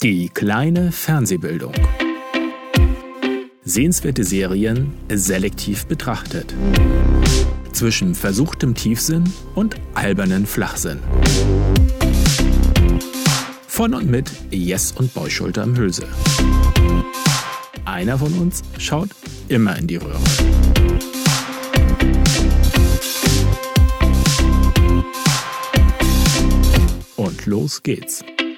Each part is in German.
Die kleine Fernsehbildung. Sehenswerte Serien selektiv betrachtet. Zwischen versuchtem Tiefsinn und albernen Flachsinn. Von und mit Jess und Boyschulter am Hülse. Einer von uns schaut immer in die Röhre. Und los geht's.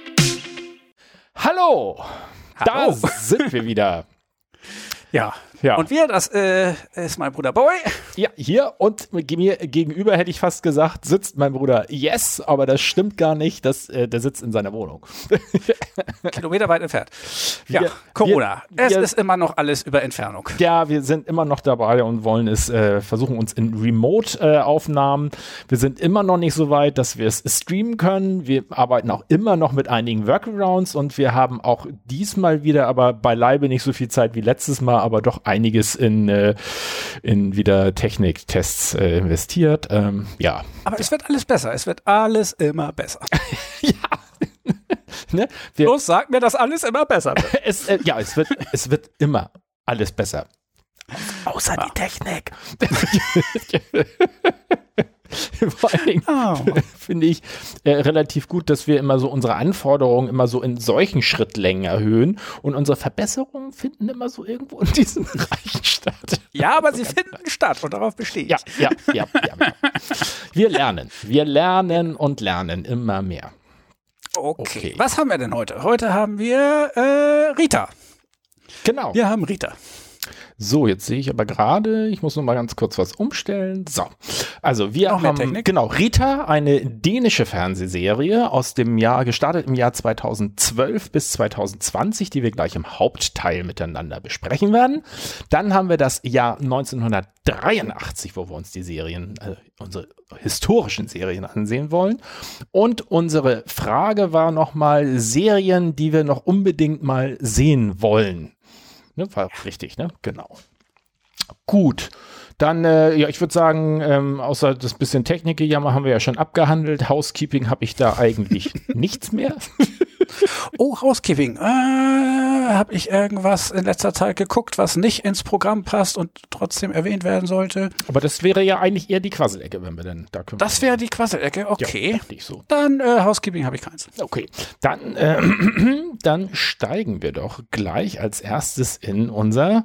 Hallo! Da sind wir wieder. Ja. Und das ist mein Bruder Boy. Ja, hier und mir gegenüber, hätte ich fast gesagt, sitzt mein Bruder Yes, aber das stimmt gar nicht, der sitzt in seiner Wohnung. Kilometerweit entfernt. Corona. Es ist immer noch alles über Entfernung. Ja, wir sind immer noch dabei und wollen versuchen uns in Remote-Aufnahmen. Wir sind immer noch nicht so weit, dass wir es streamen können. Wir arbeiten auch immer noch mit einigen Workarounds und wir haben auch diesmal wieder, aber beileibe nicht so viel Zeit wie letztes Mal, aber doch einiges in wieder Techniktests investiert. Ja. Aber es wird alles besser. Es wird alles immer besser. Ja. Ne? Los, sag mir, dass alles immer besser wird. Es wird immer alles besser. Außer die Technik. Vor allen Dingen finde ich relativ gut, dass wir immer so unsere Anforderungen immer so in solchen Schrittlängen erhöhen und unsere Verbesserungen finden immer so irgendwo in diesen Bereichen statt. Ja, aber sie finden statt und darauf bestehe ich. Ja. Wir lernen und lernen immer mehr. Okay. Was haben wir denn heute? Heute haben wir Rita. Genau. Wir haben Rita. So, jetzt sehe ich aber gerade, ich muss noch mal ganz kurz was umstellen. So, also wir haben, Rita, eine dänische Fernsehserie aus dem Jahr, gestartet im Jahr 2012 bis 2020, die wir gleich im Hauptteil miteinander besprechen werden. Dann haben wir das Jahr 1983, wo wir uns die Serien, unsere historischen Serien ansehen wollen. Und unsere Frage war nochmal Serien, die wir noch unbedingt mal sehen wollen. Ne, war richtig, ne? Genau. Gut, dann, ich würde sagen, außer das bisschen Technikgejammer haben wir ja schon abgehandelt. Housekeeping habe ich da eigentlich nichts mehr. Oh, Housekeeping. Habe ich irgendwas in letzter Zeit geguckt, was nicht ins Programm passt und trotzdem erwähnt werden sollte? Aber das wäre ja eigentlich eher die Quasselecke, wenn wir denn da kümmern. Das wäre die Quasselecke, okay. Ja, dachte ich so. Dann Housekeeping habe ich keins. Okay, dann steigen wir doch gleich als erstes in unser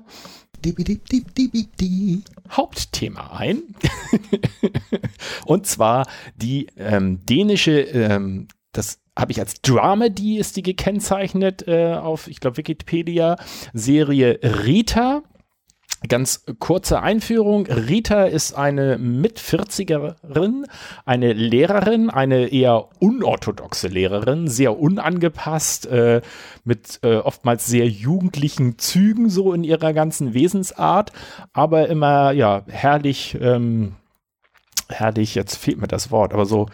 Hauptthema ein. Und zwar die dänische, das habe ich als Dramedy, ist die gekennzeichnet auf, ich glaube, Wikipedia, Serie Rita. Ganz kurze Einführung. Rita ist eine Mit-40erin, eine Lehrerin, eine eher unorthodoxe Lehrerin, sehr unangepasst, mit oftmals sehr jugendlichen Zügen so in ihrer ganzen Wesensart, aber immer, ja, herrlich, jetzt fehlt mir das Wort, aber so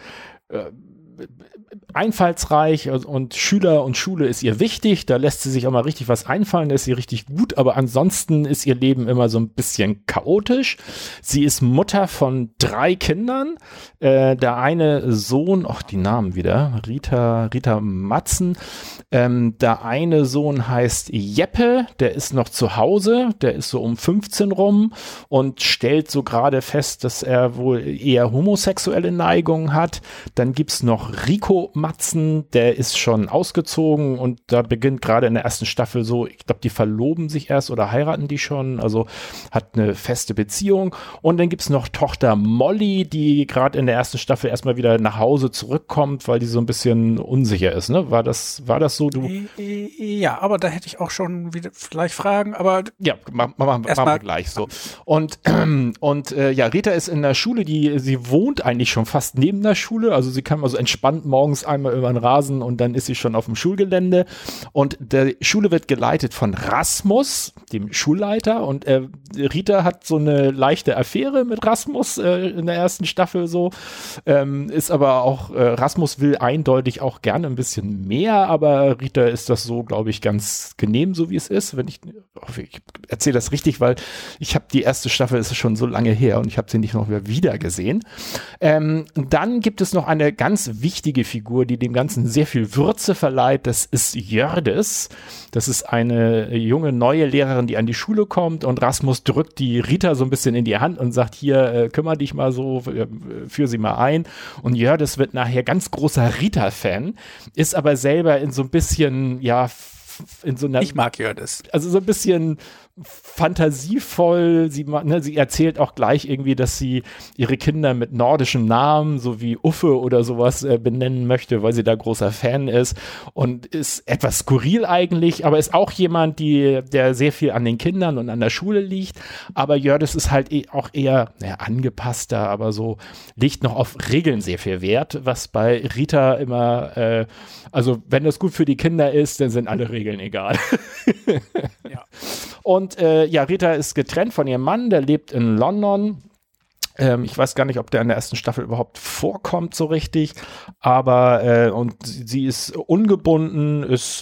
einfallsreich und Schüler und Schule ist ihr wichtig, da lässt sie sich auch mal richtig was einfallen, da ist sie richtig gut, aber ansonsten ist ihr Leben immer so ein bisschen chaotisch. Sie ist Mutter von 3 Kindern, der eine Sohn, die Namen wieder, Rita Matzen, der eine Sohn heißt Jeppe, der ist noch zu Hause, der ist so um 15 rum und stellt so gerade fest, dass er wohl eher homosexuelle Neigungen hat. Dann gibt's noch Rico Matzen, der ist schon ausgezogen und da beginnt gerade in der ersten Staffel so, ich glaube, die verloben sich erst oder heiraten die schon, also hat eine feste Beziehung. Und dann gibt's noch Tochter Molly, die gerade in der ersten Staffel erstmal wieder nach Hause zurückkommt, weil die so ein bisschen unsicher ist, ne? War das so, du? Ja, aber da hätte ich auch schon wieder gleich Fragen, aber ja, machen wir gleich so. Und Rita ist in der Schule, sie wohnt eigentlich schon fast neben der Schule, also sie kann mal so entspannt morgens einmal über den Rasen und dann ist sie schon auf dem Schulgelände und der Schule wird geleitet von Rasmus, dem Schulleiter, und Rita hat so eine leichte Affäre mit Rasmus in der ersten Staffel so, ist aber auch, Rasmus will eindeutig auch gerne ein bisschen mehr, aber Rita ist das so, glaube ich, ganz genehm, so wie es ist, wenn ich erzähle das richtig, weil ich habe die erste Staffel, ist schon so lange her und ich habe sie nicht noch wieder gesehen. Dann gibt es noch eine ganz wichtige Figur Figur, die dem Ganzen sehr viel Würze verleiht. Das ist Jördis. Das ist eine junge, neue Lehrerin, die an die Schule kommt und Rasmus drückt die Rita so ein bisschen in die Hand und sagt, hier, kümmere dich mal so, führ sie mal ein. Und Jördis wird nachher ganz großer Rita-Fan, ist aber selber in so ein bisschen, ja, in so einer... Ich mag Jördis. Also so ein bisschen fantasievoll. Sie erzählt auch gleich irgendwie, dass sie ihre Kinder mit nordischen Namen, so wie Uffe oder sowas, benennen möchte, weil sie da großer Fan ist und ist etwas skurril eigentlich, aber ist auch jemand, der sehr viel an den Kindern und an der Schule liegt. Aber Jördis ist halt auch eher angepasster, aber so legt noch auf Regeln sehr viel Wert, was bei Rita immer, also wenn das gut für die Kinder ist, dann sind alle Regeln egal. Ja. Und Rita ist getrennt von ihrem Mann, der lebt in London. Ich weiß gar nicht, ob der in der ersten Staffel überhaupt vorkommt so richtig, aber und sie ist ungebunden,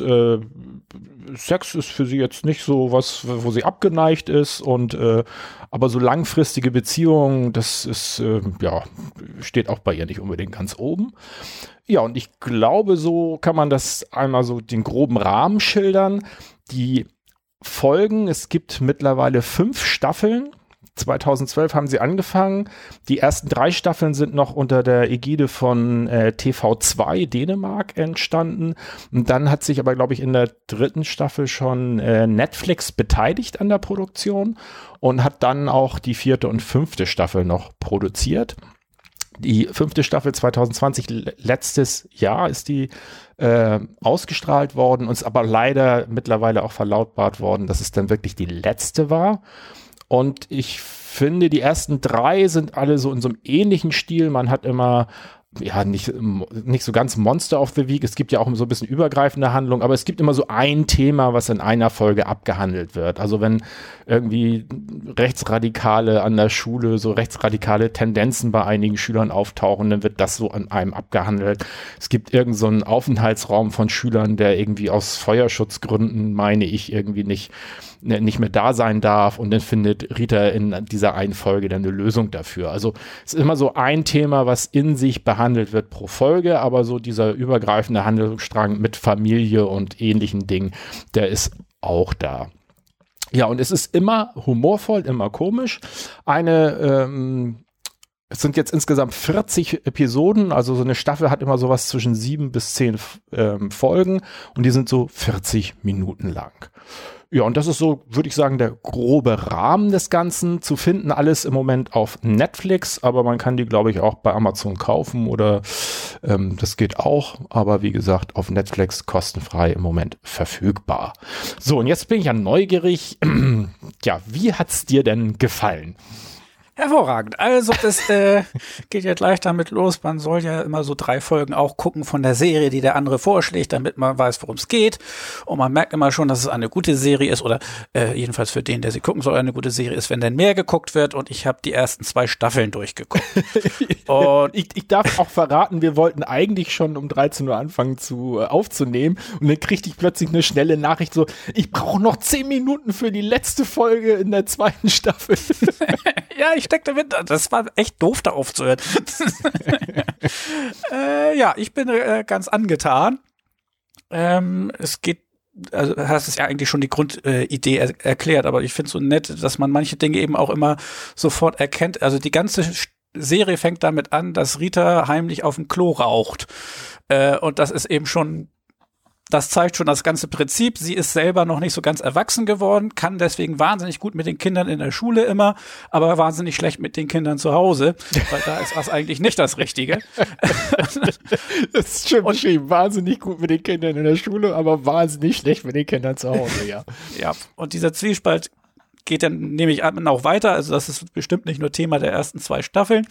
Sex ist für sie jetzt nicht so was, wo sie abgeneigt ist und aber so langfristige Beziehungen, das ist steht auch bei ihr nicht unbedingt ganz oben. Ja, und ich glaube, so kann man das einmal so den groben Rahmen schildern. Die Folgen, es gibt mittlerweile 5 Staffeln. 2012 haben sie angefangen. Die ersten 3 Staffeln sind noch unter der Ägide von TV2 Dänemark entstanden. Und dann hat sich aber, glaube ich, in der 3. Staffel schon Netflix beteiligt an der Produktion und hat dann auch die 4. und 5. Staffel noch produziert. Die 5. Staffel 2020, letztes Jahr ist die ausgestrahlt worden, uns aber leider mittlerweile auch verlautbart worden, dass es dann wirklich die letzte war. Und ich finde, die ersten 3 sind alle so in so einem ähnlichen Stil. Man hat immer nicht so ganz Monster of the Week. Es gibt ja auch so ein bisschen übergreifende Handlung, aber es gibt immer so ein Thema, was in einer Folge abgehandelt wird. Also wenn irgendwie Rechtsradikale an der Schule, so rechtsradikale Tendenzen bei einigen Schülern auftauchen, dann wird das so an einem abgehandelt. Es gibt irgend so einen Aufenthaltsraum von Schülern, der irgendwie aus Feuerschutzgründen, meine ich, irgendwie nicht mehr da sein darf und dann findet Rita in dieser einen Folge dann eine Lösung dafür. Also es ist immer so ein Thema, was in sich behandelt wird pro Folge, aber so dieser übergreifende Handlungsstrang mit Familie und ähnlichen Dingen, der ist auch da. Ja, und es ist immer humorvoll, immer komisch. Es sind jetzt insgesamt 40 Episoden, also so eine Staffel hat immer sowas zwischen 7 bis 10 Folgen und die sind so 40 Minuten lang. Ja, und das ist so, würde ich sagen, der grobe Rahmen des Ganzen. Zu finden alles im Moment auf Netflix, aber man kann die, glaube ich, auch bei Amazon kaufen oder das geht auch. Aber wie gesagt, auf Netflix kostenfrei im Moment verfügbar. So, und jetzt bin ich ja neugierig. Ja, wie hat's dir denn gefallen? Hervorragend. Also das geht ja gleich damit los. Man soll ja immer so 3 Folgen auch gucken von der Serie, die der andere vorschlägt, damit man weiß, worum es geht. Und man merkt immer schon, dass es eine gute Serie ist oder jedenfalls für den, der sie gucken soll, eine gute Serie ist, wenn dann mehr geguckt wird. Und ich habe die ersten 2 Staffeln durchgeguckt. Und ich darf auch verraten, wir wollten eigentlich schon um 13 Uhr anfangen aufzunehmen. Und dann kriegte ich plötzlich eine schnelle Nachricht so, ich brauche noch 10 Minuten für die letzte Folge in der 2. Staffel. Ja, ich steckte mit. Das war echt doof, da aufzuhören. Ja, ich bin ganz angetan. Es geht, also hast es ja eigentlich schon die Grundidee erklärt, aber ich finde es so nett, dass man manche Dinge eben auch immer sofort erkennt. Also die ganze Serie fängt damit an, dass Rita heimlich auf dem Klo raucht. Und das ist eben schon, das zeigt schon das ganze Prinzip. Sie ist selber noch nicht so ganz erwachsen geworden, kann deswegen wahnsinnig gut mit den Kindern in der Schule immer, aber wahnsinnig schlecht mit den Kindern zu Hause, weil da ist das eigentlich nicht das Richtige. Das ist schon beschrieben. Wahnsinnig gut mit den Kindern in der Schule, aber wahnsinnig schlecht mit den Kindern zu Hause, ja. Ja, und dieser Zwiespalt geht dann, nehme ich an, auch weiter. Also das ist bestimmt nicht nur Thema der ersten 2 Staffeln.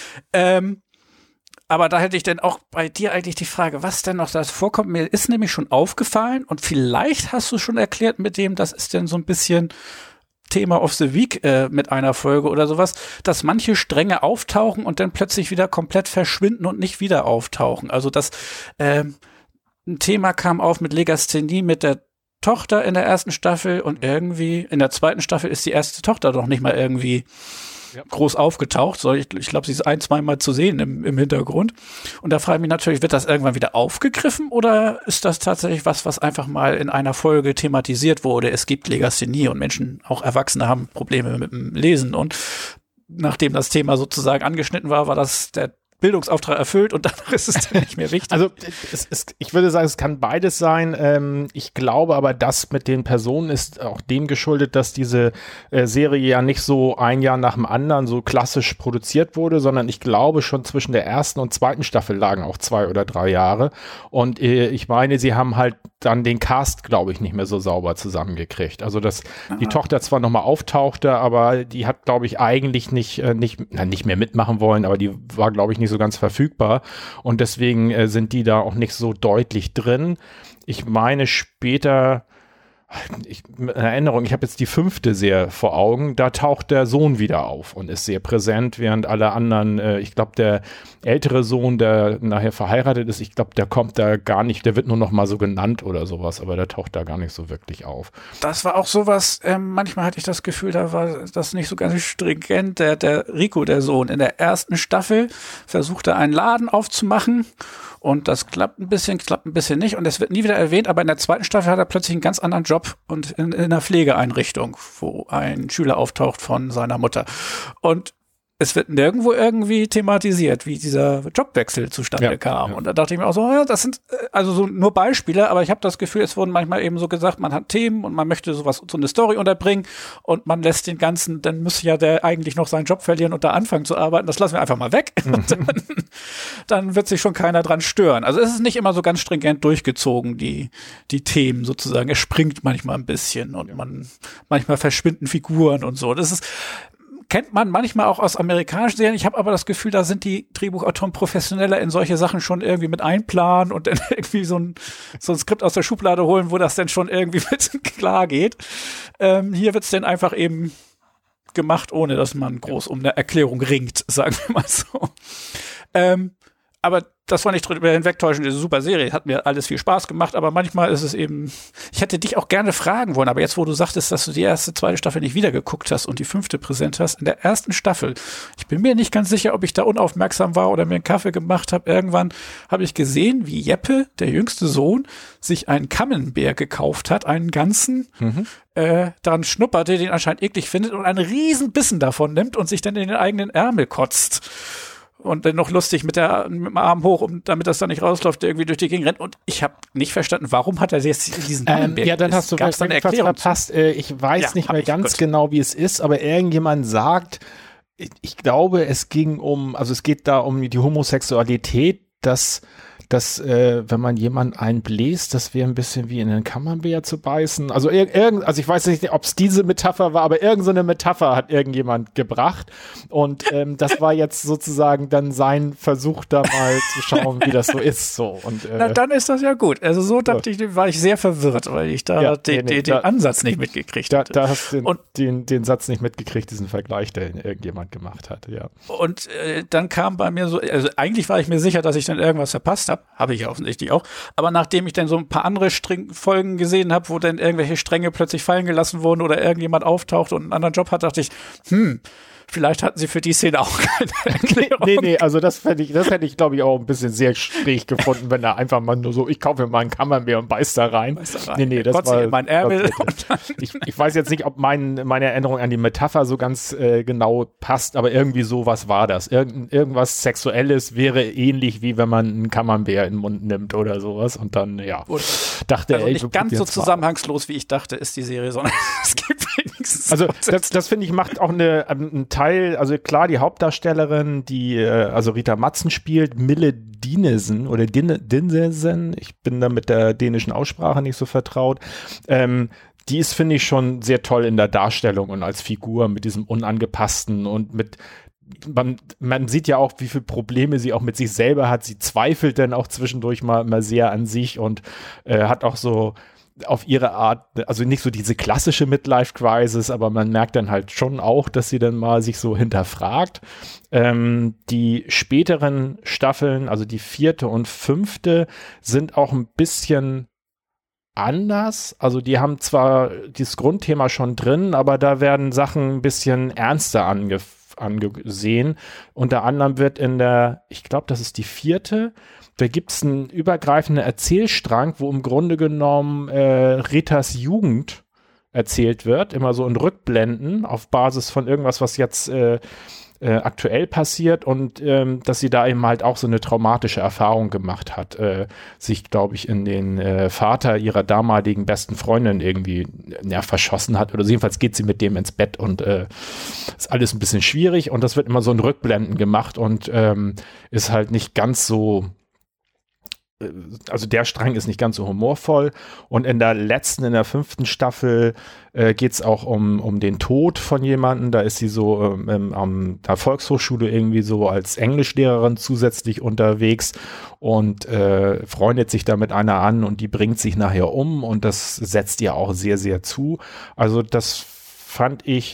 Aber da hätte ich dann auch bei dir eigentlich die Frage, was denn noch da vorkommt. Mir ist nämlich schon aufgefallen und vielleicht hast du schon erklärt mit dem, das ist denn so ein bisschen Thema of the Week mit einer Folge oder sowas, dass manche Stränge auftauchen und dann plötzlich wieder komplett verschwinden und nicht wieder auftauchen. Also das ein Thema kam auf mit Legasthenie mit der Tochter in der ersten Staffel und irgendwie in der 2. Staffel ist die erste Tochter doch nicht mal irgendwie groß aufgetaucht. Ich glaube, sie ist 1-2 Mal zu sehen im Hintergrund. Und da frage ich mich natürlich, wird das irgendwann wieder aufgegriffen oder ist das tatsächlich was einfach mal in einer Folge thematisiert wurde? Es gibt Legasthenie und Menschen, auch Erwachsene, haben Probleme mit dem Lesen. Und nachdem das Thema sozusagen angeschnitten war, war das der Bildungsauftrag erfüllt und danach ist es dann nicht mehr wichtig. Also ich würde sagen, es kann beides sein. Ich glaube aber, das mit den Personen ist auch dem geschuldet, dass diese Serie ja nicht so ein Jahr nach dem anderen so klassisch produziert wurde, sondern ich glaube, schon zwischen der ersten und zweiten Staffel lagen auch 2 oder 3 Jahre. Und ich meine, sie haben halt dann den Cast, glaube ich, nicht mehr so sauber zusammengekriegt. Also dass die Tochter zwar nochmal auftauchte, aber die hat, glaube ich, eigentlich nicht mehr mitmachen wollen, aber die war, glaube ich, nicht so ganz verfügbar und deswegen sind die da auch nicht so deutlich drin. Ich meine später, eine Erinnerung, ich habe jetzt die 5. sehr vor Augen, da taucht der Sohn wieder auf und ist sehr präsent, während alle anderen, ich glaube, der ältere Sohn, der nachher verheiratet ist, ich glaube, der kommt da gar nicht, der wird nur noch mal so genannt oder sowas, aber der taucht da gar nicht so wirklich auf. Das war auch sowas, manchmal hatte ich das Gefühl, da war das nicht so ganz stringent. Der Rico, der Sohn, in der ersten Staffel versuchte einen Laden aufzumachen. Und das klappt ein bisschen nicht. Und es wird nie wieder erwähnt, aber in der zweiten Staffel hat er plötzlich einen ganz anderen Job und in einer Pflegeeinrichtung, wo ein Schüler auftaucht von seiner Mutter. Und es wird nirgendwo irgendwie thematisiert, wie dieser Jobwechsel zustande kam. Ja. Und da dachte ich mir auch so, ja, das sind also so nur Beispiele, aber ich habe das Gefühl, es wurden manchmal eben so gesagt, man hat Themen und man möchte so eine Story unterbringen und man lässt den ganzen, dann müsste ja der eigentlich noch seinen Job verlieren und da anfangen zu arbeiten. Das lassen wir einfach mal weg. Und dann wird sich schon keiner dran stören. Also es ist nicht immer so ganz stringent durchgezogen, die Themen sozusagen. Es springt manchmal ein bisschen und manchmal verschwinden Figuren und so. Das ist kennt man manchmal auch aus amerikanischen Serien. Ich habe aber das Gefühl, da sind die Drehbuchautoren professioneller in solche Sachen schon irgendwie mit einplanen und dann irgendwie so ein Skript aus der Schublade holen, wo das dann schon irgendwie mit klar geht. Hier wird's dann einfach eben gemacht, ohne dass man groß um eine Erklärung ringt, sagen wir mal so. Aber das war nicht drüber hinwegtäuschen, diese super Serie, hat mir alles viel Spaß gemacht, aber manchmal ist es eben, ich hätte dich auch gerne fragen wollen, aber jetzt, wo du sagtest, dass du die zweite Staffel nicht wieder geguckt hast und die 5. präsent hast, in der ersten Staffel, ich bin mir nicht ganz sicher, ob ich da unaufmerksam war oder mir einen Kaffee gemacht habe, irgendwann habe ich gesehen, wie Jeppe, der jüngste Sohn, sich einen Camembert gekauft hat, einen ganzen, daran schnupperte, den anscheinend eklig findet und einen riesen Bissen davon nimmt und sich dann in den eigenen Ärmel kotzt. Und dann noch lustig mit dem Arm hoch, damit das da nicht rausläuft, irgendwie durch die Gegend rennt. Und ich habe nicht verstanden, warum hat er jetzt diesen Camembert? Ja, dann hast du eine Erklärung verpasst. Ich weiß nicht mehr ganz genau, wie es ist, aber irgendjemand sagt, ich glaube, es geht da um die Homosexualität, dass wenn man jemanden einbläst, das wäre ein bisschen wie in den Camembert zu beißen. Also ich weiß nicht, ob es diese Metapher war, aber irgendeine Metapher hat irgendjemand gebracht. Und das war jetzt sozusagen dann sein Versuch, da mal zu schauen, wie das so ist. So. Und, na, dann ist das ja gut. Also so war ich sehr verwirrt, weil ich da den Ansatz nicht mitgekriegt hatte. Da hast du den Satz nicht mitgekriegt, diesen Vergleich, den irgendjemand gemacht hat. Ja. Und dann kam bei mir so, also eigentlich war ich mir sicher, dass ich dann irgendwas verpasst habe ich ja offensichtlich auch, aber nachdem ich dann so ein paar andere Folgen gesehen habe, wo dann irgendwelche Stränge plötzlich fallen gelassen wurden oder irgendjemand auftaucht und einen anderen Job hat, dachte ich, vielleicht hatten sie für die Szene auch keine Erklärung. Nee, also das hätte ich, glaube ich, auch ein bisschen sehr schräg gefunden, wenn er einfach mal nur so, ich kaufe mir mal einen Camembert und beiß da rein. Nee, das war mein Ärmel. Ich weiß jetzt nicht, ob meine Erinnerung an die Metapher so ganz genau passt, aber irgendwie sowas war das. Irgendwas Sexuelles wäre ähnlich, wie wenn man einen Camembert in den Mund nimmt oder sowas und dann, dachte also nicht ganz so zusammenhangslos, wie ich dachte, ist die Serie, sondern es gibt wenigstens. Also das finde ich macht auch einen Teil, also klar, die Hauptdarstellerin, die also Rita Madsen spielt, Mille Dinesen oder Dinesen, ich bin da mit der dänischen Aussprache nicht so vertraut, die ist, finde ich, schon sehr toll in der Darstellung und als Figur mit diesem Unangepassten und mit man sieht ja auch, wie viele Probleme sie auch mit sich selber hat. Sie zweifelt dann auch zwischendurch mal sehr an sich und hat auch so auf ihre Art, also nicht so diese klassische Midlife-Crisis, aber man merkt dann halt schon auch, dass sie dann mal sich so hinterfragt. Die späteren Staffeln, also die 4. und 5. sind auch ein bisschen anders. Also die haben zwar dieses Grundthema schon drin, aber da werden Sachen ein bisschen ernster angesehen. Unter anderem wird ich glaube, das ist die 4., da gibt es einen übergreifenden Erzählstrang, wo im Grunde genommen Ritas Jugend erzählt wird, immer so in Rückblenden auf Basis von irgendwas, was jetzt aktuell passiert und dass sie da eben halt auch so eine traumatische Erfahrung gemacht hat, sich, glaube ich, in den Vater ihrer damaligen besten Freundin irgendwie verschossen hat oder jedenfalls geht sie mit dem ins Bett und ist alles ein bisschen schwierig und das wird immer so in Rückblenden gemacht und ist halt nicht ganz so, also der Strang ist nicht ganz so humorvoll und in der 5. Staffel geht es auch um den Tod von jemandem, da ist sie so an der Volkshochschule irgendwie so als Englischlehrerin zusätzlich unterwegs und freundet sich da mit einer an und die bringt sich nachher um und das setzt ihr auch sehr, sehr zu. Also das fand ich,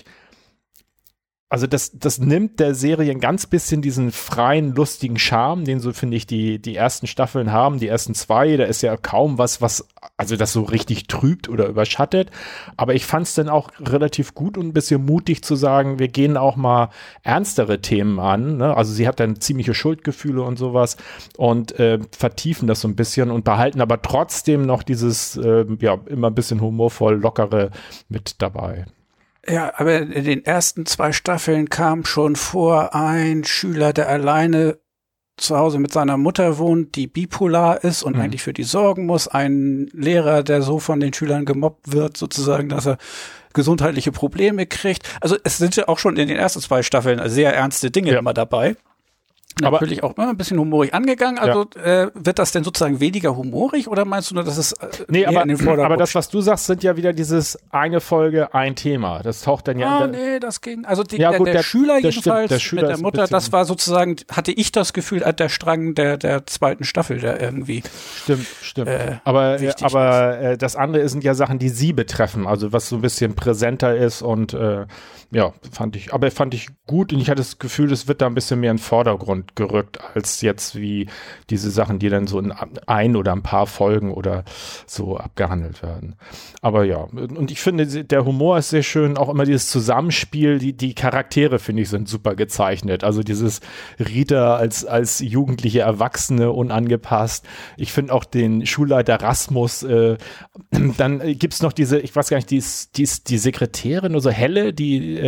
also das nimmt der Serie ein ganz bisschen diesen freien, lustigen Charme, den so, finde ich, die ersten Staffeln haben, die ersten 2, da ist ja kaum was, also das so richtig trübt oder überschattet, aber ich fand es dann auch relativ gut und ein bisschen mutig zu sagen, wir gehen auch mal ernstere Themen an, ne? Also sie hat dann ziemliche Schuldgefühle und sowas und vertiefen das so ein bisschen und behalten aber trotzdem noch dieses, immer ein bisschen humorvoll, lockere mit dabei. Ja, aber in den ersten 2 Staffeln kam schon vor ein Schüler, der alleine zu Hause mit seiner Mutter wohnt, die bipolar ist und eigentlich für die sorgen muss. Ein Lehrer, der so von den Schülern gemobbt wird, sozusagen, dass er gesundheitliche Probleme kriegt. Also es sind ja auch schon in den ersten 2 Staffeln sehr ernste Dinge immer dabei. Natürlich auch immer ein bisschen humorig angegangen. Also wird das denn sozusagen weniger humorig oder meinst du nur, dass es in den Vordergrund? Aber das, was du sagst, sind ja wieder dieses eine Folge, ein Thema. Das taucht dann ja das ging. Also der Schüler jedenfalls der Schüler mit der Mutter, das war sozusagen, hatte ich das Gefühl, der Strang der 2. Staffel, der irgendwie Stimmt. Aber das andere sind ja Sachen, die sie betreffen, also was so ein bisschen präsenter ist und fand ich gut und ich hatte das Gefühl, es wird da ein bisschen mehr in den Vordergrund gerückt, als jetzt wie diese Sachen, die dann so in ein oder ein paar Folgen oder so abgehandelt werden. Aber ja, und ich finde, der Humor ist sehr schön, auch immer dieses Zusammenspiel, die Charaktere, finde ich, sind super gezeichnet. Also dieses Rita als jugendliche Erwachsene, unangepasst. Ich finde auch den Schulleiter Rasmus, dann gibt's noch diese, ich weiß gar nicht, die Sekretärin oder so Helle, die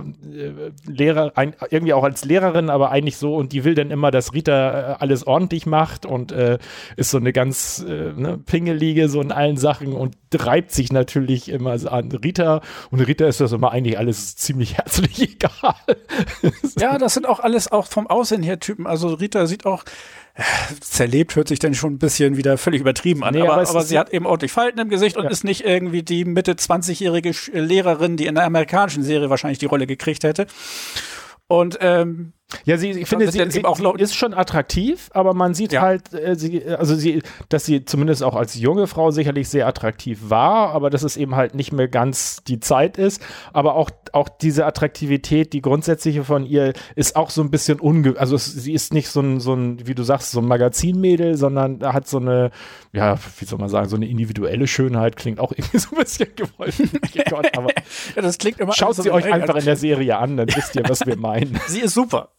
irgendwie auch als Lehrerin, aber eigentlich so, und die will dann immer, dass Rita alles ordentlich macht und ist so eine ganz pingelige so in allen Sachen und reibt sich natürlich immer an Rita und Rita ist das immer eigentlich alles ziemlich herzlich egal. Ja, das sind auch alles auch vom Aussehen her Typen, also Rita sieht auch zerlebt, hört sich dann schon ein bisschen wieder völlig übertrieben an, aber sie hat eben ordentlich Falten im Gesicht und ist nicht irgendwie die Mitte 20-jährige Lehrerin, die in der amerikanischen Serie wahrscheinlich die Rolle gekriegt hätte. Und ich finde, sie ist schon attraktiv, aber man sieht halt, dass sie zumindest auch als junge Frau sicherlich sehr attraktiv war, aber dass es eben halt nicht mehr ganz die Zeit ist. Aber auch diese Attraktivität, die grundsätzliche von ihr, ist auch so ein bisschen also sie ist nicht so ein, wie du sagst, so ein Magazinmädel, sondern hat so eine, wie soll man sagen, so eine individuelle Schönheit, klingt auch irgendwie so ein bisschen gewollt. Gott, aber das klingt immer schaut sie euch einfach in der Serie an, dann wisst ihr, was wir meinen. Sie ist super.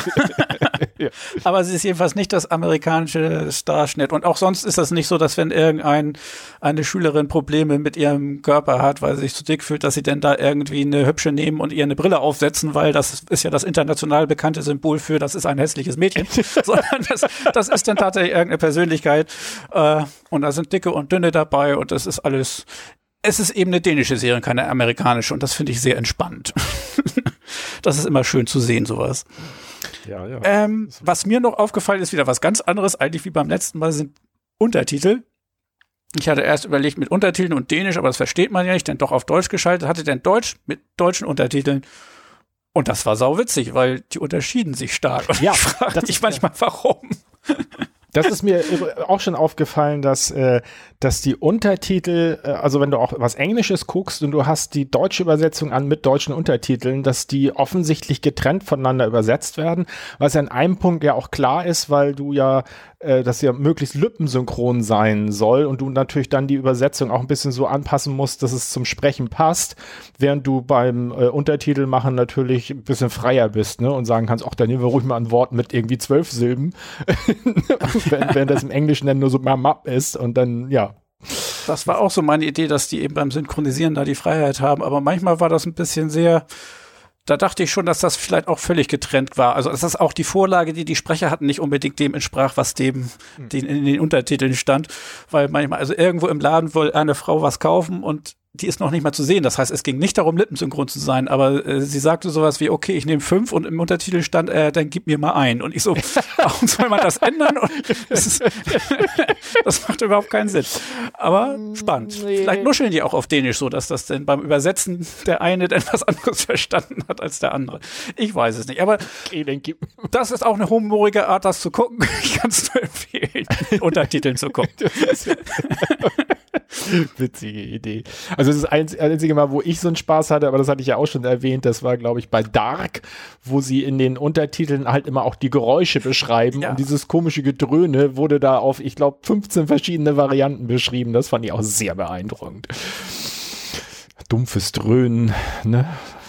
Aber sie ist jedenfalls nicht das amerikanische Starschnitt. Und auch sonst ist das nicht so, dass wenn eine Schülerin Probleme mit ihrem Körper hat, weil sie sich zu dick fühlt, dass sie denn da irgendwie eine hübsche nehmen und ihr eine Brille aufsetzen, weil das ist ja das international bekannte Symbol für, das ist ein hässliches Mädchen. Sondern das ist dann tatsächlich irgendeine Persönlichkeit. Und da sind Dicke und Dünne dabei und das ist alles. Es ist eben eine dänische Serie, keine amerikanische. Und das finde ich sehr entspannt. Das ist immer schön zu sehen, sowas. Ja. Was mir noch aufgefallen ist, wieder was ganz anderes, eigentlich wie beim letzten Mal, sind Untertitel. Ich hatte erst überlegt mit Untertiteln und Dänisch, aber das versteht man ja nicht, denn doch auf Deutsch geschaltet, hatte dann Deutsch mit deutschen Untertiteln. Und das war sauwitzig, weil die unterschieden sich stark. Und ich frage mich manchmal, warum. Das ist mir auch schon aufgefallen, dass die Untertitel, also wenn du auch was Englisches guckst und du hast die deutsche Übersetzung an mit deutschen Untertiteln, dass die offensichtlich getrennt voneinander übersetzt werden, was ja in einem Punkt ja auch klar ist, weil du ja das ja möglichst lippensynchron sein soll und du natürlich dann die Übersetzung auch ein bisschen so anpassen musst, dass es zum Sprechen passt, während du beim Untertitel machen natürlich ein bisschen freier bist, ne, und sagen kannst, ach, dann nehmen wir ruhig mal ein Wort mit irgendwie 12 Silben, wenn das im Englischen dann nur so Map ist und dann, ja. Das war auch so meine Idee, dass die eben beim Synchronisieren da die Freiheit haben, aber manchmal war das ein bisschen sehr, da dachte ich schon, dass das vielleicht auch völlig getrennt war. Also dass das auch die Vorlage, die die Sprecher hatten, nicht unbedingt dem entsprach, was dem in den Untertiteln stand, weil manchmal, also irgendwo im Laden wollte eine Frau was kaufen und die ist noch nicht mal zu sehen. Das heißt, es ging nicht darum, lippensynchron zu sein, aber sie sagte sowas wie, okay, ich nehme 5 und im Untertitel stand, dann gib mir mal ein. Und ich so, warum soll man das ändern? Und das macht überhaupt keinen Sinn. Aber spannend. Nee. Vielleicht nuscheln die auch auf Dänisch so, dass das denn beim Übersetzen der eine dann was anderes verstanden hat als der andere. Ich weiß es nicht. Aber Okay, dann gib. das ist auch eine humorige Art, das zu gucken. Ich kann es nur empfehlen, mit Untertiteln zu gucken. Witzige Idee. Also das ist das einzige Mal, wo ich so einen Spaß hatte, aber das hatte ich ja auch schon erwähnt, das war, glaube ich, bei Dark, wo sie in den Untertiteln halt immer auch die Geräusche beschreiben, Ja. und dieses komische Gedröhne wurde da auf, ich glaube, 15 verschiedene Varianten beschrieben. Das fand ich auch sehr beeindruckend. Dumpfes Dröhnen, ne?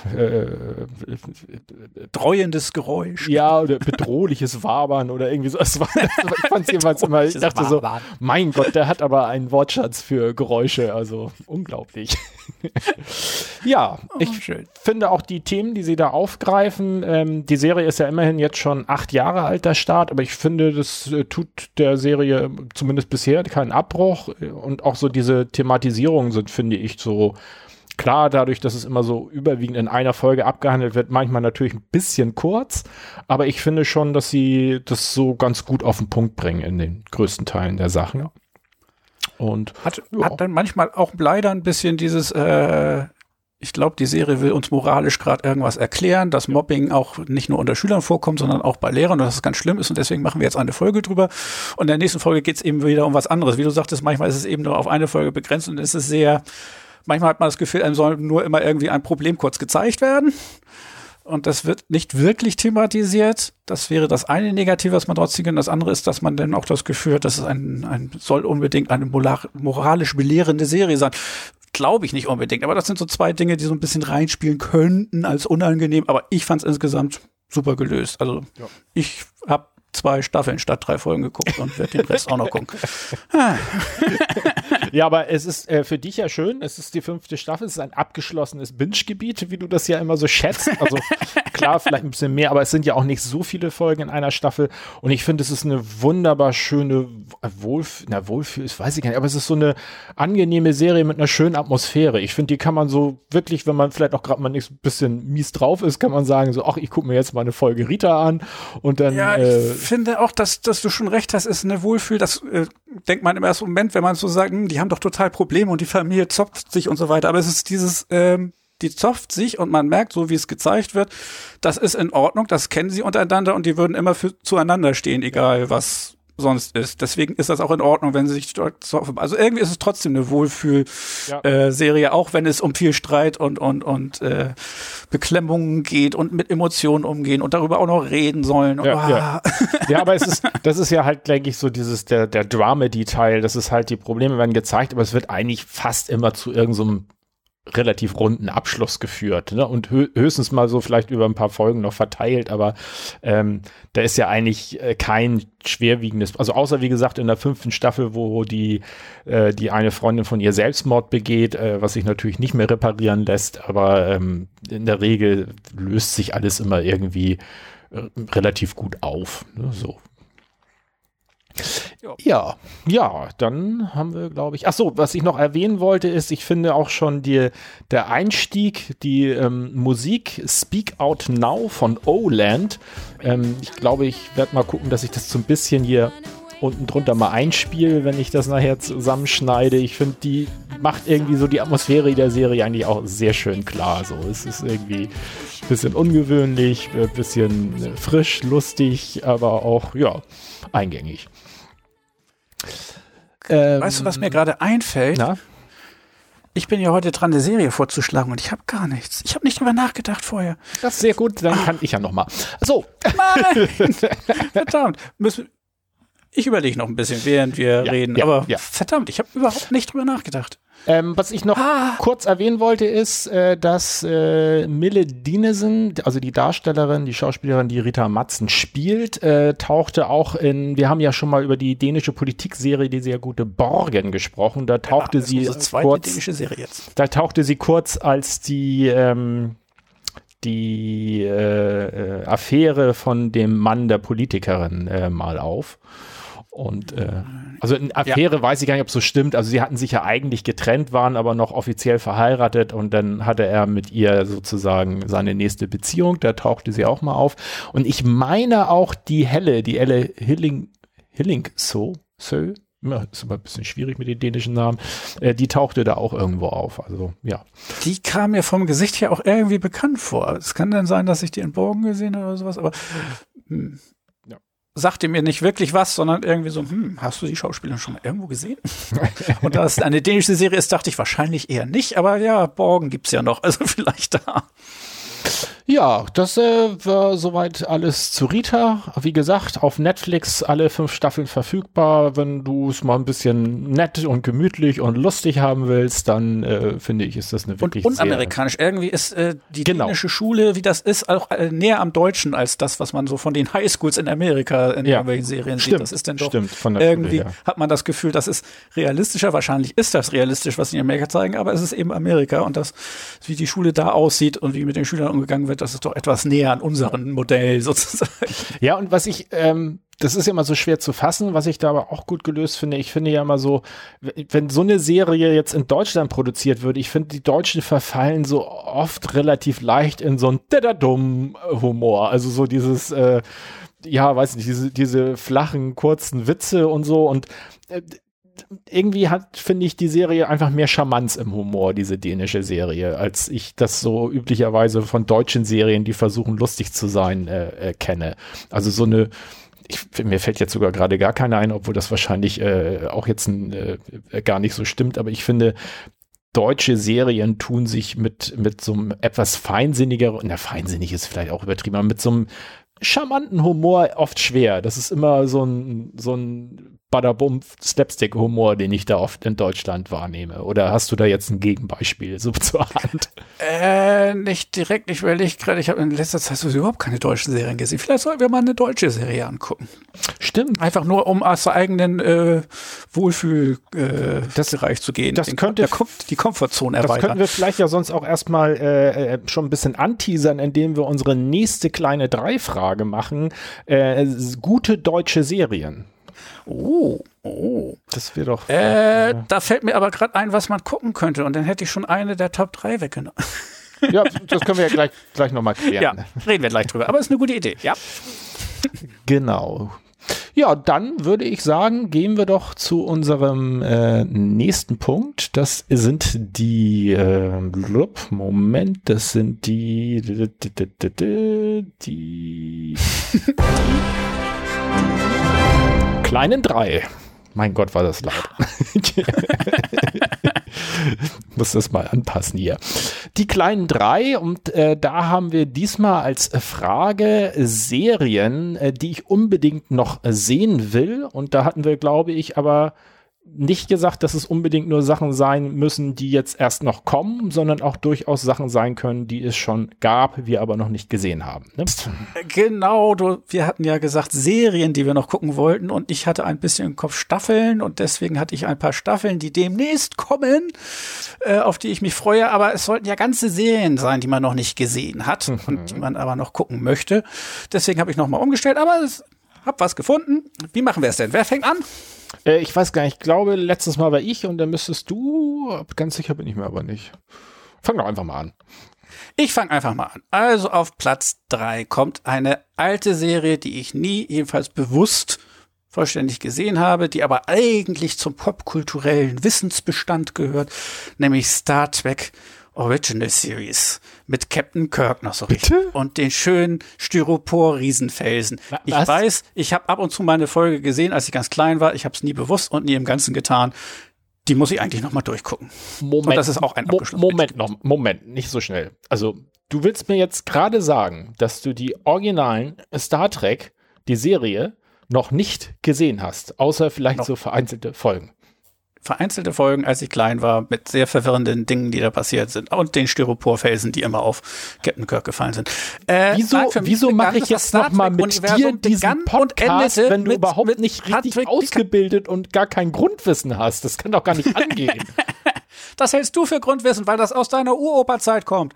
Dreuendes Geräusch. Ja, oder bedrohliches Wabern oder irgendwie so. Ich fand es jeweils immer, ich dachte so, mein Gott, der hat aber einen Wortschatz für Geräusche, also unglaublich. Ja, ich finde auch die Themen, die sie da aufgreifen, die Serie ist ja immerhin jetzt schon 8 Jahre alt, der Start, aber ich finde, das tut der Serie zumindest bisher keinen Abbruch, und auch so diese Thematisierungen sind, finde ich, so klar, dadurch, dass es immer so überwiegend in einer Folge abgehandelt wird, manchmal natürlich ein bisschen kurz, aber ich finde schon, dass sie das so ganz gut auf den Punkt bringen in den größten Teilen der Sachen. Ja. Und Hat dann manchmal auch leider ein bisschen dieses, ich glaube, die Serie will uns moralisch gerade irgendwas erklären, dass Mobbing auch nicht nur unter Schülern vorkommt, sondern auch bei Lehrern, und dass es ganz schlimm ist, und deswegen machen wir jetzt eine Folge drüber. Und in der nächsten Folge geht es eben wieder um was anderes. Wie du sagtest, manchmal ist es eben nur auf eine Folge begrenzt, und es ist sehr, manchmal hat man das Gefühl, einem soll nur immer irgendwie ein Problem kurz gezeigt werden. Und das wird nicht wirklich thematisiert. Das wäre das eine Negative, was man trotzdem kann. Das andere ist, dass man dann auch das Gefühl hat, dass es soll unbedingt eine moralisch belehrende Serie sein. Glaube ich nicht unbedingt. Aber das sind so 2 Dinge, die so ein bisschen reinspielen könnten als unangenehm. Aber ich fand es insgesamt super gelöst. Also ich habe 2 Staffeln statt 3 Folgen geguckt und werde den Rest auch noch gucken. Ja, aber es ist für dich ja schön, es ist die 5. Staffel, es ist ein abgeschlossenes Binge-Gebiet, wie du das ja immer so schätzt. Also klar, vielleicht ein bisschen mehr, aber es sind ja auch nicht so viele Folgen in einer Staffel, und ich finde, es ist eine wunderbar schöne Wohlfühl, ich weiß ich gar nicht, aber es ist so eine angenehme Serie mit einer schönen Atmosphäre. Ich finde, die kann man so wirklich, wenn man vielleicht auch gerade mal nicht so ein bisschen mies drauf ist, kann man sagen so, ach, ich gucke mir jetzt mal eine Folge Rita an, und dann Ja, ich finde auch, dass du schon recht hast, ist eine Wohlfühl, das denkt man im ersten Moment, wenn man so sagt, die haben doch total Probleme und die Familie zopft sich und so weiter, aber es ist dieses, die zopft sich und man merkt, so wie es gezeigt wird, das ist in Ordnung, das kennen sie untereinander und die würden immer zueinander stehen, egal was sonst ist. Deswegen ist das auch in Ordnung, wenn sie sich dort zopfen. Also irgendwie ist es trotzdem eine Wohlfühl-Serie, auch wenn es um viel Streit und Beklemmungen geht und mit Emotionen umgehen und darüber auch noch reden sollen. Ja, aber das ist ja halt, denke ich, so der Dramedy-Teil, das ist halt, die Probleme werden gezeigt, aber es wird eigentlich fast immer zu irgendeinem relativ runden Abschluss geführt, ne? Und höchstens mal so vielleicht über ein paar Folgen noch verteilt, aber da ist ja eigentlich kein schwerwiegendes, also außer wie gesagt in der 5. Staffel, wo die eine Freundin von ihr Selbstmord begeht, was sich natürlich nicht mehr reparieren lässt, aber in der Regel löst sich alles immer irgendwie relativ gut auf, ne? So. Ja, dann haben wir, glaube ich, ach so, was ich noch erwähnen wollte, ist, ich finde auch schon der Einstieg, die Musik Speak Out Now von O-Land. Ich glaube, ich werde mal gucken, dass ich das so ein bisschen hier unten drunter mal einspiele, wenn ich das nachher zusammenschneide. Ich finde, die macht irgendwie so die Atmosphäre der Serie eigentlich auch sehr schön klar. So, es ist irgendwie ein bisschen ungewöhnlich, ein bisschen frisch, lustig, aber auch, ja, eingängig. Weißt du, was mir gerade einfällt? Na? Ich bin ja heute dran, eine Serie vorzuschlagen und ich habe gar nichts. Ich habe nicht drüber nachgedacht vorher. Das ist sehr gut, dann kann ich ja noch mal. So. Nein! Verdammt. Ich überlege noch ein bisschen, während wir reden. Aber verdammt, ich habe überhaupt nicht drüber nachgedacht. Was ich noch kurz erwähnen wollte, ist, dass Mille Dinesen, also die Darstellerin, die Schauspielerin, die Rita Madsen spielt, tauchte auch wir haben ja schon mal über die dänische Politikserie, die sehr gute Borgen gesprochen. Da tauchte sie zweite dänische Serie jetzt. Da tauchte sie kurz als die Affäre von dem Mann der Politikerin mal auf. Und also eine Affäre weiß ich gar nicht, ob es so stimmt. Also sie hatten sich ja eigentlich getrennt, waren aber noch offiziell verheiratet und dann hatte er mit ihr sozusagen seine nächste Beziehung. Da tauchte sie auch mal auf. Und ich meine auch die Elle Hillingso, ist immer ein bisschen schwierig mit den dänischen Namen, die tauchte da auch irgendwo auf. Also ja. Die kam mir vom Gesicht her auch irgendwie bekannt vor. Es kann dann sein, dass ich die in Borgen gesehen habe oder sowas, aber sagte mir nicht wirklich was, sondern irgendwie so, hast du die Schauspielerin schon mal irgendwo gesehen? Und da es eine dänische Serie ist, dachte ich wahrscheinlich eher nicht, aber ja, Borgen gibt's ja noch, also vielleicht da. Ja, das war soweit alles zu Rita. Wie gesagt, auf Netflix alle 5 Staffeln verfügbar. Wenn du es mal ein bisschen nett und gemütlich und lustig haben willst, dann finde ich, ist das eine wirklich und unamerikanisch. Irgendwie ist die dänische Schule, wie das ist, auch näher am Deutschen als das, was man so von den Highschools in Amerika in irgendwelchen Serien sieht. Das ist dann doch irgendwie, hat man das Gefühl, das ist realistischer. Wahrscheinlich ist das realistisch, was sie in Amerika zeigen, aber es ist eben Amerika und das, wie die Schule da aussieht und wie mit den Schülern umgegangen wird, das ist doch etwas näher an unserem Modell sozusagen. Ja, und was ich, das ist ja immer so schwer zu fassen, was ich da aber auch gut gelöst finde. Ich finde ja immer so, wenn so eine Serie jetzt in Deutschland produziert wird, ich finde, die Deutschen verfallen so oft relativ leicht in so einen Humor. Also so dieses, weiß nicht, diese flachen, kurzen Witze und so und irgendwie finde ich, die Serie einfach mehr Charmanz im Humor, diese dänische Serie, als ich das so üblicherweise von deutschen Serien, die versuchen lustig zu sein, kenne. Also so eine, mir fällt jetzt sogar gerade gar keine ein, obwohl das wahrscheinlich auch jetzt gar nicht so stimmt, aber ich finde, deutsche Serien tun sich mit so einem etwas feinsinnigeren, feinsinnig ist vielleicht auch übertrieben, aber mit so einem charmanten Humor oft schwer. Das ist immer so ein Badabum-Slapstick-Humor, den ich da oft in Deutschland wahrnehme. Oder hast du da jetzt ein Gegenbeispiel so zur Hand? Nicht direkt, ich überlege gerade, ich habe in letzter Zeit sowieso überhaupt keine deutschen Serien gesehen. Vielleicht sollten wir mal eine deutsche Serie angucken. Stimmt. Einfach nur, um aus der eigenen Wohlfühlbereich zu gehen. Das könnte die Komfortzone erweitern. Das könnten wir vielleicht ja sonst auch erstmal schon ein bisschen anteasern, indem wir unsere nächste kleine 3-Frage machen. Gute deutsche Serien. Oh. Das wäre doch. Da fällt mir aber gerade ein, was man gucken könnte. Und dann hätte ich schon eine der Top 3 weggenommen. Ja, das können wir ja gleich nochmal klären. Ja, reden wir gleich drüber. Aber ist eine gute Idee, ja. Genau. Ja, dann würde ich sagen, gehen wir doch zu unserem nächsten Punkt. Das sind die das sind die kleinen 3. Mein Gott, war das laut. Muss das mal anpassen hier. Die kleinen 3 und da haben wir diesmal als Frage Serien, die ich unbedingt noch sehen will. Und da hatten wir, glaube ich, aber nicht gesagt, dass es unbedingt nur Sachen sein müssen, die jetzt erst noch kommen, sondern auch durchaus Sachen sein können, die es schon gab, wir aber noch nicht gesehen haben. Ne? Genau, wir hatten ja gesagt Serien, die wir noch gucken wollten und ich hatte ein bisschen im Kopf Staffeln und deswegen hatte ich ein paar Staffeln, die demnächst kommen, auf die ich mich freue, aber es sollten ja ganze Serien sein, die man noch nicht gesehen hat und die man aber noch gucken möchte. Deswegen habe ich nochmal umgestellt, aber ich habe was gefunden. Wie machen wir es denn? Wer fängt an? Ich weiß gar nicht, ich glaube, letztes Mal war ich und dann müsstest du, ganz sicher bin ich mir aber nicht. Fang doch einfach mal an. Ich fange einfach mal an. Also auf Platz 3 kommt eine alte Serie, die ich nie, jedenfalls bewusst vollständig gesehen habe, die aber eigentlich zum popkulturellen Wissensbestand gehört, nämlich Star Trek. Original Series mit Captain Kirk noch so Bitte? richtig. Und den schönen Styropor-Riesenfelsen. Ich weiß, ich habe ab und zu mal eine Folge gesehen, als ich ganz klein war. Ich habe es nie bewusst und nie im Ganzen getan. Die muss ich eigentlich noch mal durchgucken. Moment, und das ist auch ein Moment, nicht so schnell. Also, du willst mir jetzt gerade sagen, dass du die originalen Star Trek, die Serie, noch nicht gesehen hast, außer vielleicht so vereinzelte Folgen. Vereinzelte Folgen, als ich klein war, mit sehr verwirrenden Dingen, die da passiert sind. Und den Styroporfelsen, die immer auf Captain Kirk gefallen sind. Wieso mache ich jetzt noch mal mit dir diesen Podcast, wenn du überhaupt nicht richtig ausgebildet und gar kein Grundwissen hast? Das kann doch gar nicht angehen. Das hältst du für Grundwissen, weil das aus deiner Uropa-Zeit kommt.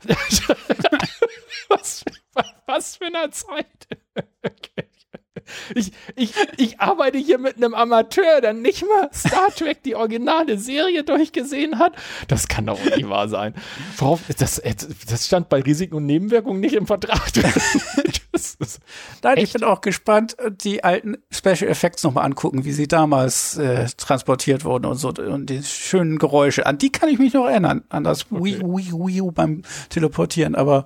Was für eine Zeit? Okay. Ich arbeite hier mit einem Amateur, der nicht mal Star Trek, die originale Serie, durchgesehen hat. Das kann doch nicht wahr sein. Das stand bei Risiken und Nebenwirkungen nicht im Vertrag. Nein, ich bin auch gespannt, die alten Special Effects nochmal angucken, wie sie damals transportiert wurden und so. Und die schönen Geräusche. An die kann ich mich noch erinnern. An das Wii beim Teleportieren, aber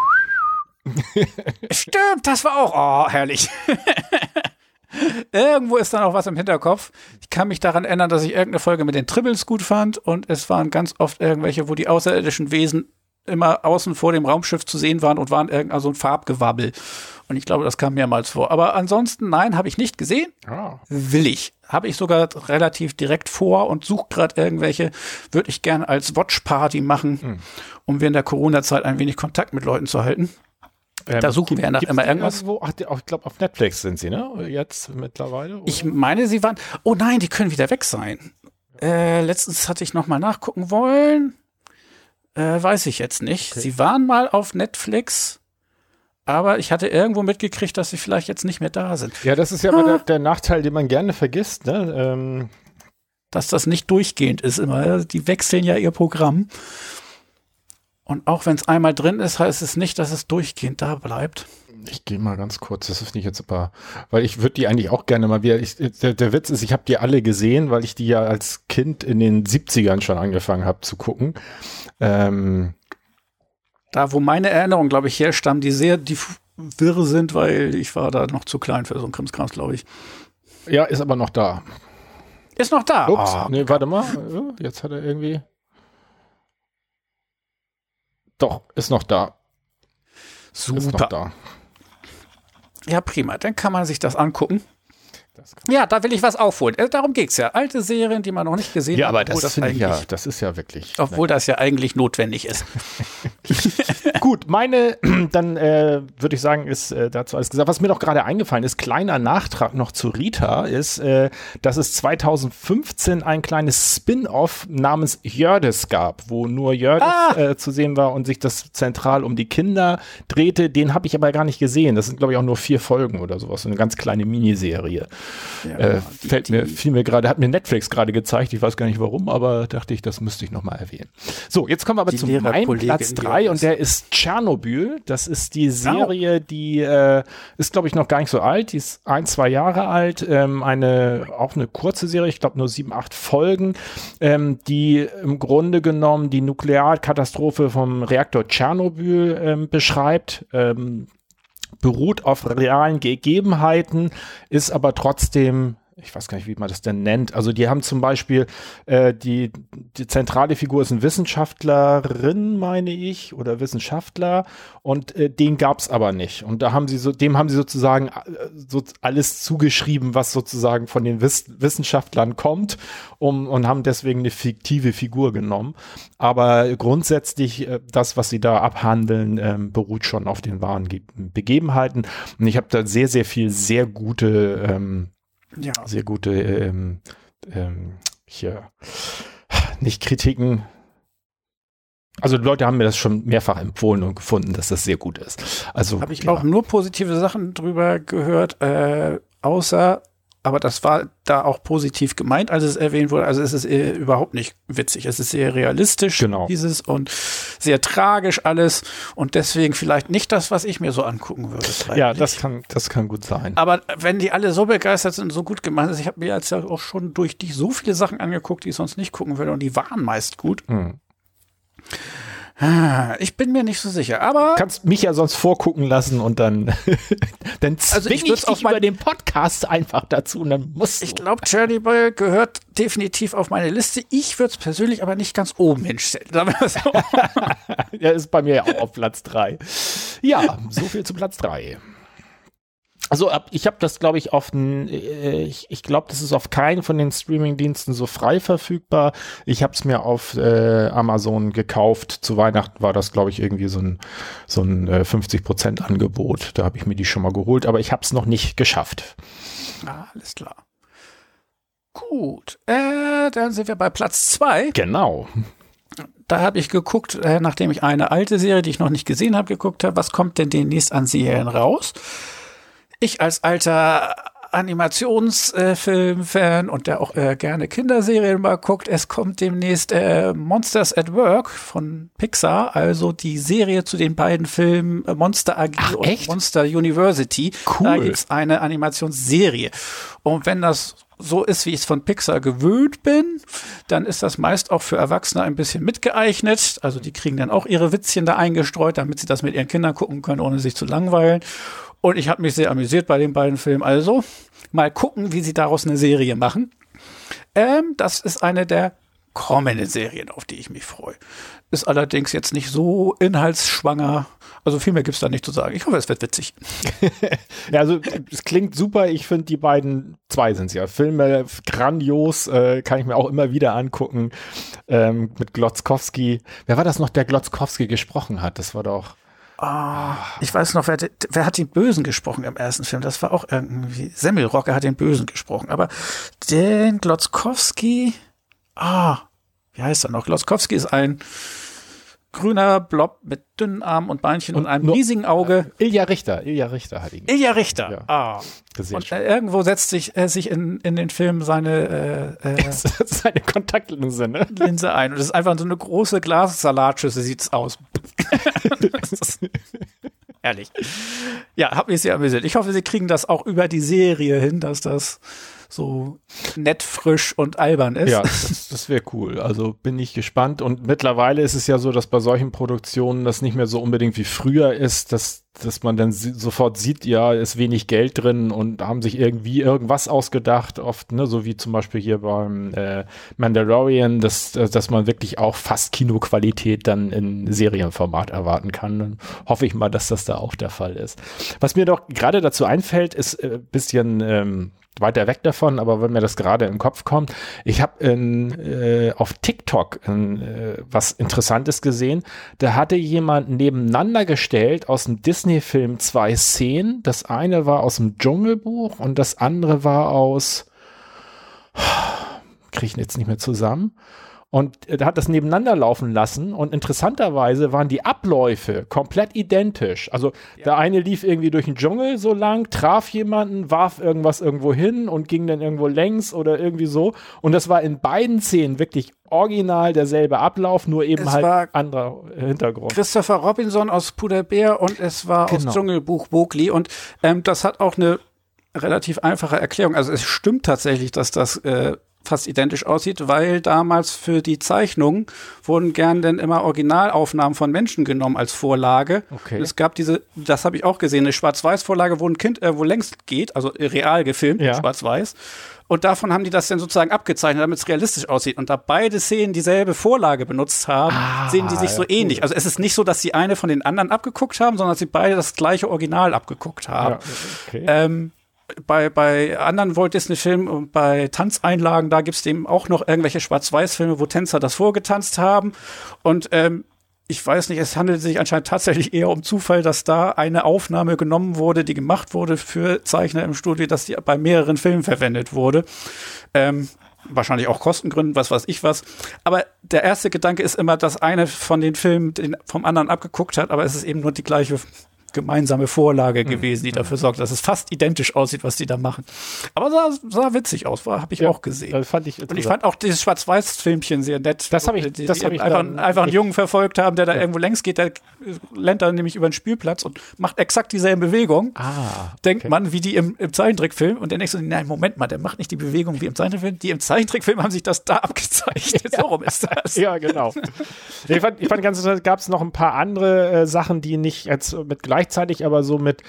stimmt, das war auch, herrlich. Irgendwo ist dann auch was im Hinterkopf. Ich kann mich daran erinnern, dass ich irgendeine Folge mit den Tribbles gut fand und es waren ganz oft irgendwelche, wo die außerirdischen Wesen immer außen vor dem Raumschiff zu sehen waren und waren irgendein so ein Farbgewabbel. Und ich glaube, das kam mehrmals vor. Aber ansonsten, nein, habe ich nicht gesehen. Will ich. Habe ich sogar relativ direkt vor und suche gerade irgendwelche, würde ich gerne als Watch-Party machen, um während der Corona-Zeit ein wenig Kontakt mit Leuten zu halten. Da suchen wir nach immer irgendwas. Ich glaube, auf Netflix sind sie, ne? Jetzt mittlerweile. Oder? Ich meine, sie waren. Oh nein, die können wieder weg sein. Letztens hatte ich noch mal nachgucken wollen. Weiß ich jetzt nicht. Okay. Sie waren mal auf Netflix, aber ich hatte irgendwo mitgekriegt, dass sie vielleicht jetzt nicht mehr da sind. Ja, das ist ja immer der Nachteil, den man gerne vergisst, ne? Dass das nicht durchgehend ist immer. Die wechseln ja ihr Programm. Und auch wenn es einmal drin ist, heißt es nicht, dass es durchgehend da bleibt. Ich gehe mal ganz kurz, das ist nicht jetzt aber, weil ich würde die eigentlich auch gerne mal wieder, der Witz ist, ich habe die alle gesehen, weil ich die ja als Kind in den 70ern schon angefangen habe zu gucken. Da, wo meine Erinnerungen, glaube ich, herstammen, die sehr wirr sind, weil ich war da noch zu klein für so einen Krimskrams, glaube ich. Ja, ist aber noch da. Ist noch da? Ups, nee, warte mal, jetzt hat er irgendwie... Doch, ist noch da. Super. Ist noch da. Ja, prima. Dann kann man sich das angucken. Ja, da will ich was aufholen. Darum geht's ja. Alte Serien, die man noch nicht gesehen hat. Ja, aber das ist ja wirklich. Obwohl das ja eigentlich notwendig ist. Gut, dann würde ich sagen, ist dazu alles gesagt. Was mir noch gerade eingefallen ist, kleiner Nachtrag noch zu Rita, ist, dass es 2015 ein kleines Spin-off namens Jördis gab, wo nur Jördis zu sehen war und sich das zentral um die Kinder drehte. Den habe ich aber gar nicht gesehen. Das sind, glaube ich, auch nur 4 Folgen oder sowas. So eine ganz kleine Miniserie. Ja, fiel mir gerade, hat mir Netflix gerade gezeigt, ich weiß gar nicht warum, aber dachte ich, das müsste ich nochmal erwähnen. So, jetzt kommen wir aber zu meinem Platz 3 und der ist Tschernobyl. Das ist die Serie, die ist, glaube ich, noch gar nicht so alt, die ist 1-2 Jahre alt, auch eine kurze Serie, ich glaube nur 7-8 Folgen, die im Grunde genommen die Nuklearkatastrophe vom Reaktor Tschernobyl beschreibt, beruht auf realen Gegebenheiten, ist aber trotzdem, ich weiß gar nicht, wie man das denn nennt, also die haben zum Beispiel, die zentrale Figur ist eine Wissenschaftlerin, meine ich, oder Wissenschaftler, und den gab's aber nicht. Und dem haben sie sozusagen alles zugeschrieben, was sozusagen von den Wissenschaftlern kommt, und haben deswegen eine fiktive Figur genommen. Aber grundsätzlich, das, was sie da abhandeln, beruht schon auf den wahren Begebenheiten. Und ich habe da sehr, sehr viel, sehr gute nicht Kritiken. Also die Leute haben mir das schon mehrfach empfohlen und gefunden, dass das sehr gut ist. Also habe ich auch nur positive Sachen drüber gehört, außer, aber das war da auch positiv gemeint, als es erwähnt wurde. Also es ist überhaupt nicht witzig. Es ist sehr realistisch, dieses, und sehr tragisch alles, und deswegen vielleicht nicht das, was ich mir so angucken würde. Ja, das kann gut sein. Aber wenn die alle so begeistert sind und so gut gemacht sind, ich habe mir jetzt ja auch schon durch dich so viele Sachen angeguckt, die ich sonst nicht gucken würde, und die waren meist gut. Ich bin mir nicht so sicher, aber... Kannst mich ja sonst vorgucken lassen und dann, dann zwinge ich dich über den Podcast einfach dazu und dann musst du. Ich glaube, Chernobyl gehört definitiv auf meine Liste. Ich würde es persönlich aber nicht ganz oben hinstellen. Sagen wir so. Ja, ist bei mir ja auch auf Platz 3. Ja, so viel zu Platz 3. Also ich habe das, glaube ich, ich glaube, das ist auf keinen von den Streaming-Diensten so frei verfügbar. Ich habe es mir auf Amazon gekauft. Zu Weihnachten war das, glaube ich, irgendwie so ein 50% Angebot. Da habe ich mir die schon mal geholt, aber ich habe es noch nicht geschafft. Alles klar. Gut, dann sind wir bei Platz 2. Genau. Da habe ich geguckt, nachdem ich eine alte Serie, die ich noch nicht gesehen habe, geguckt habe, was kommt denn demnächst an Serien raus? Ich als alter Animationsfilm-Fan und der auch gerne Kinderserien mal guckt, es kommt demnächst Monsters at Work von Pixar, also die Serie zu den beiden Filmen Monster AG und Monster University. Cool. Da gibt's eine Animationsserie. Und wenn das so ist, wie ich es von Pixar gewöhnt bin, dann ist das meist auch für Erwachsene ein bisschen mitgeeignet. Also die kriegen dann auch ihre Witzchen da eingestreut, damit sie das mit ihren Kindern gucken können, ohne sich zu langweilen. Und ich habe mich sehr amüsiert bei den beiden Filmen. Also mal gucken, wie sie daraus eine Serie machen. Das ist eine der kommenden Serien, auf die ich mich freue. Ist allerdings jetzt nicht so inhaltsschwanger. Also viel mehr gibt's da nicht zu sagen. Ich hoffe, es wird witzig. Ja, also es klingt super. Ich finde die beiden, 2 sind's ja, Filme grandios, kann ich mir auch immer wieder angucken. Mit Glotzkowski. Wer war das noch, der Glotzkowski gesprochen hat? Das war doch... Ich weiß noch, wer hat den Bösen gesprochen im ersten Film? Das war auch irgendwie, Semmelrogge hat den Bösen gesprochen. Aber den Glotzkowski, wie heißt er noch? Glotzkowski ist ein grüner Blob mit dünnen Armen und Beinchen und einem riesigen Auge. Ilja Richter hat ihn. Ilja Richter, ja. Und irgendwo setzt sich in den Film seine Kontaktlinse, ne? Linse ein. Und das ist einfach so eine große Glassalatschüssel, sieht's aus. Ehrlich. Ja, hab mich sehr amüsiert. Ich hoffe, sie kriegen das auch über die Serie hin, dass das so nett, frisch und albern ist. Ja, das wäre cool. Also bin ich gespannt. Und mittlerweile ist es ja so, dass bei solchen Produktionen das nicht mehr so unbedingt wie früher ist, dass man dann sofort sieht, ja, ist wenig Geld drin und haben sich irgendwie irgendwas ausgedacht, oft, ne, so wie zum Beispiel hier beim Mandalorian, dass man wirklich auch fast Kinoqualität dann in Serienformat erwarten kann. Dann hoffe ich mal, dass das da auch der Fall ist. Was mir doch gerade dazu einfällt, ist ein bisschen weiter weg davon, aber wenn mir das gerade im Kopf kommt, ich habe auf TikTok was Interessantes gesehen. Da hatte jemand nebeneinander gestellt aus dem Disney-Film 2 Szenen. Das eine war aus dem Dschungelbuch und das andere war aus, kriege ich jetzt nicht mehr zusammen. Und er hat das nebeneinander laufen lassen und interessanterweise waren die Abläufe komplett identisch. Also der eine lief irgendwie durch den Dschungel so lang, traf jemanden, warf irgendwas irgendwo hin und ging dann irgendwo längs oder irgendwie so. Und das war in beiden Szenen wirklich original derselbe Ablauf, nur eben halt anderer Hintergrund. Christopher Robinson aus Puder-Bär und es war aus Dschungelbuch Mowgli. Und das hat auch eine relativ einfache Erklärung. Also es stimmt tatsächlich, dass das fast identisch aussieht, weil damals für die Zeichnung wurden gern dann immer Originalaufnahmen von Menschen genommen als Vorlage. Okay. Es gab das habe ich auch gesehen, eine Schwarz-Weiß-Vorlage, wo ein Kind wo längst geht, also real gefilmt, Schwarz-Weiß. Und davon haben die das dann sozusagen abgezeichnet, damit es realistisch aussieht. Und da beide Szenen dieselbe Vorlage benutzt haben, sehen die sich so ähnlich. Also es ist nicht so, dass die eine von den anderen abgeguckt haben, sondern dass sie beide das gleiche Original abgeguckt haben. Ja, okay. Bei anderen Walt Disney-Filmen und bei Tanzeinlagen, da gibt's eben auch noch irgendwelche Schwarz-Weiß-Filme, wo Tänzer das vorgetanzt haben. Und ich weiß nicht, es handelt sich anscheinend tatsächlich eher um Zufall, dass da eine Aufnahme genommen wurde, die gemacht wurde für Zeichner im Studio, dass die bei mehreren Filmen verwendet wurde. Wahrscheinlich auch Kostengründen, was weiß ich was. Aber der erste Gedanke ist immer, dass eine von den Filmen den vom anderen abgeguckt hat, aber es ist eben nur die gleiche gemeinsame Vorlage gewesen, die dafür sorgt, dass es fast identisch aussieht, was die da machen. Aber sah witzig aus, habe ich auch gesehen. Fand ich und ich fand auch dieses Schwarz-Weiß-Filmchen sehr nett. Das habe ich, die einfach einen Jungen verfolgt haben, der da irgendwo längs geht, der rennt dann nämlich über den Spielplatz und macht exakt dieselbe Bewegung. Denkt man, wie die im Zeichentrickfilm, und der nächste, nein, Moment mal, der macht nicht die Bewegung wie im Zeichentrickfilm. Die im Zeichentrickfilm haben sich das da abgezeichnet. So rum ist das. Ja, genau. Ich fand ganz interessant, gab es noch ein paar andere Sachen, die nicht jetzt mit gleichzeitig, aber so mit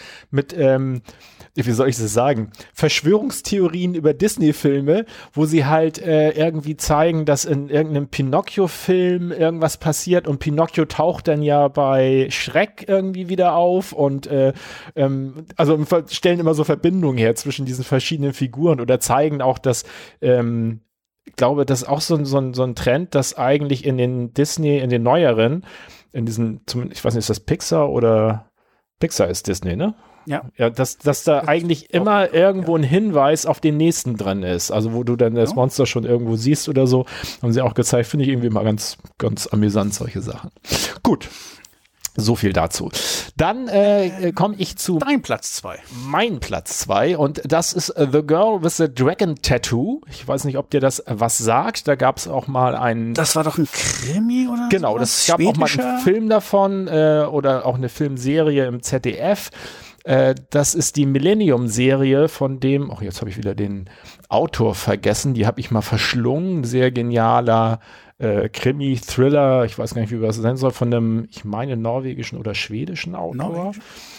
wie soll ich das sagen, Verschwörungstheorien über Disney-Filme, wo sie halt irgendwie zeigen, dass in irgendeinem Pinocchio-Film irgendwas passiert und Pinocchio taucht dann ja bei Shrek irgendwie wieder auf und also stellen immer so Verbindungen her zwischen diesen verschiedenen Figuren oder zeigen auch, dass ich glaube, das ist auch so ein Trend, dass eigentlich in den Disney, in den neueren, in diesen, ich weiß nicht, ist das Pixar oder Pixar ist Disney, ne? Ja, dass da eigentlich immer irgendwo ein Hinweis auf den nächsten dran ist. Also wo du dann das Monster schon irgendwo siehst oder so. Haben sie auch gezeigt, finde ich irgendwie mal ganz, ganz amüsant, solche Sachen. Gut. So viel dazu. Dann komme ich zu dein Platz 2. Mein Platz 2 und das ist The Girl with the Dragon Tattoo. Ich weiß nicht, ob dir das was sagt. Da gab es auch mal einen... Das war doch ein Krimi oder genau, das gab auch mal einen Film davon oder auch eine Filmserie im ZDF. Das ist die Millennium-Serie von dem, jetzt habe ich wieder den Autor vergessen, die habe ich mal verschlungen, sehr genialer Krimi, Thriller, ich weiß gar nicht, wie man das nennen soll, von einem, ich meine, norwegischen oder schwedischen Autor.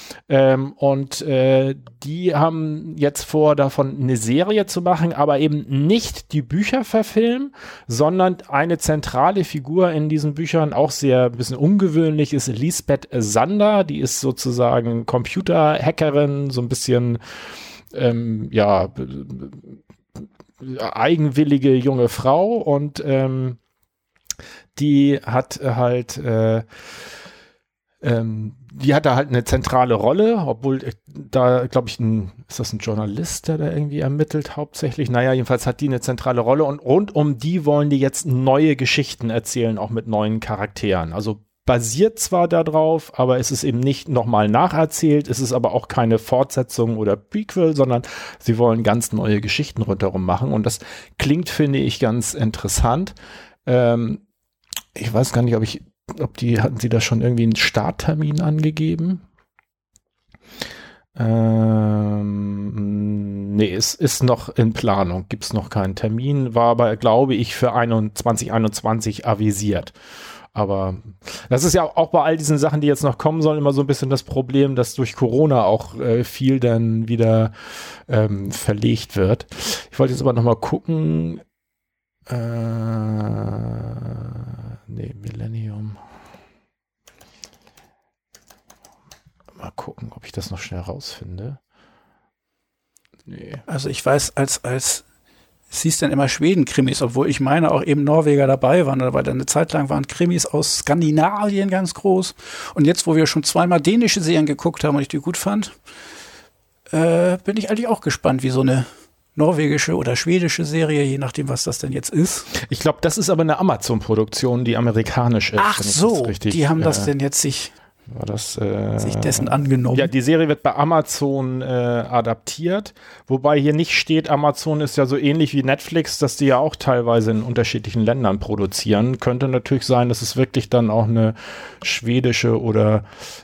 Und die haben jetzt vor, davon eine Serie zu machen, aber eben nicht die Bücher verfilmen, sondern eine zentrale Figur in diesen Büchern, auch sehr ein bisschen ungewöhnlich, ist Lisbeth Sander, die ist sozusagen Computerhackerin, so ein bisschen eigenwillige junge Frau und die hat halt die hat da halt eine zentrale Rolle, obwohl da, glaube ich, ist das ein Journalist, der da irgendwie ermittelt hauptsächlich? Naja, jedenfalls hat die eine zentrale Rolle und rund um die wollen die jetzt neue Geschichten erzählen, auch mit neuen Charakteren. Also basiert zwar darauf, aber es ist eben nicht nochmal nacherzählt, es ist aber auch keine Fortsetzung oder Prequel, sondern sie wollen ganz neue Geschichten rundherum machen und das klingt, finde ich, ganz interessant. Ich weiß gar nicht, hatten sie da schon irgendwie einen Starttermin angegeben? Nee, es ist noch in Planung, gibt es noch keinen Termin, war aber, glaube ich, für 2021 avisiert. Aber das ist ja auch bei all diesen Sachen, die jetzt noch kommen sollen, immer so ein bisschen das Problem, dass durch Corona auch viel dann wieder verlegt wird. Ich wollte jetzt aber noch mal gucken. Millennium. Mal gucken, ob ich das noch schnell rausfinde. Nee. Also ich weiß, als es hieß dann immer Schweden-Krimis, obwohl ich meine, auch eben Norweger dabei waren, weil dann eine Zeit lang waren Krimis aus Skandinavien ganz groß. Und jetzt, wo wir schon zweimal dänische Serien geguckt haben und ich die gut fand, bin ich eigentlich auch gespannt, wie so eine norwegische oder schwedische Serie, je nachdem, was das denn jetzt ist. Ich glaube, das ist aber eine Amazon-Produktion, die amerikanisch ist. Ach so, die haben das denn jetzt sich dessen angenommen. Ja, die Serie wird bei Amazon adaptiert, wobei hier nicht steht, Amazon ist ja so ähnlich wie Netflix, dass die ja auch teilweise in unterschiedlichen Ländern produzieren. Könnte natürlich sein, dass es wirklich dann auch eine schwedische oder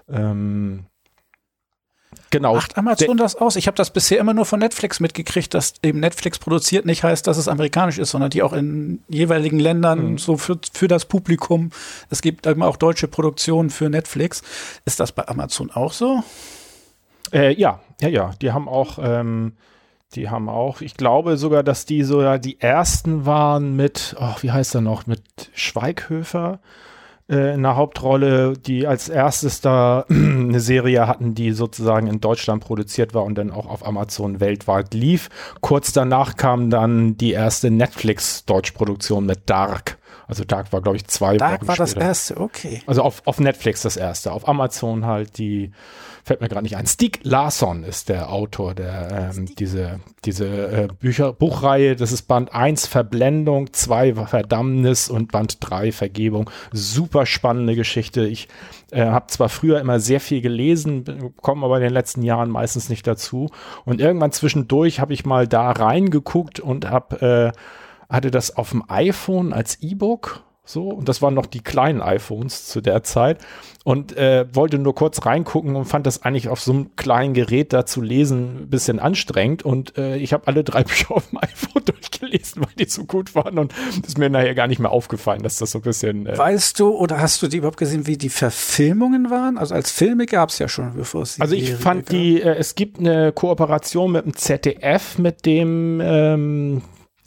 genau. Macht Amazon das aus? Ich habe das bisher immer nur von Netflix mitgekriegt, dass eben Netflix produziert nicht heißt, dass es amerikanisch ist, sondern die auch in jeweiligen Ländern so für das Publikum. Es gibt eben auch deutsche Produktionen für Netflix. Ist das bei Amazon auch so? Ja. Die haben auch, ich glaube sogar, dass die sogar die ersten waren mit, wie heißt er noch, mit Schweighöfer in der Hauptrolle, die als erstes da eine Serie hatten, die sozusagen in Deutschland produziert war und dann auch auf Amazon weltweit lief. Kurz danach kam dann die erste Netflix-Deutschproduktion mit Dark Also Dark war, glaube ich, 2 Wochen Dark war später. das erste, okay. Also auf Netflix das erste. Auf Amazon halt fällt mir gerade nicht ein. Stieg Larsson ist der Autor, der diese Buchreihe. Das ist Band 1 Verblendung, 2 Verdammnis und Band 3 Vergebung. Super spannende Geschichte. Ich habe zwar früher immer sehr viel gelesen, komme aber in den letzten Jahren meistens nicht dazu. Und irgendwann zwischendurch habe ich mal da reingeguckt und hatte das auf dem iPhone als E-Book. So, und das waren noch die kleinen iPhones zu der Zeit und wollte nur kurz reingucken und fand das eigentlich auf so einem kleinen Gerät da zu lesen ein bisschen anstrengend und ich habe alle 3 Bücher auf dem iPhone durchgelesen, weil die so gut waren und das ist mir nachher gar nicht mehr aufgefallen, dass das so ein bisschen Weißt du, oder hast du die überhaupt gesehen, wie die Verfilmungen waren? Also als Filme gab es ja schon, bevor es die Also ich Serie fand gab. es gibt eine Kooperation mit dem ZDF, mit dem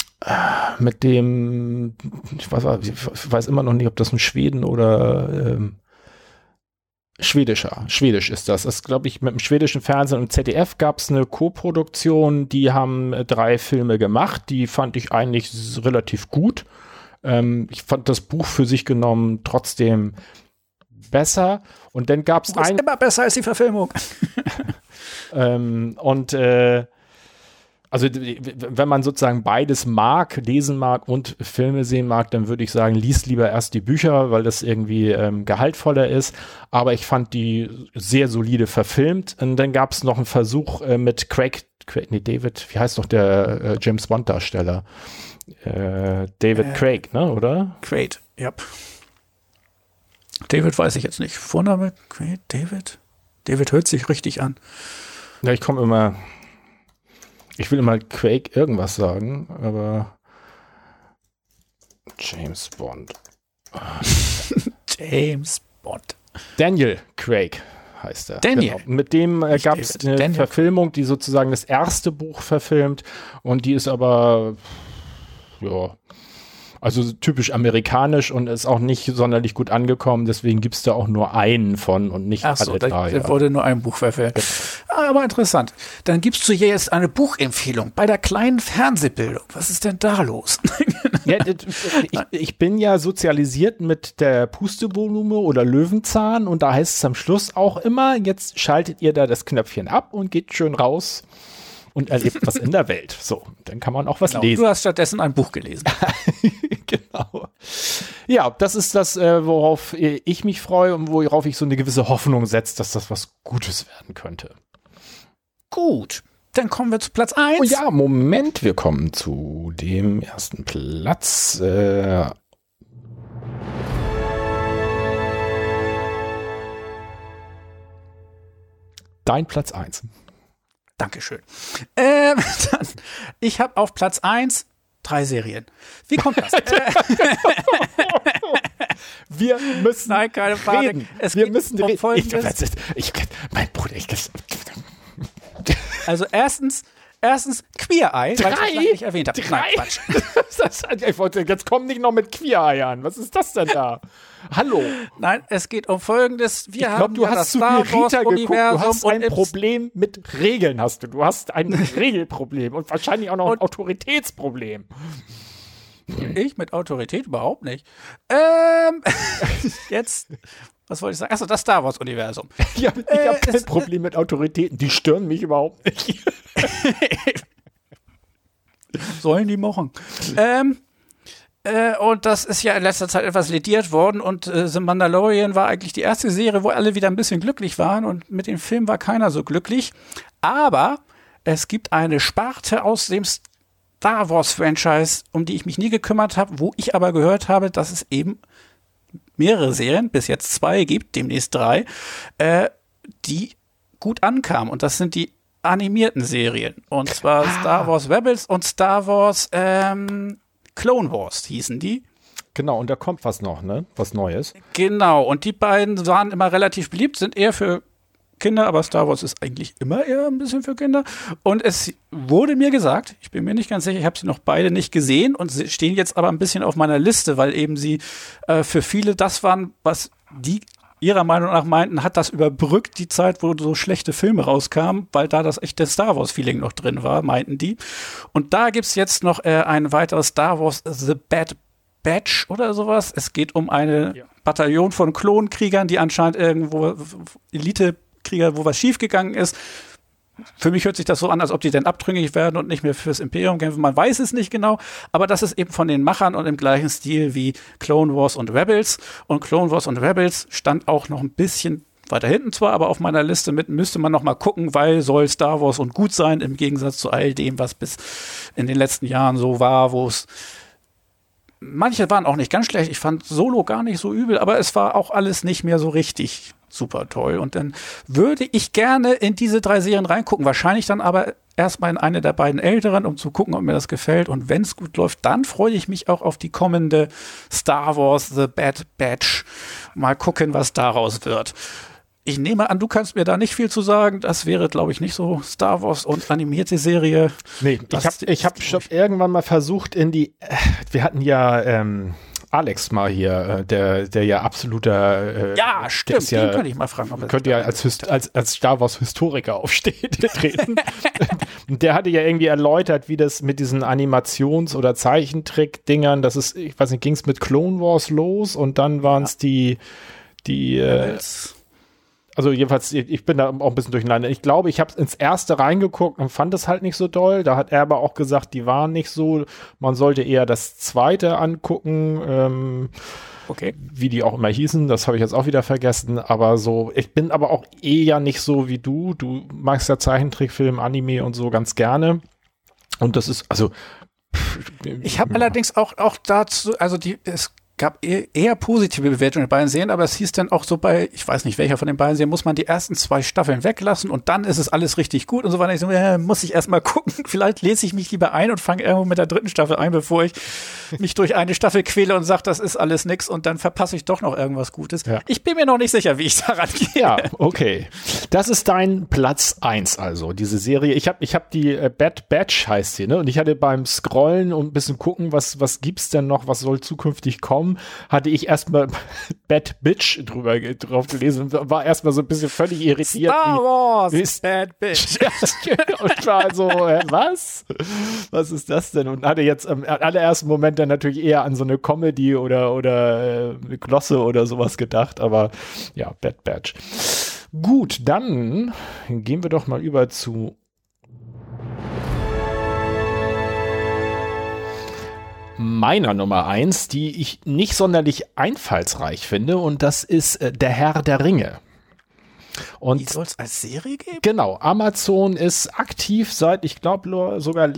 ich weiß immer noch nicht, ob das ein Schweden oder Schwedisch ist das. Das glaube ich, mit dem schwedischen Fernsehen und ZDF gab es eine Co-Produktion, die haben 3 Filme gemacht, die fand ich eigentlich relativ gut. Ich fand das Buch für sich genommen trotzdem besser und dann gab es immer besser als die Verfilmung. Also wenn man sozusagen beides mag, lesen mag und Filme sehen mag, dann würde ich sagen, liest lieber erst die Bücher, weil das irgendwie gehaltvoller ist. Aber ich fand die sehr solide verfilmt. Und dann gab es noch einen Versuch mit David, wie heißt doch der James Bond Darsteller? David Craig, ne, oder? Craig, ja. David weiß ich jetzt nicht. Vorname? Craig, David? David hört sich richtig an. Ja, ich will immer Craig irgendwas sagen, aber James Bond. James Bond. Daniel Craig heißt er. Daniel. Genau. Mit dem gab es eine Daniel. Verfilmung, die sozusagen das erste Buch verfilmt und die ist aber, ja, also typisch amerikanisch und ist auch nicht sonderlich gut angekommen, deswegen gibt es da auch nur einen von und nicht alle 3. Da wurde nur ein Buch verfilmt. Genau. Aber interessant. Dann gibst du hier jetzt eine Buchempfehlung bei der kleinen Fernsehbildung. Was ist denn da los? Ja, ich bin ja sozialisiert mit der Pusteblume oder Löwenzahn und da heißt es am Schluss auch immer, jetzt schaltet ihr da das Knöpfchen ab und geht schön raus und erlebt was in der Welt. So, dann kann man auch was lesen. Du hast stattdessen ein Buch gelesen. Genau. Ja, das ist das, worauf ich mich freue und worauf ich so eine gewisse Hoffnung setze, dass das was Gutes werden könnte. Gut, dann kommen wir zu Platz 1. Oh ja, Moment, wir kommen zu dem ersten Platz. Dein Platz 1. Dankeschön. Ich habe auf Platz 1 3 Serien. Wie kommt das? Wir müssen Nein, keine Panik. reden. Wir müssen reden. Mein Bruder, Also erstens Queer Eye, weil ich das lange nicht erwähnt habe. Nein, Quatsch. Jetzt komm nicht noch mit Queer Eye an. Was ist das denn da? Hallo. Nein, es geht um Folgendes. Ich glaube, du hast zu viel Rita geguckt. Du hast ein Problem mit Regeln, hast du. Du hast ein Regelproblem und wahrscheinlich auch noch ein Autoritätsproblem. Ich mit Autorität überhaupt nicht. Jetzt, was wollte ich sagen? Achso, das Star Wars Universum. Ja, ich habe kein Problem mit Autoritäten. Die stören mich überhaupt nicht. Sollen die machen. Und das ist ja in letzter Zeit etwas lediert worden und The Mandalorian war eigentlich die erste Serie, wo alle wieder ein bisschen glücklich waren und mit dem Film war keiner so glücklich. Aber es gibt eine Sparte aus dem Star Wars Franchise, um die ich mich nie gekümmert habe, wo ich aber gehört habe, dass es eben mehrere Serien, bis jetzt 2 gibt, demnächst 3, die gut ankamen. Und das sind die animierten Serien. Und zwar Star Wars Rebels und Star Wars Clone Wars hießen die. Genau, und da kommt was noch, ne? Was Neues. Genau, und die beiden waren immer relativ beliebt, sind eher für Kinder, aber Star Wars ist eigentlich immer eher ein bisschen für Kinder. Und es wurde mir gesagt, ich bin mir nicht ganz sicher, ich habe sie noch beide nicht gesehen und sie stehen jetzt aber ein bisschen auf meiner Liste, weil eben sie für viele das waren, was die ihrer Meinung nach meinten, hat das überbrückt, die Zeit, wo so schlechte Filme rauskamen, weil da das echte Star Wars-Feeling noch drin war, meinten die. Und da gibt's jetzt noch ein weiteres Star Wars The Bad Batch oder sowas. Es geht um eine Bataillon von Klonkriegern, die anscheinend irgendwo Elite-Krieger, wo was schiefgegangen ist. Für mich hört sich das so an, als ob die dann abtrüngig werden und nicht mehr fürs Imperium kämpfen. Man weiß es nicht genau, aber das ist eben von den Machern und im gleichen Stil wie Clone Wars und Rebels. Und Clone Wars und Rebels stand auch noch ein bisschen weiter hinten zwar, aber auf meiner Liste müsste man noch mal gucken, weil soll Star Wars und gut sein, im Gegensatz zu all dem, was bis in den letzten Jahren so war, wo es manche waren auch nicht ganz schlecht. Ich fand Solo gar nicht so übel, aber es war auch alles nicht mehr so richtig super toll. Und dann würde ich gerne in diese 3 Serien reingucken. Wahrscheinlich dann aber erstmal in eine der beiden älteren, um zu gucken, ob mir das gefällt. Und wenn es gut läuft, dann freue ich mich auch auf die kommende Star Wars The Bad Batch. Mal gucken, was daraus wird. Ich nehme an, du kannst mir da nicht viel zu sagen. Das wäre, glaube ich, nicht so Star Wars und animierte Serie. Nee, ich hab schon irgendwann mal versucht wir hatten ja Alex mal hier, der ja absoluter ja, stimmt, den könnte ich mal fragen. Ob könnte ja als Star Wars Historiker auftreten. Und der hatte ja irgendwie erläutert, wie das mit diesen Animations- oder Zeichentrick-Dingern, das ist, ich weiß nicht, ging es mit Clone Wars los und dann waren es die also jedenfalls, ich bin da auch ein bisschen durcheinander. Ich glaube, ich habe ins erste reingeguckt und fand es halt nicht so doll. Da hat er aber auch gesagt, die waren nicht so. Man sollte eher das zweite angucken, okay, wie die auch immer hießen. Das habe ich jetzt auch wieder vergessen. Aber so, ich bin aber auch eher nicht so wie du. Du magst ja Zeichentrickfilm, Anime und so ganz gerne. Und das ist, also ich habe allerdings auch dazu, also es gab eher positive Bewertungen in beiden Serien, aber es hieß dann auch so bei, ich weiß nicht welcher von den beiden Serien, muss man die ersten 2 Staffeln weglassen und dann ist es alles richtig gut und so weiter. Ich so, muss ich erst mal gucken, vielleicht lese ich mich lieber ein und fange irgendwo mit der 3. Staffel ein, bevor ich mich durch eine Staffel quäle und sage, das ist alles nix und dann verpasse ich doch noch irgendwas Gutes. Ja. Ich bin mir noch nicht sicher, wie ich daran gehe. Ja, okay. Das ist dein Platz 1 also, diese Serie. Ich hab die Bad Batch heißt sie, ne? Und ich hatte beim Scrollen und ein bisschen gucken, was gibt's denn noch, was soll zukünftig kommen, hatte ich erstmal Bad Bitch drauf gelesen und war erstmal so ein bisschen völlig irritiert. Star Wars, Bad Bitch. Und war so, was? Was ist das denn? Und hatte jetzt im allerersten Moment dann natürlich eher an so eine Comedy oder eine Glosse oder sowas gedacht, aber ja, Bad Batch. Gut, dann gehen wir doch mal über zu meiner Nummer 1, die ich nicht sonderlich einfallsreich finde, und das ist Der Herr der Ringe. Und die soll es als Serie geben? Genau, Amazon ist aktiv seit, ich glaube, sogar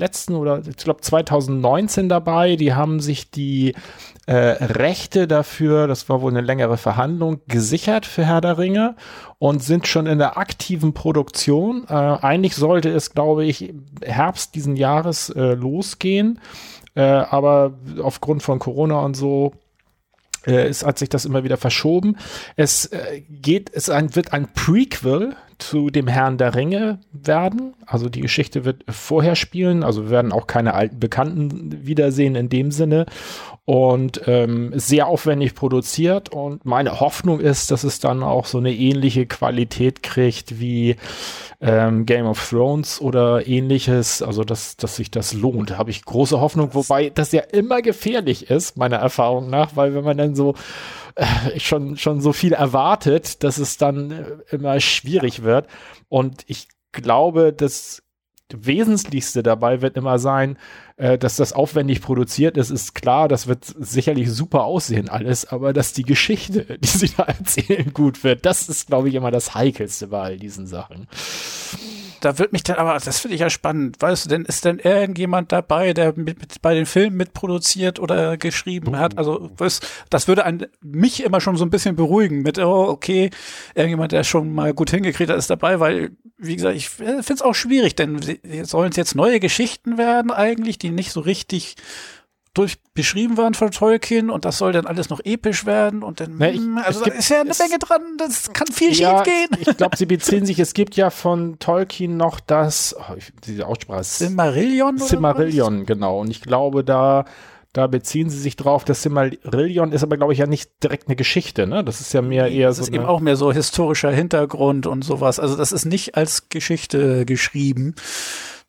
2019 dabei. Die haben sich die Rechte dafür, das war wohl eine längere Verhandlung, gesichert für Herr der Ringe und sind schon in der aktiven Produktion. Eigentlich sollte es, glaube ich, Herbst diesen Jahres losgehen. Aber aufgrund von Corona und so hat sich das immer wieder verschoben. Es wird ein Prequel zu dem Herrn der Ringe werden. Also die Geschichte wird vorher spielen. Also wir werden auch keine alten Bekannten wiedersehen in dem Sinne. Und ist sehr aufwendig produziert. Und meine Hoffnung ist, dass es dann auch so eine ähnliche Qualität kriegt wie Game of Thrones oder ähnliches, also dass sich das lohnt, habe ich große Hoffnung, wobei das ja immer gefährlich ist, meiner Erfahrung nach, weil wenn man dann so schon so viel erwartet, dass es dann immer schwierig wird, und ich glaube, das Wesentlichste dabei wird immer sein, dass das aufwendig produziert ist, ist klar, das wird sicherlich super aussehen alles, aber dass die Geschichte, die sie da erzählen, gut wird, das ist, glaube ich, immer das Heikelste bei all diesen Sachen. Da wird mich dann, aber das finde ich ja spannend, weißt du, denn ist denn irgendjemand dabei, der bei den Filmen mitproduziert oder geschrieben hat? Also das würde mich immer schon so ein bisschen beruhigen mit, oh, okay, irgendjemand, der schon mal gut hingekriegt hat, ist dabei, weil, wie gesagt, ich finde es auch schwierig, denn sollen es jetzt neue Geschichten werden eigentlich, die nicht so richtig beschrieben waren von Tolkien, und das soll dann alles noch episch werden und dann, da ist ja eine Menge dran, das kann viel schief gehen. Ich glaube, sie beziehen sich, es gibt ja von Tolkien noch diese Aussprache. Silmarillion, genau, und ich glaube, da beziehen sie sich drauf. Das Silmarillion ist aber, glaube ich, ja nicht direkt eine Geschichte, ne? Das ist ja eher so. Das ist eben auch mehr so historischer Hintergrund und sowas. Also das ist nicht als Geschichte geschrieben.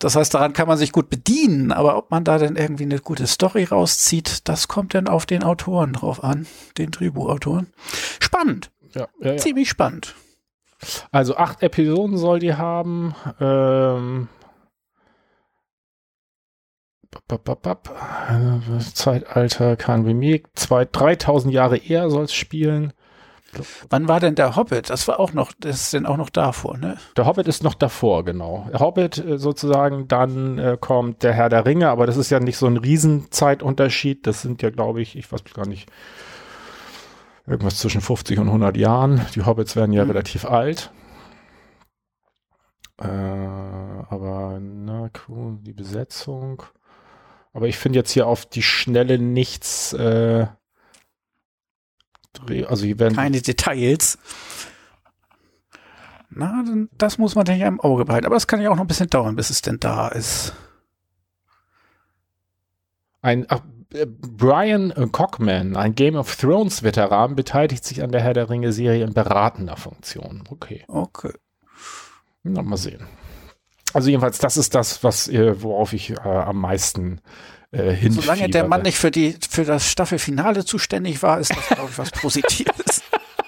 Das heißt, daran kann man sich gut bedienen, aber ob man da denn irgendwie eine gute Story rauszieht, das kommt dann auf den Autoren drauf an, den Drehbuchautoren. Spannend. Ja. Ziemlich spannend. Also 8 Episoden soll die haben. Zeitalter kein Remake. 3000 Jahre eher soll es spielen. Wann war denn der Hobbit? Das ist denn auch noch davor, ne? Der Hobbit ist noch davor, genau. Der Hobbit sozusagen, dann kommt der Herr der Ringe, aber das ist ja nicht so ein Riesenzeitunterschied. Das sind ja, glaube ich weiß gar nicht, irgendwas zwischen 50 und 100 Jahren. Die Hobbits werden ja relativ alt. Aber, cool, die Besetzung. Aber ich finde jetzt hier auf die Schnelle nichts, also hier werden keine Details. Na, das muss man ja im Auge behalten. Aber das kann ja auch noch ein bisschen dauern, bis es denn da ist. Brian Cockman, ein Game of Thrones Veteran, beteiligt sich an der Herr der Ringe Serie in beratender Funktion. Okay. Na, mal sehen. Also jedenfalls, das ist das, worauf ich am meisten hinfiebere. Solange der Mann nicht für das Staffelfinale zuständig war, ist das, glaube ich, was Positives.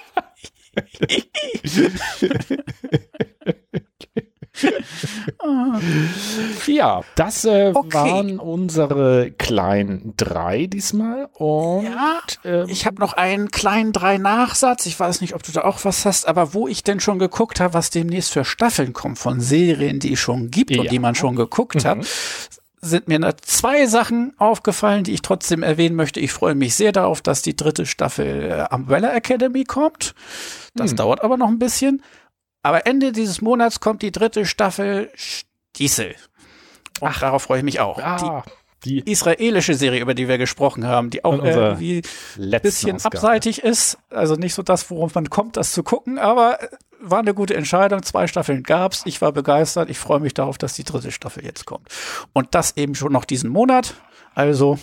Ja, das waren unsere kleinen 3 diesmal. Und ich habe noch einen kleinen 3-Nachsatz. Ich weiß nicht, ob du da auch was hast, aber wo ich denn schon geguckt habe, was demnächst für Staffeln kommt von Serien, die es schon gibt und die man schon geguckt hat, sind mir 2 Sachen aufgefallen, die ich trotzdem erwähnen möchte. Ich freue mich sehr darauf, dass die 3. Staffel Umbrella Academy kommt. Das dauert aber noch ein bisschen. Aber Ende dieses Monats kommt die 3. Staffel Stiesel. Und darauf freue ich mich auch. Die israelische Serie, über die wir gesprochen haben, die auch irgendwie ein bisschen abseitig ist. Also nicht so das, worauf man kommt, das zu gucken, aber war eine gute Entscheidung. 2 Staffeln gab's. Ich war begeistert. Ich freue mich darauf, dass die 3. Staffel jetzt kommt. Und das eben schon noch diesen Monat. Also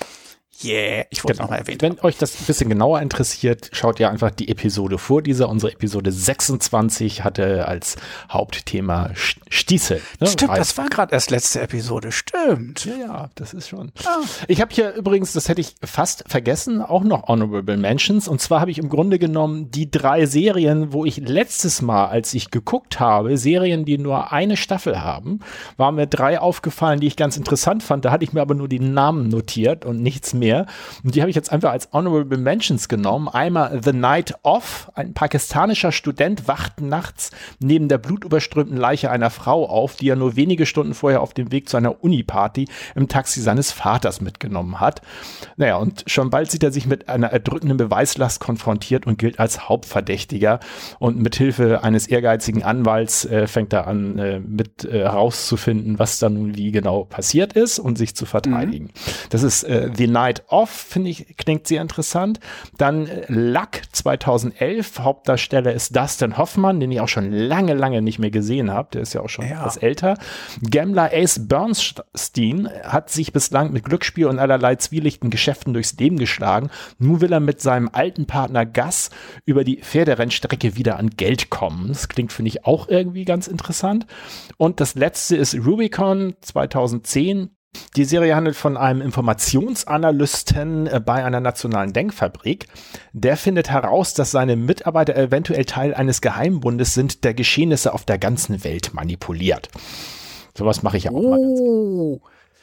ich wollte es nochmal erwähnen. Wenn euch das ein bisschen genauer interessiert, schaut ihr einfach die Episode vor dieser. Unsere Episode 26 hatte als Hauptthema Stiesel. Ne? Stimmt, das war gerade erst letzte Episode. Stimmt. Ja, das ist schon. Ich habe hier übrigens, das hätte ich fast vergessen, auch noch Honorable Mentions. Und zwar habe ich im Grunde genommen die 3 Serien, wo ich letztes Mal, als ich geguckt habe, Serien, die nur eine Staffel haben, waren mir 3 aufgefallen, die ich ganz interessant fand. Da hatte ich mir aber nur die Namen notiert und nichts mehr. Und die habe ich jetzt einfach als Honorable Mentions genommen. Einmal The Night Of. Ein pakistanischer Student wacht nachts neben der blutüberströmten Leiche einer Frau auf, die er nur wenige Stunden vorher auf dem Weg zu einer Uni-Party im Taxi seines Vaters mitgenommen hat. Naja, und schon bald sieht er sich mit einer erdrückenden Beweislast konfrontiert und gilt als Hauptverdächtiger. Und mit Hilfe eines ehrgeizigen Anwalts fängt er an, herauszufinden, was da nun wie genau passiert ist und sich zu verteidigen. Das ist The Night Off, finde ich, klingt sehr interessant. Dann Luck 2011, Hauptdarsteller ist Dustin Hoffmann, den ich auch schon lange nicht mehr gesehen habe. Der ist ja auch schon etwas älter. Gambler Ace Bernstein hat sich bislang mit Glücksspiel und allerlei zwielichtigen Geschäften durchs Leben geschlagen. Nun will er mit seinem alten Partner Gus über die Pferderennstrecke wieder an Geld kommen. Das klingt, finde ich, auch irgendwie ganz interessant. Und das letzte ist Rubicon 2010. Die Serie handelt von einem Informationsanalysten bei einer nationalen Denkfabrik. Der findet heraus, dass seine Mitarbeiter eventuell Teil eines Geheimbundes sind, der Geschehnisse auf der ganzen Welt manipuliert. Sowas mache ich ja auch mal.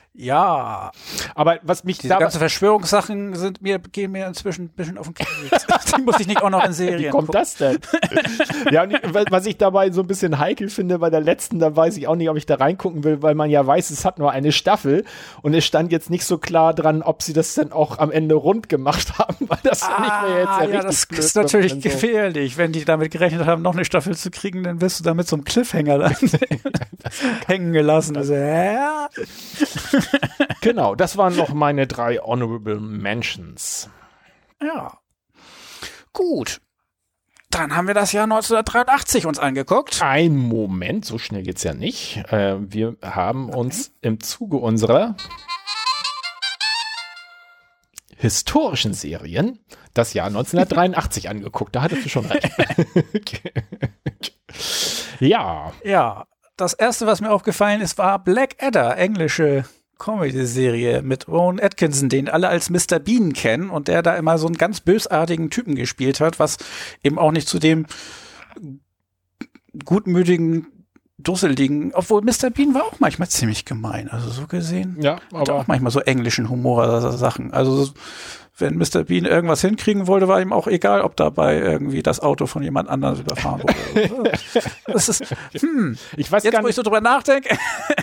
Ja. Aber was mich Diese ganzen Verschwörungssachen gehen mir inzwischen ein bisschen auf den Keks. Die muss ich nicht auch noch in Serien Wie kommt das denn? Ja, und was ich dabei so ein bisschen heikel finde bei der letzten, da weiß ich auch nicht, ob ich da reingucken will, weil man ja weiß, es hat nur eine Staffel und es stand jetzt nicht so klar dran, ob sie das dann auch am Ende rund gemacht haben, weil das finde ich mir jetzt ja das ist natürlich gefährlich. Wenn die damit gerechnet haben, noch eine Staffel zu kriegen, dann wirst du damit so einem Cliffhanger dann hängen gelassen. Also, Genau, das waren noch meine 3 Honorable Mentions. Ja. Gut. Dann haben wir das Jahr 1983 uns angeguckt. Ein Moment, so schnell geht's ja nicht. Wir haben uns im Zuge unserer historischen Serien das Jahr 1983 angeguckt. Da hattest du schon recht. Ja. Ja. das erste, was mir aufgefallen ist, war Blackadder, englische Comedy-Serie mit Rowan Atkinson, den alle als Mr. Bean kennen und der da immer so einen ganz bösartigen Typen gespielt hat, was eben auch nicht zu dem gutmütigen, dusseligen, obwohl Mr. Bean war auch manchmal ziemlich gemein, also so gesehen. Ja, aber auch manchmal so englischen Humor-Sachen. Also wenn Mr. Bean irgendwas hinkriegen wollte, war ihm auch egal, ob dabei irgendwie das Auto von jemand anderem überfahren wurde. Das ist, ich weiß jetzt, gar wo ich nicht, so drüber nachdenke,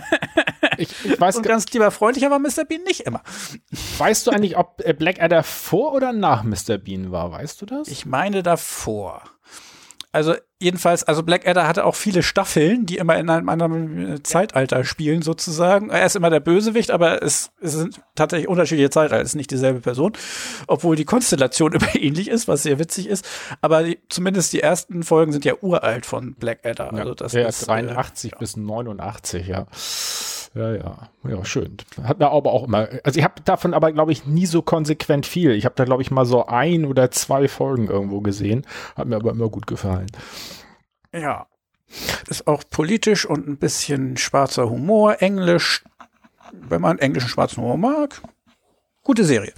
ich weiß und ganz lieber freundlicher war Mr. Bean nicht immer. Weißt du eigentlich, ob Blackadder vor oder nach Mr. Bean war? Weißt du das? Ich meine davor. Also jedenfalls, also Blackadder hatte auch viele Staffeln, die immer in einem anderen Zeitalter spielen sozusagen. Er ist immer der Bösewicht, aber es sind tatsächlich unterschiedliche Zeitalter. Es ist nicht dieselbe Person, obwohl die Konstellation immer ähnlich ist, was sehr witzig ist. Aber zumindest die ersten Folgen sind ja uralt von Blackadder. Also das ist 83 bis 89, ja. Ja, schön. Hat mir aber auch immer, also ich habe davon aber, glaube ich, nie so konsequent viel. Ich habe da, glaube ich, mal so 1 oder 2 Folgen irgendwo gesehen. Hat mir aber immer gut gefallen. Ja. Ist auch politisch und ein bisschen schwarzer Humor, Englisch. Wenn man englischen schwarzen Humor mag. Gute Serie.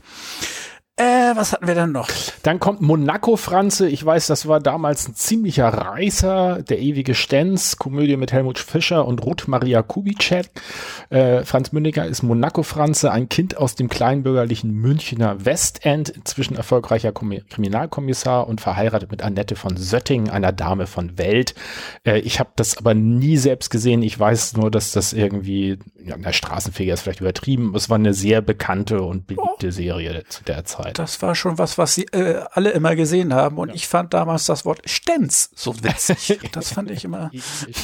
Was hatten wir denn noch? Dann kommt Monaco Franze. Ich weiß, das war damals ein ziemlicher Reißer. Der ewige Stenz, Komödie mit Helmut Fischer und Ruth Maria Kubitschek. Franz Mündiger ist Monaco Franze, ein Kind aus dem kleinbürgerlichen Münchner Westend, inzwischen erfolgreicher Kriminalkommissar und verheiratet mit Annette von Sötting, einer Dame von Welt. Ich habe das aber nie selbst gesehen. Ich weiß nur, dass das irgendwie, ja, der Straßenfeger ist vielleicht übertrieben. Es war eine sehr bekannte und beliebte Serie zu der Zeit. Das war schon was sie alle immer gesehen haben. Und ich fand damals das Wort Stenz so witzig. Das fand ich immer.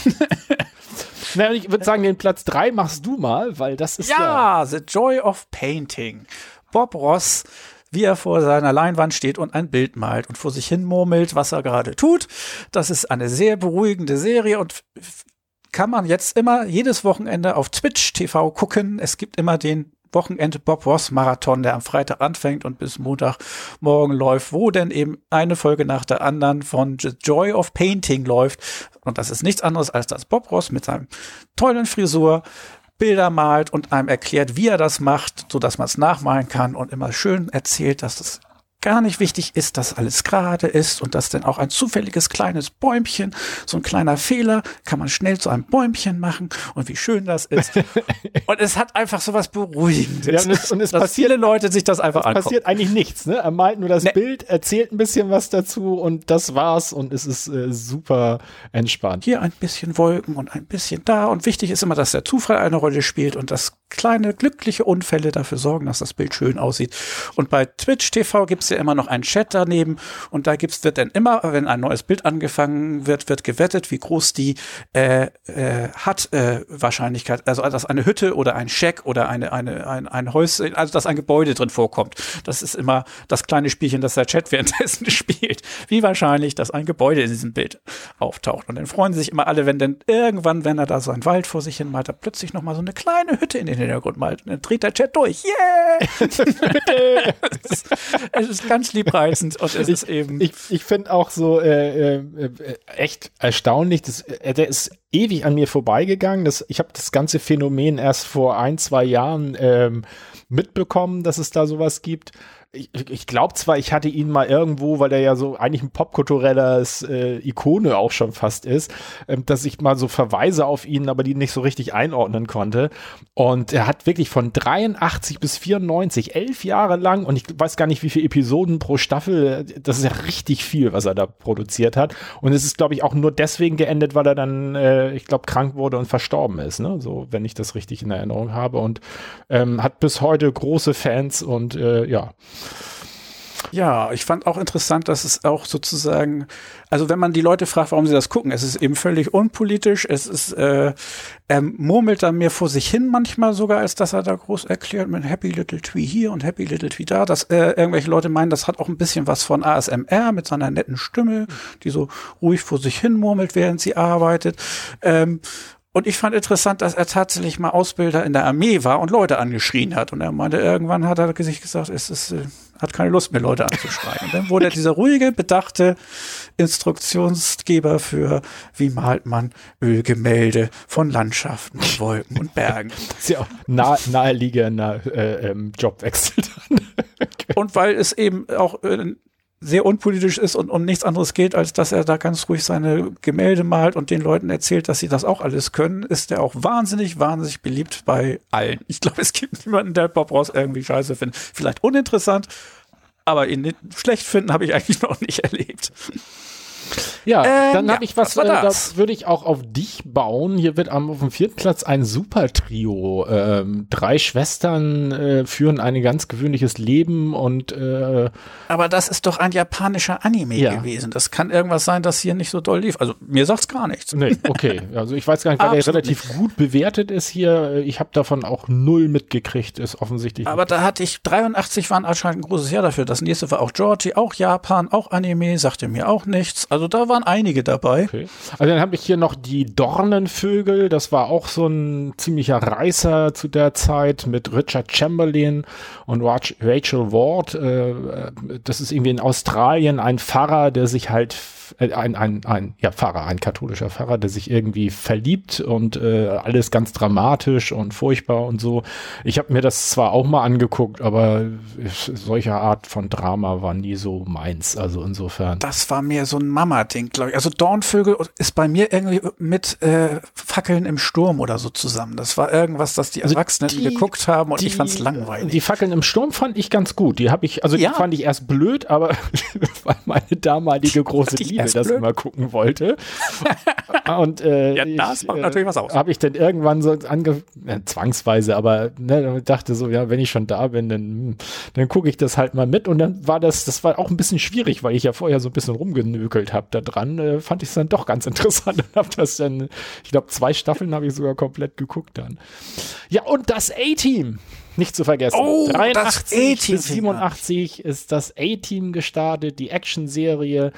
Na, ich würde sagen, den Platz 3 machst du mal, weil das ist ja The Joy of Painting. Bob Ross, wie er vor seiner Leinwand steht und ein Bild malt und vor sich hin murmelt, was er gerade tut. Das ist eine sehr beruhigende Serie und kann man jetzt immer jedes Wochenende auf Twitch TV gucken. Es gibt immer den Wochenende Bob Ross Marathon, der am Freitag anfängt und bis Montagmorgen läuft, wo denn eben eine Folge nach der anderen von The Joy of Painting läuft. Und das ist nichts anderes, als dass Bob Ross mit seinem tollen Frisur Bilder malt und einem erklärt, wie er das macht, so dass man es nachmalen kann und immer schön erzählt, dass das gar nicht wichtig ist, dass alles gerade ist und dass dann auch ein zufälliges kleines Bäumchen, so ein kleiner Fehler, kann man schnell zu einem Bäumchen machen und wie schön das ist. Und es hat einfach so was Beruhigendes. Ja, und es dass viele Leute sich das einfach angucken. Passiert eigentlich nichts, ne? Er malt nur das Bild, erzählt ein bisschen was dazu und das war's und es ist super entspannt. Hier ein bisschen Wolken und ein bisschen da und wichtig ist immer, dass der Zufall eine Rolle spielt und dass kleine glückliche Unfälle dafür sorgen, dass das Bild schön aussieht. Und bei Twitch TV gibt's ja immer noch einen Chat daneben und da wird dann immer, wenn ein neues Bild angefangen wird gewettet, wie groß die Wahrscheinlichkeit, also dass eine Hütte oder ein Shack oder ein Häuschen, also dass ein Gebäude drin vorkommt. Das ist immer das kleine Spielchen, das der Chat währenddessen spielt. Wie wahrscheinlich, dass ein Gebäude in diesem Bild auftaucht. Und dann freuen sich immer alle, wenn dann irgendwann, wenn er da so einen Wald vor sich hin malt, da plötzlich noch mal so eine kleine Hütte in den Hintergrund malt. Und dann dreht der Chat durch. Yeah! Es ist ganz liebreizend und es ist eben. Ich finde auch so echt erstaunlich, der ist ewig an mir vorbeigegangen. Ich habe das ganze Phänomen erst vor 1-2 Jahren mitbekommen, dass es da sowas gibt. Ich glaube zwar, ich hatte ihn mal irgendwo, weil er ja so eigentlich ein popkulturelles Ikone auch schon fast ist, dass ich mal so Verweise auf ihn, aber die nicht so richtig einordnen konnte. Und er hat wirklich von 83 bis 94, 11 Jahre lang, und ich weiß gar nicht, wie viele Episoden pro Staffel, das ist ja richtig viel, was er da produziert hat. Und es ist, glaube ich, auch nur deswegen geendet, weil er dann, ich glaube, krank wurde und verstorben ist, ne? So, wenn ich das richtig in Erinnerung habe. Und hat bis heute große Fans und ja. Ja, ich fand auch interessant, dass es auch sozusagen, also wenn man die Leute fragt, warum sie das gucken, es ist eben völlig unpolitisch, es ist, murmelt er mir vor sich hin manchmal sogar, als dass er da groß erklärt mit Happy Little Tree hier und Happy Little Tree da, dass irgendwelche Leute meinen, das hat auch ein bisschen was von ASMR mit seiner netten Stimme, die so ruhig vor sich hin murmelt, während sie arbeitet. Und ich fand interessant, dass er tatsächlich mal Ausbilder in der Armee war und Leute angeschrien hat. Und er meinte, irgendwann hat er sich gesagt, hat keine Lust mehr, Leute anzuschreien. Und dann wurde er dieser ruhige, bedachte Instruktionsgeber für, wie malt man Ölgemälde von Landschaften, Wolken und Bergen. Das ist ja auch naheliegender Jobwechsel dann. Und weil es eben auch sehr unpolitisch ist und um nichts anderes geht, als dass er da ganz ruhig seine Gemälde malt und den Leuten erzählt, dass sie das auch alles können, ist er auch wahnsinnig, wahnsinnig beliebt bei allen. Ich glaube, es gibt niemanden, der Bob Ross irgendwie scheiße findet. Vielleicht uninteressant, aber ihn schlecht finden habe ich eigentlich noch nicht erlebt. Ja, dann habe ich was, da würde ich auch auf dich bauen. Hier wird auf dem 4. Platz ein Supertrio. 3 Schwestern führen ein ganz gewöhnliches Leben und aber das ist doch ein japanischer Anime gewesen. Das kann irgendwas sein, das hier nicht so doll lief. Also mir sagt's gar nichts. Nee, okay. Also ich weiß gar nicht, weil der relativ gut bewertet ist hier. Ich habe davon auch 0 mitgekriegt, ist offensichtlich. Aber da hatte ich 83 waren anscheinend ein großes Jahr dafür. Das nächste war auch Georgie, auch Japan, auch Anime, sagte mir auch nichts. Also da waren einige dabei. Okay. Also dann habe ich hier noch die Dornenvögel. Das war auch so ein ziemlicher Reißer zu der Zeit mit Richard Chamberlain und Rachel Ward. Das ist irgendwie in Australien ein Pfarrer, der sich halt ein katholischer Pfarrer, der sich irgendwie verliebt und alles ganz dramatisch und furchtbar und so. Ich habe mir das zwar auch mal angeguckt, aber solche Art von Drama war nie so meins. Also insofern. Das war mehr so ein Mama-Ding, glaube ich. Also Dornvögel ist bei mir irgendwie mit Fackeln im Sturm oder so zusammen. Das war irgendwas, das die Erwachsenen geguckt haben und ich fand's langweilig. Die Fackeln im Sturm fand ich ganz gut. Die fand ich erst blöd, aber weil meine damalige große Liebe das immer gucken wollte. Und das macht natürlich was aus. Habe ich dann irgendwann so zwangsweise, aber dachte so, ja, wenn ich schon da bin, dann gucke ich das halt mal mit. Und dann war das war auch ein bisschen schwierig, weil ich ja vorher so ein bisschen rumgenökelt habe da dran. Fand ich es dann doch ganz interessant und habe das dann, ich glaube 2 Staffeln habe ich sogar komplett geguckt dann. Ja, und das A-Team. Nicht zu vergessen. 83 bis 87 ist das A-Team gestartet, die Action-Serie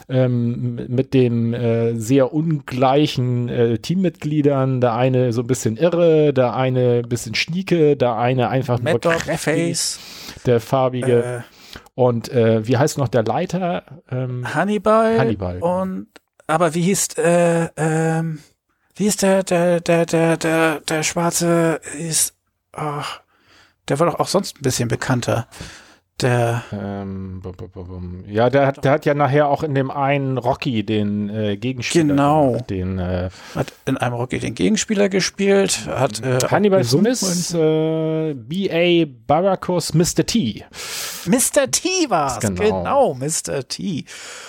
mit den sehr ungleichen Teammitgliedern. Der eine so ein bisschen irre, der eine ein bisschen schnieke, der eine einfach nur Face, der farbige. Und wie heißt noch der Leiter? Hannibal. Aber wie hieß der Schwarze der war doch auch sonst ein bisschen bekannter. Der hat ja nachher auch in dem einen Rocky den Gegenspieler. Genau. Hat in einem Rocky den Gegenspieler gespielt. Hat Hannibal Smith, B.A. Baracus, Mr. T. Mr. T war's. Genau, Mr. T.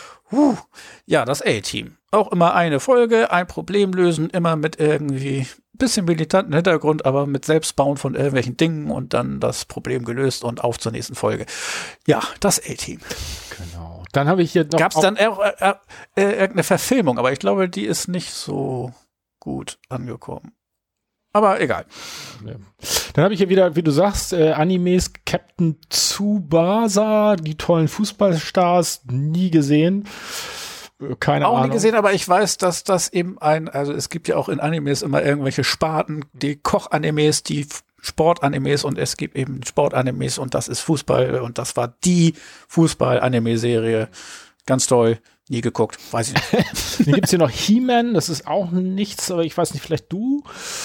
Ja, das A-Team. Auch immer eine Folge, ein Problem lösen, immer mit irgendwie bisschen militanten Hintergrund, aber mit Selbstbauen von irgendwelchen Dingen und dann das Problem gelöst und auf zur nächsten Folge. Ja, das A-Team. Genau. Dann habe ich hier noch. Gab es dann auch irgendeine Verfilmung, aber ich glaube, die ist nicht so gut angekommen. Aber egal. Ja. Dann habe ich hier wieder, wie du sagst, Animes Captain Tsubasa, die tollen Fußballstars, nie gesehen. Keine Ahnung. Auch nie gesehen, aber ich weiß, dass das eben also es gibt ja auch in Animes immer irgendwelche Sparten, die Koch-Animes, die Sport-Animes und es gibt eben Sport-Animes und das ist Fußball und das war die Fußball-Anime-Serie. Ganz toll. Nie geguckt, weiß ich nicht. Dann gibt's hier noch He-Man, das ist auch nichts, aber ich weiß nicht, vielleicht du?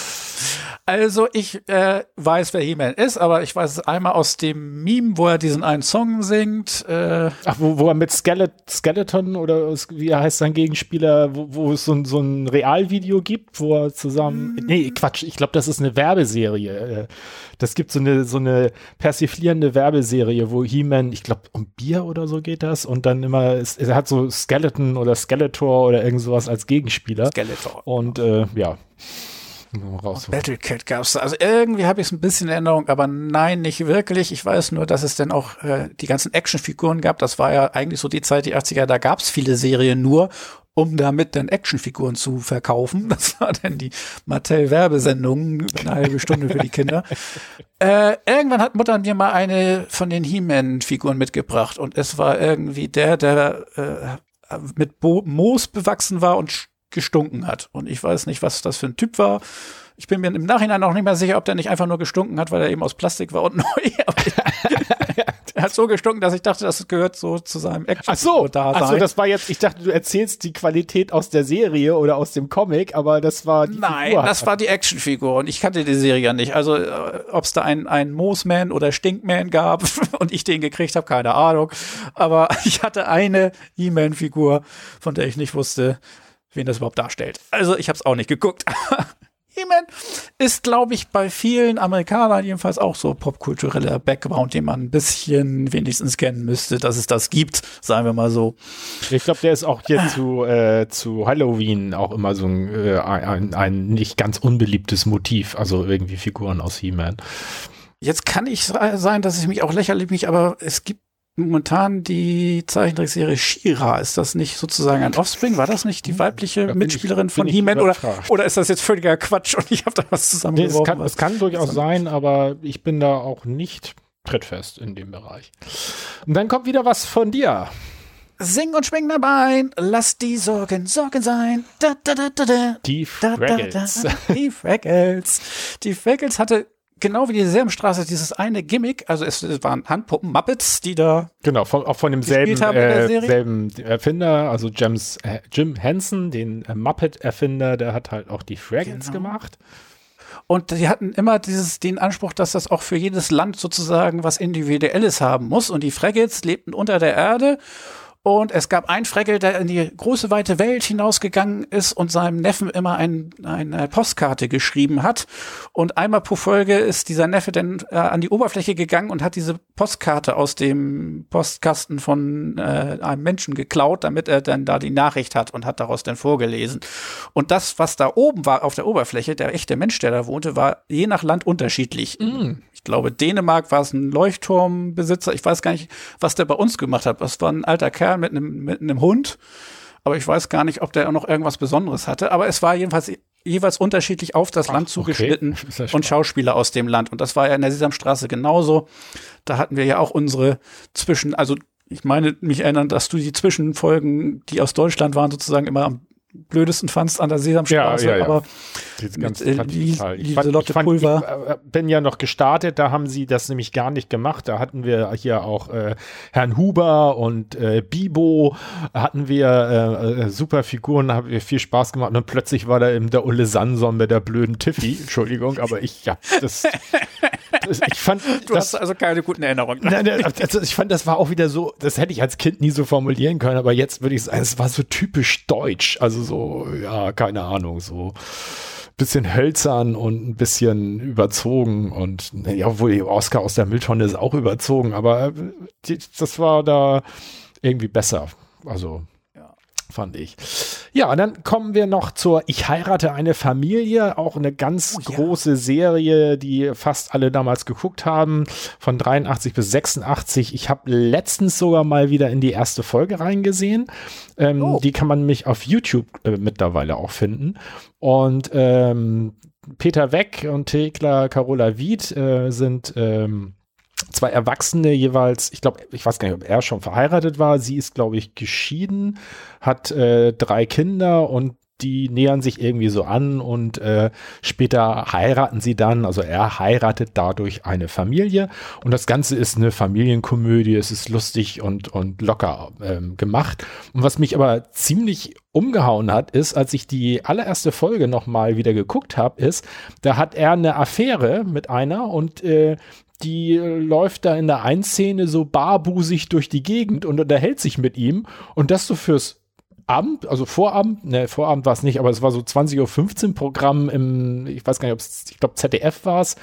Also ich weiß, wer He-Man ist, aber ich weiß es einmal aus dem Meme, wo er diesen einen Song singt. Wo er mit Skeleton oder wie heißt sein Gegenspieler, wo es so ein Realvideo gibt, wo er zusammen. Nee, Quatsch, ich glaube, das ist eine Werbeserie. Das gibt so eine persiflierende Werbeserie, wo He-Man, ich glaube, um Bier oder so geht das und dann immer, er hat so Skeleton oder Skeletor oder irgend sowas als Gegenspieler. Skeletor. Und ja. Battlecat gab's da. Also irgendwie habe ich es ein bisschen in Erinnerung, aber nein, nicht wirklich. Ich weiß nur, dass es dann auch die ganzen Actionfiguren gab. Das war ja eigentlich so die Zeit, die 80er, da gab's viele Serien nur, um damit dann Actionfiguren zu verkaufen. Das war dann die Mattel-Werbesendung, eine halbe Stunde für die Kinder. Irgendwann hat Mutter mir mal eine von den He-Man-Figuren mitgebracht und es war irgendwie der mit Moos bewachsen war und gestunken hat. Und ich weiß nicht, was das für ein Typ war. Ich bin mir im Nachhinein auch nicht mehr sicher, ob der nicht einfach nur gestunken hat, weil er eben aus Plastik war und neu. Er hat so gestunken, dass ich dachte, das gehört so zu seinem Action-Dasein. Ach so, das war jetzt, ich dachte, du erzählst die Qualität aus der Serie oder aus dem Comic, aber das war die Nein, Figur. das war die Actionfigur und ich kannte die Serie ja nicht. Also ob es da einen Moosman oder Stinkman gab und ich den gekriegt habe, keine Ahnung. Aber ich hatte eine He-Man-Figur, von der ich nicht wusste, wen das überhaupt darstellt. Also ich habe es auch nicht geguckt. He-Man ist, glaube ich, bei vielen Amerikanern jedenfalls auch so popkultureller Background, den man ein bisschen wenigstens kennen müsste, dass es das gibt, sagen wir mal so. Ich glaube, der ist auch hier zu Halloween auch immer so ein nicht ganz unbeliebtes Motiv, also irgendwie Figuren aus He-Man. Jetzt kann ich sein, dass ich mich auch lächerlich mich, aber es gibt momentan die Zeichentrickserie She-Ra. Ist das nicht sozusagen ein Offspring? War das nicht die weibliche Mitspielerin von He-Man? Oder ist das jetzt völliger Quatsch und ich habe da was zusammengeworfen? Es kann durchaus sein, aber ich bin da auch nicht trittfest in dem Bereich. Und dann kommt wieder was von dir. Sing und schwing dabei, lass die Sorgen Sorgen sein. Da, da, da, da, da. Die Fraggles. Die Fraggles. Die Fraggles hatte genau wie die Sesamstraße dieses eine Gimmick, also es waren Handpuppen, Muppets, die da genau, auch von demselben selben Erfinder, also Jim Henson, den Muppet-Erfinder, der hat halt auch die Fraggles gemacht. Und die hatten immer den Anspruch, dass das auch für jedes Land sozusagen was Individuelles haben muss. Und die Fraggles lebten unter der Erde. Und es gab einen Fraggle, der in die große, weite Welt hinausgegangen ist und seinem Neffen immer eine Postkarte geschrieben hat. Und einmal pro Folge ist dieser Neffe dann an die Oberfläche gegangen und hat diese Postkarte aus dem Postkasten von einem Menschen geklaut, damit er dann da die Nachricht hat und hat daraus dann vorgelesen. Und das, was da oben war auf der Oberfläche, der echte Mensch, der da wohnte, war je nach Land unterschiedlich. Ich glaube, Dänemark war es ein Leuchtturmbesitzer. Ich weiß gar nicht, was der bei uns gemacht hat. Das war ein alter Kerl mit einem Hund. Aber ich weiß gar nicht, ob der auch noch irgendwas Besonderes hatte. Aber es war jeweils unterschiedlich auf das Land zugeschnitten und Schauspieler aus dem Land. Und das war ja in der Sesamstraße genauso. Da hatten wir ja auch unsere also ich meine, mich erinnern, dass du die Zwischenfolgen, die aus Deutschland waren, sozusagen immer am blödesten fandst an der Sesamstraße, ja. Aber Lieselotte Pulver. Ich bin ja noch gestartet, da haben sie das nämlich gar nicht gemacht. Da hatten wir hier auch Herrn Huber und Bibo, hatten wir super Figuren, haben wir viel Spaß gemacht und plötzlich war da eben der Ulle Sanson mit der blöden Tiffy. Entschuldigung, aber ich fand, du hast also keine guten Erinnerungen. Nein, also ich fand, das war auch wieder so, das hätte ich als Kind nie so formulieren können, aber jetzt würde ich sagen, es war so typisch deutsch, also so, ja, keine Ahnung, so bisschen hölzern und ein bisschen überzogen und ja, obwohl die Oscar aus der Mülltonne ist auch überzogen, aber das war da irgendwie besser, also fand ich. Ja, und dann kommen wir noch zur Ich heirate eine Familie, auch eine ganz große Serie, die fast alle damals geguckt haben, von 83 bis 86. Ich habe letztens sogar mal wieder in die erste Folge reingesehen. Die kann man nämlich auf YouTube mittlerweile auch finden. Und Peter Weck und Thekla Carola Wied sind zwei Erwachsene jeweils, ich weiß gar nicht, ob er schon verheiratet war, sie ist, glaube ich, geschieden, hat 3 Kinder und die nähern sich irgendwie so an und später heiraten sie dann, also er heiratet dadurch eine Familie und das Ganze ist eine Familienkomödie, es ist lustig und locker gemacht. Und was mich aber ziemlich umgehauen hat, ist, als ich die allererste Folge nochmal wieder geguckt habe, ist, da hat er eine Affäre mit einer und die läuft da in der einen Szene so barbusig durch die Gegend und unterhält sich mit ihm und das so fürs Abend, also Vorabend war es nicht, aber es war so 20:15 Uhr Programm ich weiß gar nicht, ich glaube ZDF war es,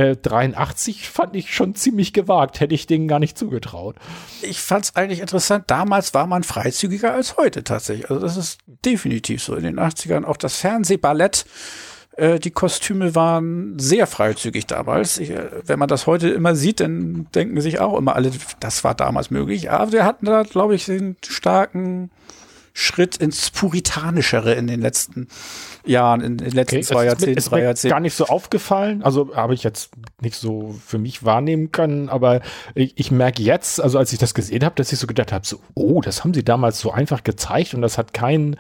83 fand ich schon ziemlich gewagt, hätte ich denen gar nicht zugetraut. Ich fand es eigentlich interessant, damals war man freizügiger als heute tatsächlich, also das ist definitiv so, in den 80ern auch das Fernsehballett, die Kostüme waren sehr freizügig damals. Wenn man das heute immer sieht, dann denken sich auch immer alle, das war damals möglich. Aber wir hatten da, glaube ich, den starken Schritt ins Puritanischere in den letzten Jahren, in den letzten 2 Jahrzehnten, 3 Jahrzehnten. Gar nicht so aufgefallen, also habe ich jetzt nicht so für mich wahrnehmen können, aber ich merke jetzt, also als ich das gesehen habe, dass ich so gedacht habe, so, oh, das haben sie damals so einfach gezeigt und das hat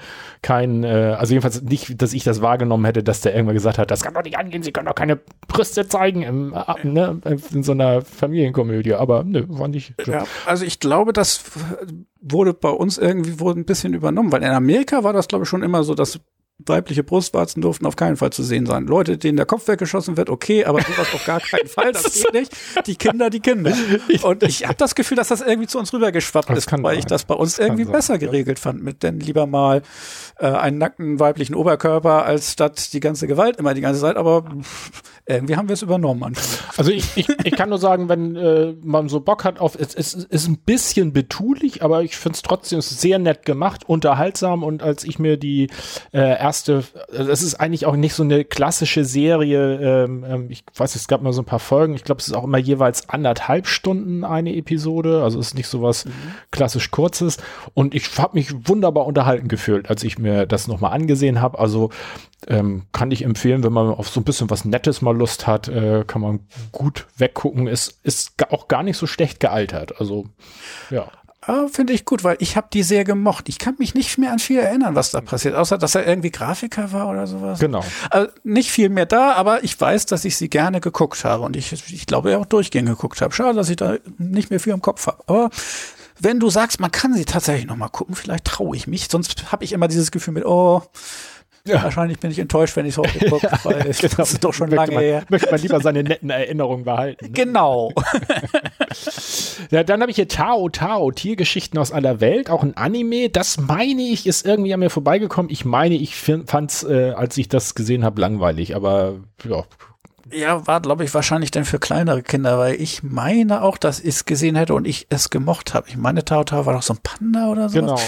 also jedenfalls nicht, dass ich das wahrgenommen hätte, dass der irgendwann gesagt hat, das kann doch nicht angehen, sie können doch keine Brüste zeigen in so einer Familienkomödie, aber nö, war nicht. Ja, also ich glaube, das wurde bei uns irgendwie ein bisschen übernommen, weil in Amerika war das, glaube ich, schon immer so, dass weibliche Brustwarzen durften auf keinen Fall zu sehen sein. Leute, denen der Kopf weggeschossen wird, okay, aber sowas auf gar keinen Fall, das geht nicht. Die Kinder. Und ich habe das Gefühl, dass das irgendwie zu uns rübergeschwappt ist, weil ich das bei uns irgendwie besser geregelt fand, mit denn lieber mal einen nackten weiblichen Oberkörper, als statt die ganze Gewalt immer die ganze Zeit, aber irgendwie haben wir es übernommen. Also ich kann nur sagen, wenn man so Bock hat auf, es ist ein bisschen betulich, aber ich finde es trotzdem sehr nett gemacht, unterhaltsam und als ich mir die es ist eigentlich auch nicht so eine klassische Serie, ich weiß, es gab mal so ein paar Folgen, ich glaube, es ist auch immer jeweils 1,5 Stunden eine Episode, also es ist nicht so was klassisch Kurzes und ich habe mich wunderbar unterhalten gefühlt, als ich mir das nochmal angesehen habe, also kann ich empfehlen, wenn man auf so ein bisschen was Nettes mal Lust hat, kann man gut weggucken, ist auch gar nicht so schlecht gealtert, also ja. Finde ich gut, weil ich habe die sehr gemocht. Ich kann mich nicht mehr an viel erinnern, was da passiert, außer dass er irgendwie Grafiker war oder sowas. Genau. Also nicht viel mehr da, aber ich weiß, dass ich sie gerne geguckt habe und ich glaube, auch durchgehend geguckt habe. Schade, dass ich da nicht mehr viel im Kopf habe. Aber wenn du sagst, man kann sie tatsächlich noch mal gucken, vielleicht traue ich mich. Sonst habe ich immer dieses Gefühl mit, wahrscheinlich bin ich enttäuscht, wenn ich es heute gucke, weil das ist doch schon lange her. Möchte man lieber seine netten Erinnerungen behalten. Ne? Genau. Ja, dann habe ich hier Tao, Tiergeschichten aus aller Welt, auch ein Anime. Das meine ich, ist irgendwie an mir vorbeigekommen. Ich meine, ich fand's, als ich das gesehen habe, langweilig, aber ja. Ja, war, glaube ich, wahrscheinlich dann für kleinere Kinder, weil ich meine auch, dass ich es gesehen hätte und ich es gemocht habe. Ich meine, Tao war doch so ein Panda oder so. Genau.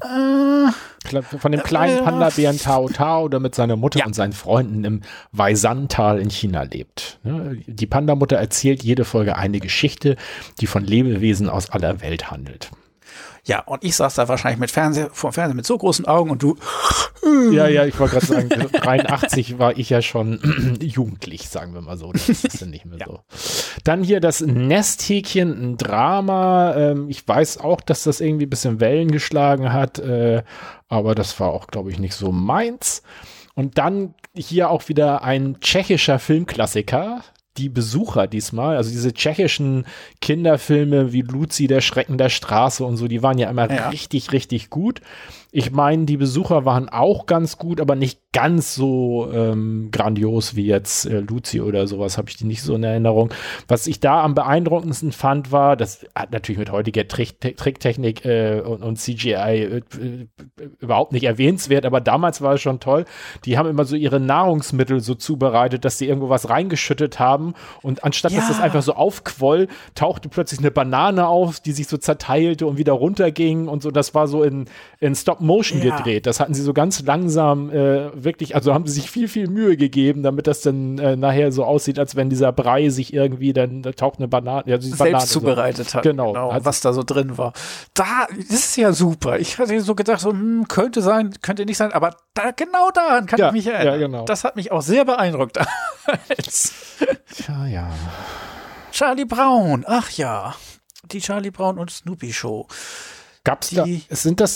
Von dem kleinen Panda-Bären Tao, der mit seiner Mutter und seinen Freunden im Weisan-Tal in China lebt. Die Panda-Mutter erzählt jede Folge eine Geschichte, die von Lebewesen aus aller Welt handelt. Ja, und ich saß da wahrscheinlich vor dem Fernseher mit so großen Augen und du. Ja, ich wollte gerade sagen, 83 war ich ja schon jugendlich, sagen wir mal so. Das ist ja nicht mehr so. Dann hier das Nesthäkchen, ein Drama. Ich weiß auch, dass das irgendwie ein bisschen Wellen geschlagen hat, aber das war auch, glaube ich, nicht so meins. Und dann hier auch wieder ein tschechischer Filmklassiker. Die Besucher diesmal, also diese tschechischen Kinderfilme wie Luzi, der Schrecken der Straße und so, die waren ja immer richtig, richtig gut. Ich meine, die Besucher waren auch ganz gut, aber nicht ganz so grandios wie jetzt Luzi oder sowas, habe ich die nicht so in Erinnerung. Was ich da am beeindruckendsten fand, war, das hat natürlich mit heutiger Tricktechnik und CGI überhaupt nicht erwähnenswert, aber damals war es schon toll. Die haben immer so ihre Nahrungsmittel so zubereitet, dass sie irgendwo was reingeschüttet haben und anstatt dass das einfach so aufquoll, tauchte plötzlich eine Banane auf, die sich so zerteilte und wieder runterging und so. Das war so in Stop-Motion gedreht. Das hatten sie so ganz langsam wirklich, also haben sie sich viel, viel Mühe gegeben, damit das dann nachher so aussieht, als wenn dieser Brei sich irgendwie, dann da taucht eine Banane, selbst Banane zubereitet so. Hat. Genau was da so drin war. Das ist ja super. Ich hatte so gedacht, so, könnte sein, könnte nicht sein, aber genau daran kann ich mich erinnern. Ja, genau. Das hat mich auch sehr beeindruckt. Ja. Charlie Brown, ach ja. Die Charlie Brown und Snoopy Show. Gab's sind das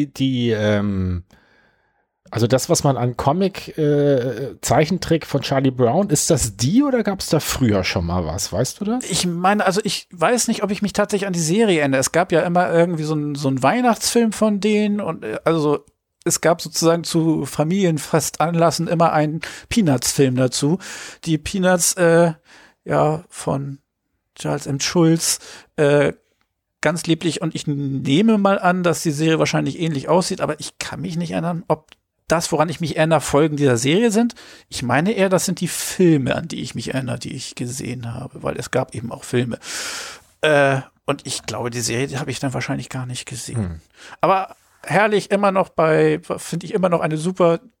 also das, was man an Comic-Zeichentrick von Charlie Brown, ist das die oder gab es da früher schon mal was? Weißt du das? Ich meine, also ich weiß nicht, ob ich mich tatsächlich an die Serie erinnere. Es gab ja immer irgendwie so ein Weihnachtsfilm von denen und also es gab sozusagen zu Familienfestanlassen immer einen Peanuts-Film dazu. Die Peanuts, von Charles M. Schulz, ganz lieblich und ich nehme mal an, dass die Serie wahrscheinlich ähnlich aussieht, aber ich kann mich nicht erinnern, ob das, woran ich mich erinnere, Folgen dieser Serie sind. Ich meine eher, das sind die Filme, an die ich mich erinnere, die ich gesehen habe, weil es gab eben auch Filme. Und ich glaube, die Serie habe ich dann wahrscheinlich gar nicht gesehen. Aber herrlich, immer noch finde ich immer noch eine super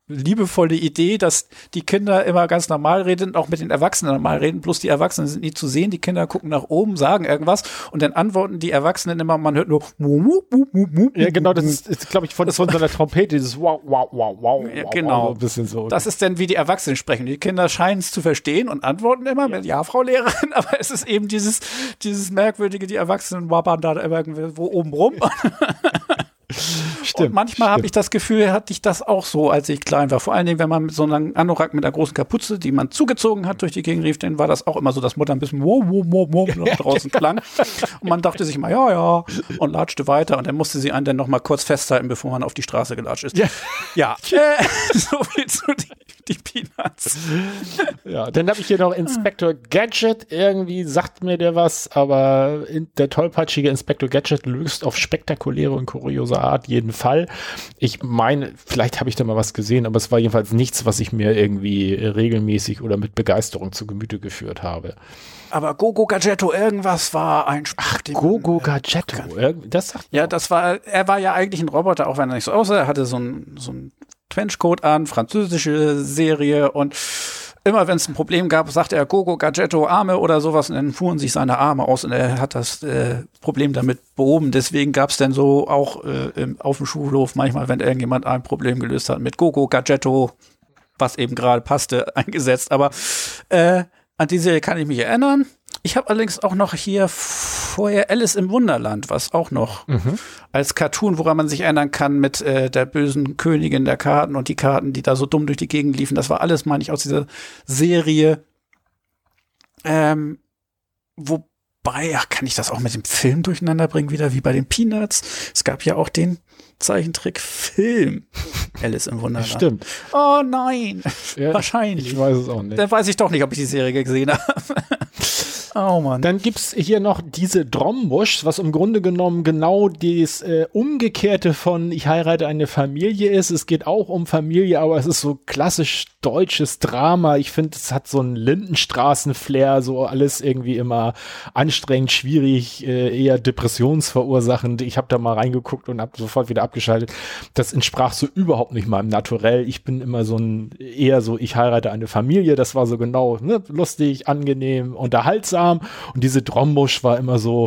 liebevolle Idee, dass die Kinder immer ganz normal reden und auch mit den Erwachsenen normal reden, bloß die Erwachsenen sind nie zu sehen, die Kinder gucken nach oben, sagen irgendwas und dann antworten die Erwachsenen immer, man hört nur ja, genau, das ist glaube ich, von so einer Trompete, dieses wow, wow, wow, wow, ja, genau. Ein bisschen so. Das ist dann, wie die Erwachsenen sprechen. Die Kinder scheinen es zu verstehen und antworten immer mit Ja, Frau Lehrerin, aber es ist eben dieses merkwürdige, die Erwachsenen wabbern da irgendwo oben rum. Stimmt, und manchmal habe ich das Gefühl, hatte ich das auch so, als ich klein war. Vor allen Dingen, wenn man mit so einem Anorak mit einer großen Kapuze, die man zugezogen hat, durch die Gegend rief, dann war das auch immer so, dass Mutter ein bisschen nach draußen klang. Und man dachte sich mal, ja, und latschte weiter. Und dann musste sie einen dann noch mal kurz festhalten, bevor man auf die Straße gelatscht ist. Ja, so viel zu die Peanuts. Ja, dann habe ich hier noch Inspector Gadget. Irgendwie sagt mir der was, aber der tollpatschige Inspector Gadget löst auf spektakuläre und kuriose Art jeden Fall. Ich meine, vielleicht habe ich da mal was gesehen, aber es war jedenfalls nichts, was ich mir irgendwie regelmäßig oder mit Begeisterung zu Gemüte geführt habe. Aber Gogo Gadgetto, irgendwas war ein Gogo Gadgetto, das sagt ja, er war ja eigentlich ein Roboter, auch wenn er nicht so aussah. Er hatte so ein Trenchcoat an, französische Serie und immer wenn es ein Problem gab, sagte er Gogo Gadgetto Arme oder sowas und dann fuhren sich seine Arme aus und er hat das Problem damit behoben. Deswegen gab es dann so auch auf dem Schulhof manchmal, wenn irgendjemand ein Problem gelöst hat, mit Gogo Gadgetto, was eben gerade passte, eingesetzt. Aber an die Serie kann ich mich erinnern. Ich habe allerdings auch noch hier vorher Alice im Wunderland, was auch noch als Cartoon, woran man sich erinnern kann, mit der bösen Königin der Karten und die Karten, die da so dumm durch die Gegend liefen. Das war alles, meine ich, aus dieser Serie. Wobei, kann ich das auch mit dem Film durcheinander bringen, wieder wie bei den Peanuts? Es gab ja auch den Zeichentrickfilm Alice im Wunderland. Stimmt. Oh nein, ja, wahrscheinlich. Ich weiß es auch nicht. Dann weiß ich doch nicht, ob ich die Serie gesehen habe. Oh Mann. Dann gibt's hier noch diese Drombusch, was im Grunde genommen genau das Umgekehrte von Ich heirate eine Familie ist. Es geht auch um Familie, aber es ist so klassisch deutsches Drama. Ich finde, es hat so einen Lindenstraßen-Flair, so alles irgendwie immer anstrengend, schwierig, eher depressionsverursachend. Ich habe da mal reingeguckt und habe sofort wieder abgeschaltet. Das entsprach so überhaupt nicht meinem Naturell. Ich bin immer eher so, ich heirate eine Familie. Das war so genau, ne, lustig, angenehm, unterhaltsam. Und diese Drombusch war immer so,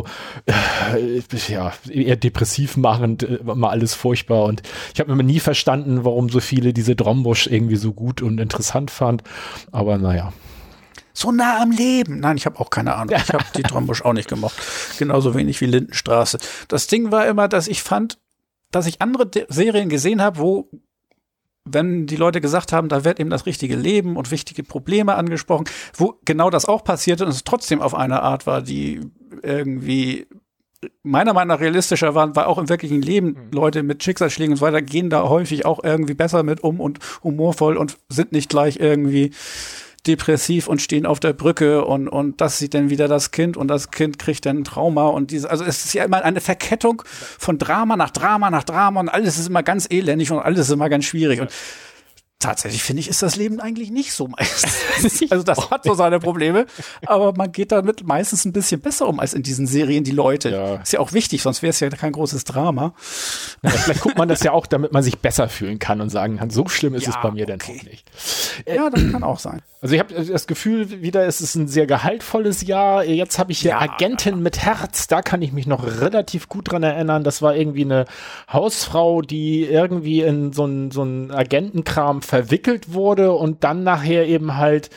ja, eher depressiv machend, immer alles furchtbar. Und ich habe immer nie verstanden, warum so viele diese Drombusch irgendwie so gut und interessant fand. Aber naja. So nah am Leben. Nein, ich habe auch keine Ahnung. Ich habe die Drombusch auch nicht gemocht. Genauso wenig wie Lindenstraße. Das Ding war immer, dass ich fand, dass ich andere Serien gesehen habe, wo, wenn die Leute gesagt haben, da wird eben das richtige Leben und wichtige Probleme angesprochen, wo genau das auch passierte und es trotzdem auf eine Art war, die irgendwie meiner Meinung nach realistischer waren, weil auch im wirklichen Leben Leute mit Schicksalsschlägen und so weiter gehen da häufig auch irgendwie besser mit um und humorvoll und sind nicht gleich irgendwie depressiv und stehen auf der Brücke und das sieht dann wieder das Kind und das Kind kriegt dann ein Trauma und also es ist ja immer eine Verkettung von Drama nach Drama nach Drama und alles ist immer ganz elendig und alles ist immer ganz schwierig und tatsächlich finde ich, ist das Leben eigentlich nicht so meistens. Also das hat so seine Probleme, aber man geht damit meistens ein bisschen besser um als in diesen Serien die Leute. Ja. Ist ja auch wichtig, sonst wäre es ja kein großes Drama. Ja, vielleicht guckt man das ja auch, damit man sich besser fühlen kann und sagen kann, so schlimm ist es bei mir denn auch nicht. Ja, das kann auch sein. Also ich habe das Gefühl, wieder es ist ein sehr gehaltvolles Jahr. Jetzt habe ich hier Agentin mit Herz, da kann ich mich noch relativ gut dran erinnern. Das war irgendwie eine Hausfrau, die irgendwie in so einen Agentenkram verwickelt wurde und dann nachher eben halt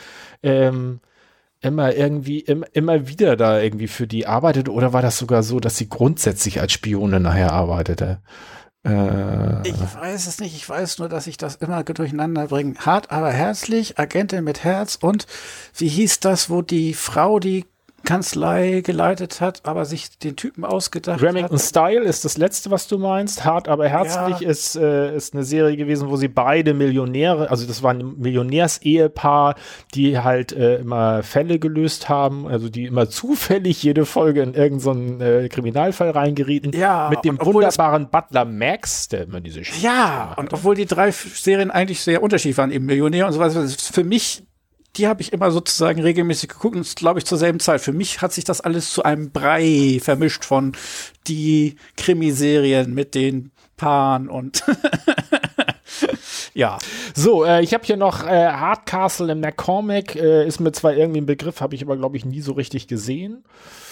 immer wieder da irgendwie für die arbeitet, oder war das sogar so, dass sie grundsätzlich als Spione nachher arbeitete? Ich weiß es nicht, ich weiß nur, dass ich das immer durcheinander bringe. Hart, aber herzlich, Agentin mit Herz und wie hieß das, wo die Frau die Kanzlei geleitet hat, aber sich den Typen ausgedacht Remington hat. Style ist das letzte, was du meinst. Hart, aber herzlich ist eine Serie gewesen, wo sie beide Millionäre, also das war ein Millionärsehepaar, die halt immer Fälle gelöst haben, also die immer zufällig jede Folge in irgendeinen Kriminalfall reingerieten. Ja, mit dem wunderbaren Butler Max, der immer diese und obwohl die 3 Serien eigentlich sehr unterschiedlich waren, eben Millionär und so weiter, für mich, die habe ich immer sozusagen regelmäßig geguckt und glaube ich zur selben Zeit. Für mich hat sich das alles zu einem Brei vermischt von die Krimiserien mit den Paaren und Ja. So, ich habe hier noch Hardcastle in McCormick, ist mir zwar irgendwie ein Begriff, habe ich aber, glaube ich, nie so richtig gesehen.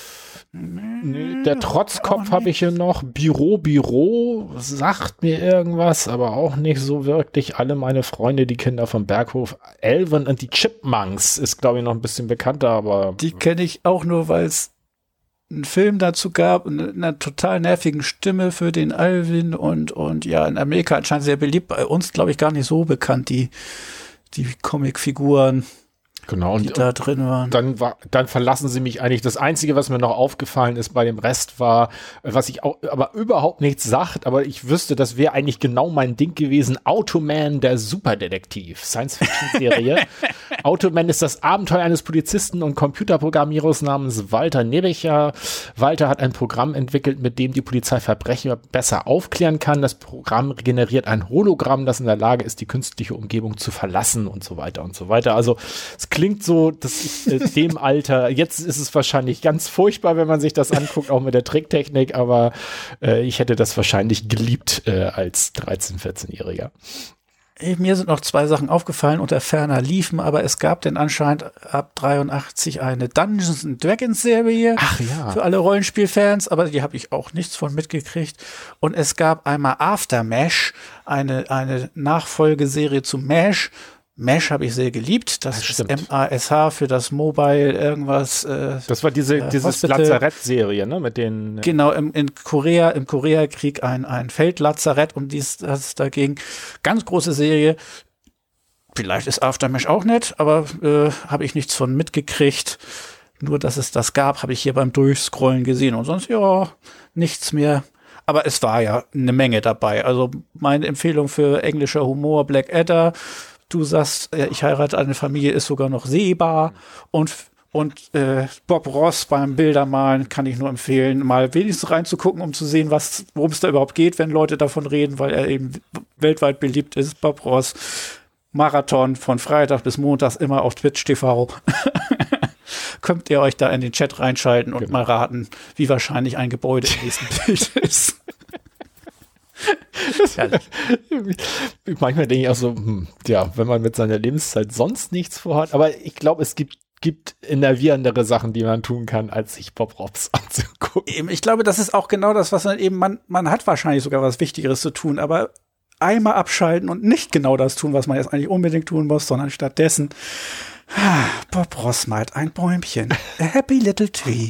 Nee, der Trotzkopf habe ich hier noch. Büro, sagt mir irgendwas, aber auch nicht so wirklich. Alle meine Freunde, die Kinder vom Berghof. Alvin und die Chipmunks ist, glaube ich, noch ein bisschen bekannter, aber. Die kenne ich auch nur, weil es einen Film dazu gab, eine total nervigen Stimme für den Alvin und ja, in Amerika anscheinend sehr beliebt. Bei uns, glaube ich, gar nicht so bekannt, die Comicfiguren. Genau, die da drin waren. Dann verlassen sie mich eigentlich. Das Einzige, was mir noch aufgefallen ist bei dem Rest war, was ich auch, aber überhaupt nichts sagt, aber ich wüsste, das wäre eigentlich genau mein Ding gewesen. Automan, der Superdetektiv, Science-Fiction-Serie. Automan ist das Abenteuer eines Polizisten und Computerprogrammierers namens Walter Nericher. Walter hat ein Programm entwickelt, mit dem die Polizei Verbrecher besser aufklären kann. Das Programm generiert ein Hologramm, das in der Lage ist, die künstliche Umgebung zu verlassen und so weiter und so weiter. Also es klingt so, dass ich dem Alter, jetzt ist es wahrscheinlich ganz furchtbar, wenn man sich das anguckt, auch mit der Tricktechnik, aber ich hätte das wahrscheinlich geliebt als 13-, 14-Jähriger. Mir sind noch 2 Sachen aufgefallen unter ferner liefen, aber es gab denn anscheinend ab 83 eine Dungeons & Dragons Serie. Ach ja. Für alle Rollenspielfans, aber die habe ich auch nichts von mitgekriegt. Und es gab einmal Aftermash, eine Nachfolgeserie zu MASH. MASH habe ich sehr geliebt. Das ist MASH für das Mobile irgendwas. Das war diese Lazarett-Serie, ne? Mit den. Genau, im Koreakrieg ein Feldlazarett, um das da ging. Ganz große Serie. Vielleicht ist Aftermash auch nett, aber habe ich nichts von mitgekriegt. Nur, dass es das gab, habe ich hier beim Durchscrollen gesehen. Und sonst, ja, nichts mehr. Aber es war ja eine Menge dabei. Also meine Empfehlung für englischer Humor, Blackadder. Du sagst, ich heirate eine Familie, ist sogar noch sehbar. Und Bob Ross beim Bildermalen kann ich nur empfehlen, mal wenigstens reinzugucken, um zu sehen, worum es da überhaupt geht, wenn Leute davon reden, weil er eben weltweit beliebt ist. Bob Ross, Marathon von Freitag bis Montags immer auf Twitch TV. Könnt ihr euch da in den Chat reinschalten und mal raten, wie wahrscheinlich ein Gebäude im nächsten Bild ist. Manchmal denke ich auch so, wenn man mit seiner Lebenszeit sonst nichts vorhat, aber ich glaube, es gibt enervierendere Sachen, die man tun kann, als sich Bob Ross anzugucken. Ich glaube, das ist auch genau das, was man hat wahrscheinlich sogar was Wichtigeres zu tun, aber einmal abschalten und nicht genau das tun, was man jetzt eigentlich unbedingt tun muss, sondern stattdessen Bob Ross malt ein Bäumchen. A happy little tree.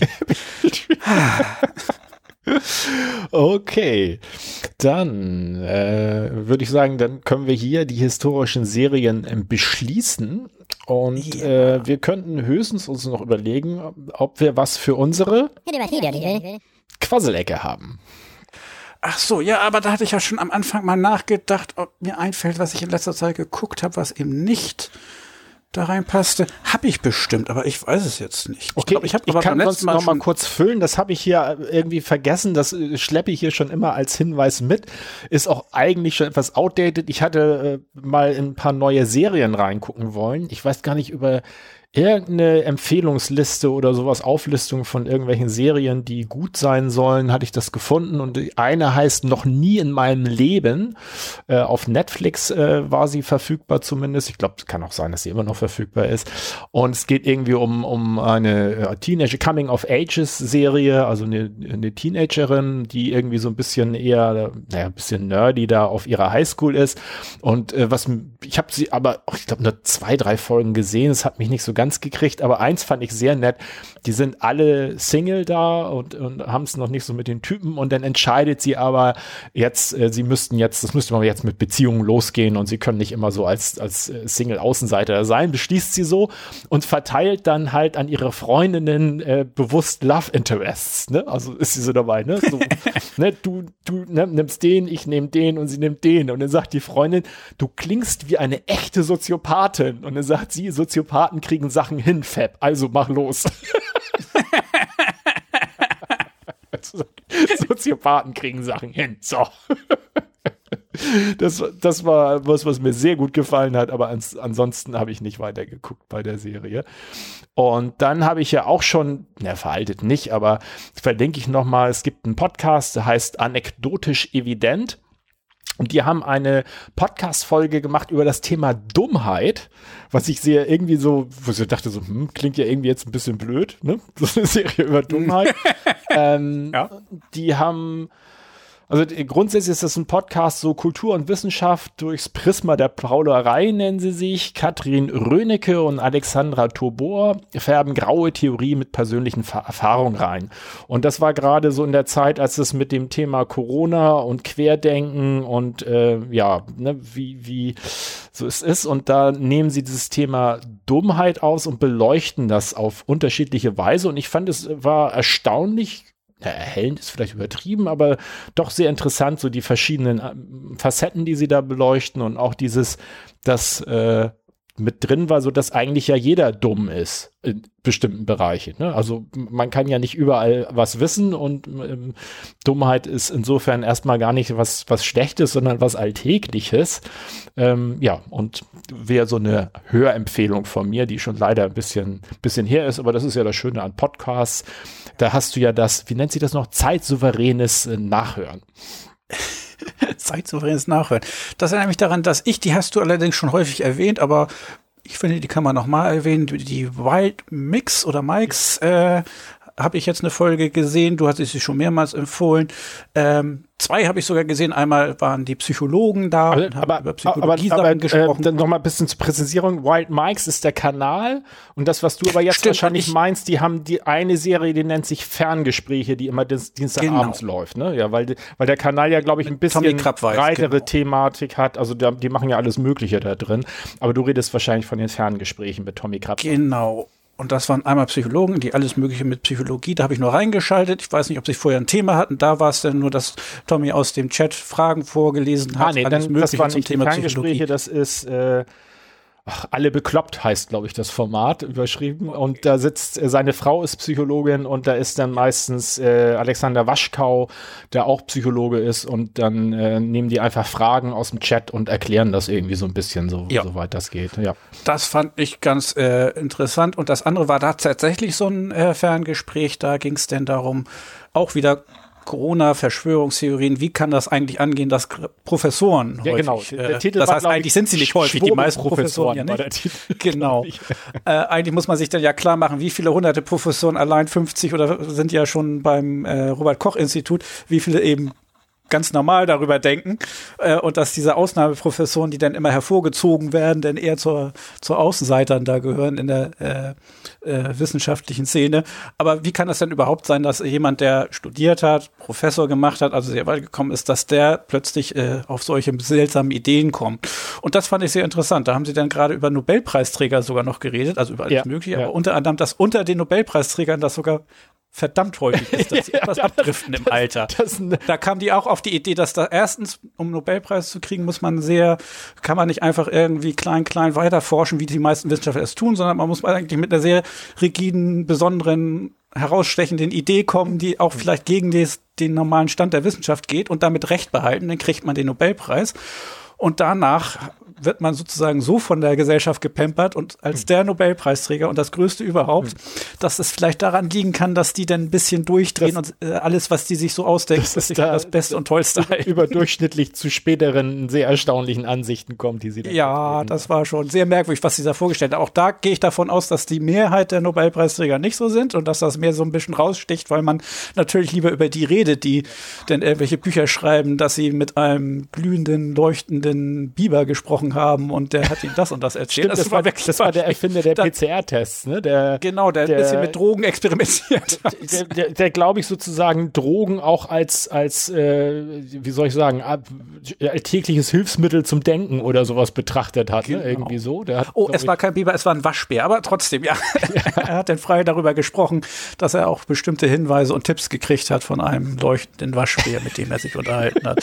Okay, dann würde ich sagen, dann können wir hier die historischen Serien beschließen und wir könnten höchstens uns noch überlegen, ob wir was für unsere Quasselecke haben. Ach so, ja, aber da hatte ich ja schon am Anfang mal nachgedacht, ob mir einfällt, was ich in letzter Zeit geguckt habe, was eben nicht da reinpasste. Habe ich bestimmt, aber ich weiß es jetzt nicht. Okay, ich kann sonst noch mal kurz füllen. Das habe ich hier irgendwie vergessen. Das schleppe ich hier schon immer als Hinweis mit. Ist auch eigentlich schon etwas outdated. Ich hatte mal in ein paar neue Serien reingucken wollen. Ich weiß gar nicht über irgendeine Empfehlungsliste oder sowas, Auflistung von irgendwelchen Serien, die gut sein sollen, hatte ich das gefunden und eine heißt Noch nie in meinem Leben. Auf Netflix war sie verfügbar zumindest. Ich glaube, es kann auch sein, dass sie immer noch verfügbar ist. Und es geht irgendwie um eine Teenager Coming-of-Ages-Serie, also eine Teenagerin, die irgendwie so ein bisschen eher, ein bisschen nerdy da auf ihrer Highschool ist. Und ich habe sie aber, ich glaube, nur 2, 3 Folgen gesehen. Es hat mich nicht so ganz gekriegt, aber eins fand ich sehr nett. Die sind alle Single da und haben es noch nicht so mit den Typen und dann entscheidet sie aber jetzt, das müsste man jetzt mit Beziehungen losgehen und sie können nicht immer so als Single-Außenseiter sein, beschließt sie so und verteilt dann halt an ihre Freundinnen bewusst Love Interests, ne? Also ist sie so dabei, ne? So, ne? Du nimmst den, ich nehme den und sie nimmt den und dann sagt die Freundin, du klingst wie eine echte Soziopathin und dann sagt sie, Soziopathen kriegen Sachen hin, Fab, also mach los. Soziopathen kriegen Sachen hin. So. Das war was mir sehr gut gefallen hat, aber ansonsten habe ich nicht weitergeguckt bei der Serie. Und dann habe ich ja auch schon, veraltet nicht, aber verlinke ich nochmal, es gibt einen Podcast, der heißt Anekdotisch Evident. Und die haben eine Podcast-Folge gemacht über das Thema Dummheit, was ich sehr irgendwie so, wo ich dachte so, klingt ja irgendwie jetzt ein bisschen blöd, ne? So eine Serie über Dummheit. Ja. Die haben, also grundsätzlich ist das ein Podcast, so Kultur und Wissenschaft durchs Prisma der Plauderei nennen sie sich. Katrin Rönecke und Alexandra Tobor färben graue Theorie mit persönlichen Erfahrungen rein. Und das war gerade so in der Zeit, als es mit dem Thema Corona und Querdenken und wie so es ist. Und da nehmen sie dieses Thema Dummheit aus und beleuchten das auf unterschiedliche Weise. Und ich fand, es war erstaunlich, erhellend ist vielleicht übertrieben, aber doch sehr interessant, so die verschiedenen Facetten, die sie da beleuchten und auch das mit drin war, so dass eigentlich ja jeder dumm ist in bestimmten Bereichen. Ne? Also man kann ja nicht überall was wissen und Dummheit ist insofern erstmal gar nicht was Schlechtes, sondern was Alltägliches. Und wäre so eine Hörempfehlung von mir, die schon leider ein bisschen her ist, aber das ist ja das Schöne an Podcasts. Da hast du ja das, wie nennt sich das noch, zeitsouveränes Nachhören. Zeitsouveränes Nachhören. Das erinnert mich daran, die hast du allerdings schon häufig erwähnt, aber ich finde, die kann man nochmal erwähnen. Die Wild Mix oder Mikes habe ich jetzt eine Folge gesehen. Du hast sie schon mehrmals empfohlen. 2 habe ich sogar gesehen. Einmal waren die Psychologen da und haben über Psychologie-Sachen gesprochen. Dann nochmal ein bisschen zur Präzisierung. Wild Mikes ist der Kanal und das, was du aber jetzt wahrscheinlich meinst, die haben die eine Serie, die nennt sich Ferngespräche, die immer Dienstagabends läuft. Ne? Ja, weil der Kanal ja, glaube ich, ein bisschen breitere Thematik hat. Also die machen ja alles Mögliche da drin. Aber du redest wahrscheinlich von den Ferngesprächen mit Tommy Krabweis. Genau. Und das waren einmal Psychologen, die alles Mögliche mit Psychologie, da habe ich nur reingeschaltet. Ich weiß nicht, ob sie vorher ein Thema hatten. Da war es dann nur, dass Tommy aus dem Chat Fragen vorgelesen hat. Alles Mögliche das waren zum Thema Psychologie. Das ist Alle bekloppt heißt, glaube ich, das Format überschrieben. Und da sitzt, seine Frau ist Psychologin und da ist dann meistens Alexander Waschkau, der auch Psychologe ist. Und dann nehmen die einfach Fragen aus dem Chat und erklären das irgendwie so ein bisschen, soweit das geht. Ja. Das fand ich ganz interessant. Und das andere war da tatsächlich so ein Ferngespräch. Da ging es denn darum, auch wieder Corona-Verschwörungstheorien, wie kann das eigentlich angehen, dass Professoren häufig, genau. Der Titel das heißt, eigentlich sind sie nicht häufig, die meisten Professoren ja nicht. Genau. Eigentlich muss man sich dann ja klar machen, wie viele hunderte Professoren, allein 50 oder sind ja schon beim Robert-Koch-Institut, wie viele eben ganz normal darüber denken und dass diese Ausnahmeprofessoren, die dann immer hervorgezogen werden, denn eher zur Außenseitern da gehören in der wissenschaftlichen Szene. Aber wie kann das denn überhaupt sein, dass jemand, der studiert hat, Professor gemacht hat, also sehr weit gekommen ist, dass der plötzlich auf solche seltsamen Ideen kommt? Und das fand ich sehr interessant. Da haben sie dann gerade über Nobelpreisträger sogar noch geredet, also über alles Mögliche, aber unter anderem, dass unter den Nobelpreisträgern das sogar verdammt häufig ist, dass sie etwas abdriften im Alter. Da kam die auch auf die Idee, dass da erstens, um einen Nobelpreis zu kriegen, kann man nicht einfach irgendwie klein weiter forschen, wie die meisten Wissenschaftler es tun, sondern man muss eigentlich mit einer sehr rigiden, besonderen, herausstechenden Idee kommen, die auch vielleicht gegen den normalen Stand der Wissenschaft geht und damit Recht behalten, dann kriegt man den Nobelpreis. Und danach wird man sozusagen so von der Gesellschaft gepampert und als der Nobelpreisträger und das Größte überhaupt, dass es vielleicht daran liegen kann, dass die dann ein bisschen durchdrehen und alles, was die sich so ausdenken, dass sie das Beste und Tollste halten. Überdurchschnittlich zu späteren, sehr erstaunlichen Ansichten kommt, die sie dann ja, das war schon sehr merkwürdig, was sie da vorgestellt haben. Auch da gehe ich davon aus, dass die Mehrheit der Nobelpreisträger nicht so sind und dass das mehr so ein bisschen raussticht, weil man natürlich lieber über die redet, die denn irgendwelche Bücher schreiben, dass sie mit einem glühenden, leuchtenden Biber gesprochen haben und der hat ihm das und das erzählt. Stimmt, das war der Erfinder der PCR-Tests, ne? Der ein bisschen mit Drogen experimentiert hat. Der glaube ich, sozusagen Drogen auch als wie soll ich sagen, alltägliches Hilfsmittel zum Denken oder sowas betrachtet hat, ne? Irgendwie so. Es war kein Biber, es war ein Waschbär, aber trotzdem, ja. Er hat dann frei darüber gesprochen, dass er auch bestimmte Hinweise und Tipps gekriegt hat von einem leuchtenden Waschbär, mit dem er sich unterhalten hat.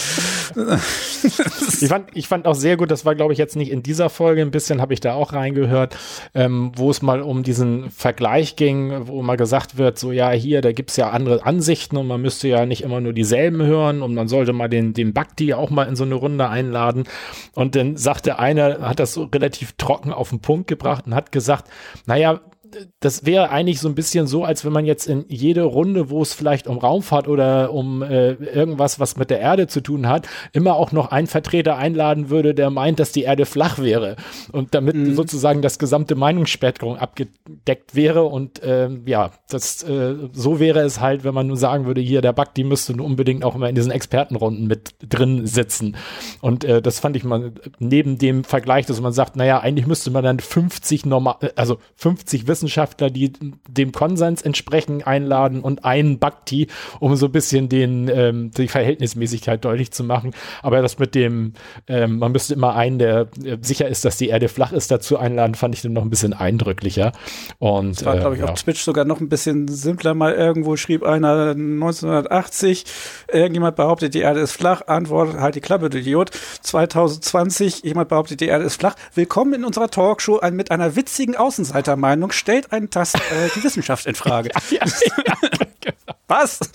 Ich fand auch sehr gut, das war, glaube ich, jetzt nicht in dieser Folge, ein bisschen habe ich da auch reingehört, wo es mal um diesen Vergleich ging, wo mal gesagt wird, so ja, hier, da gibt es ja andere Ansichten und man müsste ja nicht immer nur dieselben hören und man sollte mal den Bhakti auch mal in so eine Runde einladen. Und dann sagte einer, hat das so relativ trocken auf den Punkt gebracht und hat gesagt, naja, das wäre eigentlich so ein bisschen so, als wenn man jetzt in jede Runde, wo es vielleicht um Raumfahrt oder um irgendwas, was mit der Erde zu tun hat, immer auch noch einen Vertreter einladen würde, der meint, dass die Erde flach wäre und damit sozusagen das gesamte Meinungsspektrum abgedeckt wäre und so wäre es halt, wenn man nur sagen würde, hier der Bhakti müsste nur unbedingt auch immer in diesen Expertenrunden mit drin sitzen und das fand ich mal neben dem Vergleich, dass man sagt, naja, eigentlich müsste man dann 50 Wissenschaftler, die dem Konsens entsprechen, einladen und einen Bhakti, um so ein bisschen die Verhältnismäßigkeit deutlich zu machen. Aber das mit dem, man müsste immer einen, der sicher ist, dass die Erde flach ist, dazu einladen, fand ich dann noch ein bisschen eindrücklicher. Und, das war, glaube ich, auf Twitch sogar noch ein bisschen simpler. Mal irgendwo schrieb einer 1980, irgendjemand behauptet, die Erde ist flach. Antwort, halt die Klappe, du Idiot. 2020, jemand behauptet, die Erde ist flach. Willkommen in unserer Talkshow mit einer witzigen Außenseitermeinung. Stellt einen Tast die Wissenschaft in Frage. Was?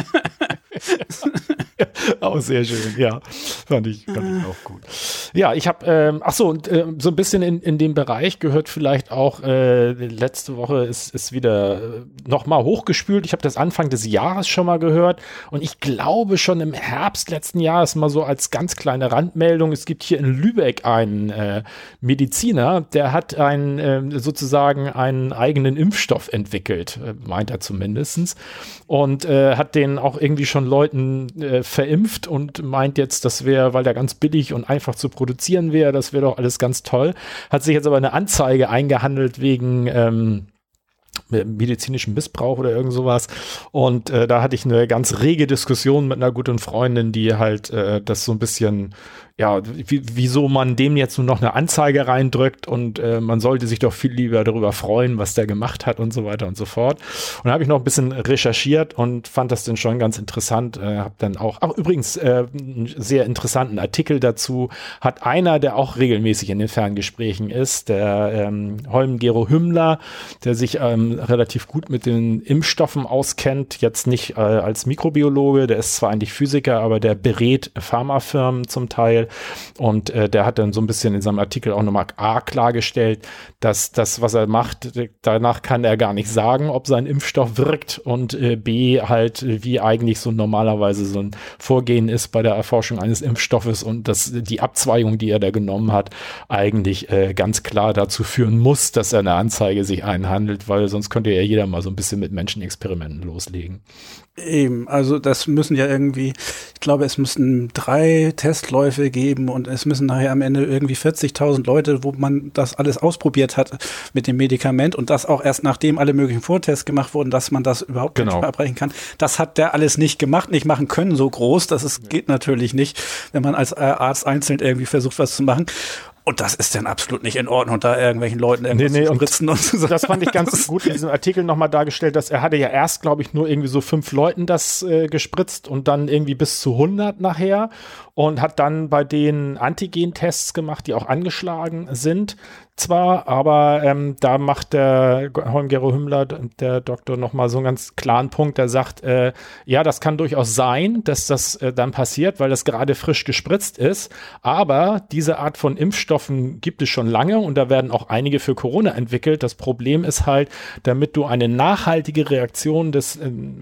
Auch sehr schön, ja. Fand ich auch gut. Ja, ich habe, so ein bisschen in dem Bereich gehört vielleicht auch, letzte Woche ist wieder nochmal hochgespült. Ich habe das Anfang des Jahres schon mal gehört und ich glaube schon im Herbst letzten Jahres mal so als ganz kleine Randmeldung, es gibt hier in Lübeck einen Mediziner, der hat sozusagen einen eigenen Impfstoff entwickelt, meint er zumindestens, und hat den auch irgendwie schon Leuten verimpft und meint jetzt, das wäre, weil der ganz billig und einfach zu produzieren wäre, das wäre doch alles ganz toll. Hat sich jetzt aber eine Anzeige eingehandelt wegen medizinischem Missbrauch oder irgend sowas. Und da hatte ich eine ganz rege Diskussion mit einer guten Freundin, die halt das so ein bisschen, ja, wieso man dem jetzt nur noch eine Anzeige reindrückt und man sollte sich doch viel lieber darüber freuen, was der gemacht hat und so weiter und so fort. Und da habe ich noch ein bisschen recherchiert und fand das dann schon ganz interessant. Habe dann auch übrigens einen sehr interessanten Artikel dazu hat einer, der auch regelmäßig in den Ferngesprächen ist, der Holm-Gero Hümmler, der sich relativ gut mit den Impfstoffen auskennt, jetzt nicht als Mikrobiologe, der ist zwar eigentlich Physiker, aber der berät Pharmafirmen zum Teil. Und der hat dann so ein bisschen in seinem Artikel auch nochmal klargestellt, dass das, was er macht, danach kann er gar nicht sagen, ob sein Impfstoff wirkt und B, halt wie eigentlich so normalerweise so ein Vorgehen ist bei der Erforschung eines Impfstoffes und dass die Abzweigung, die er da genommen hat, eigentlich ganz klar dazu führen muss, dass er eine Anzeige sich einhandelt, weil sonst könnte ja jeder mal so ein bisschen mit Menschenexperimenten loslegen. Eben, also das müssen ja irgendwie, ich glaube, es müssen 3 Testläufe geben und es müssen nachher am Ende irgendwie 40.000 Leute, wo man das alles ausprobiert hat mit dem Medikament und das auch erst nachdem alle möglichen Vortests gemacht wurden, dass man das überhaupt nicht mehr abbrechen kann. Das hat der alles nicht gemacht, nicht machen können so groß, geht natürlich nicht, wenn man als Arzt einzeln irgendwie versucht, was zu machen. Und das ist dann absolut nicht in Ordnung, da irgendwelchen Leuten irgendwas zu spritzen und so. Das fand ich ganz gut in diesem Artikel nochmal dargestellt, dass er hatte ja erst, glaube ich, nur irgendwie so 5 Leuten das gespritzt und dann irgendwie bis zu 100 nachher und hat dann bei denen Antigen-Tests gemacht, die auch angeschlagen sind zwar, aber da macht der Holm-Gero Hümmler, der Doktor, nochmal so einen ganz klaren Punkt, der sagt, ja, das kann durchaus sein, dass das dann passiert, weil das gerade frisch gespritzt ist, aber diese Art von Impfstoffen gibt es schon lange und da werden auch einige für Corona entwickelt. Das Problem ist halt, damit du eine nachhaltige Reaktion des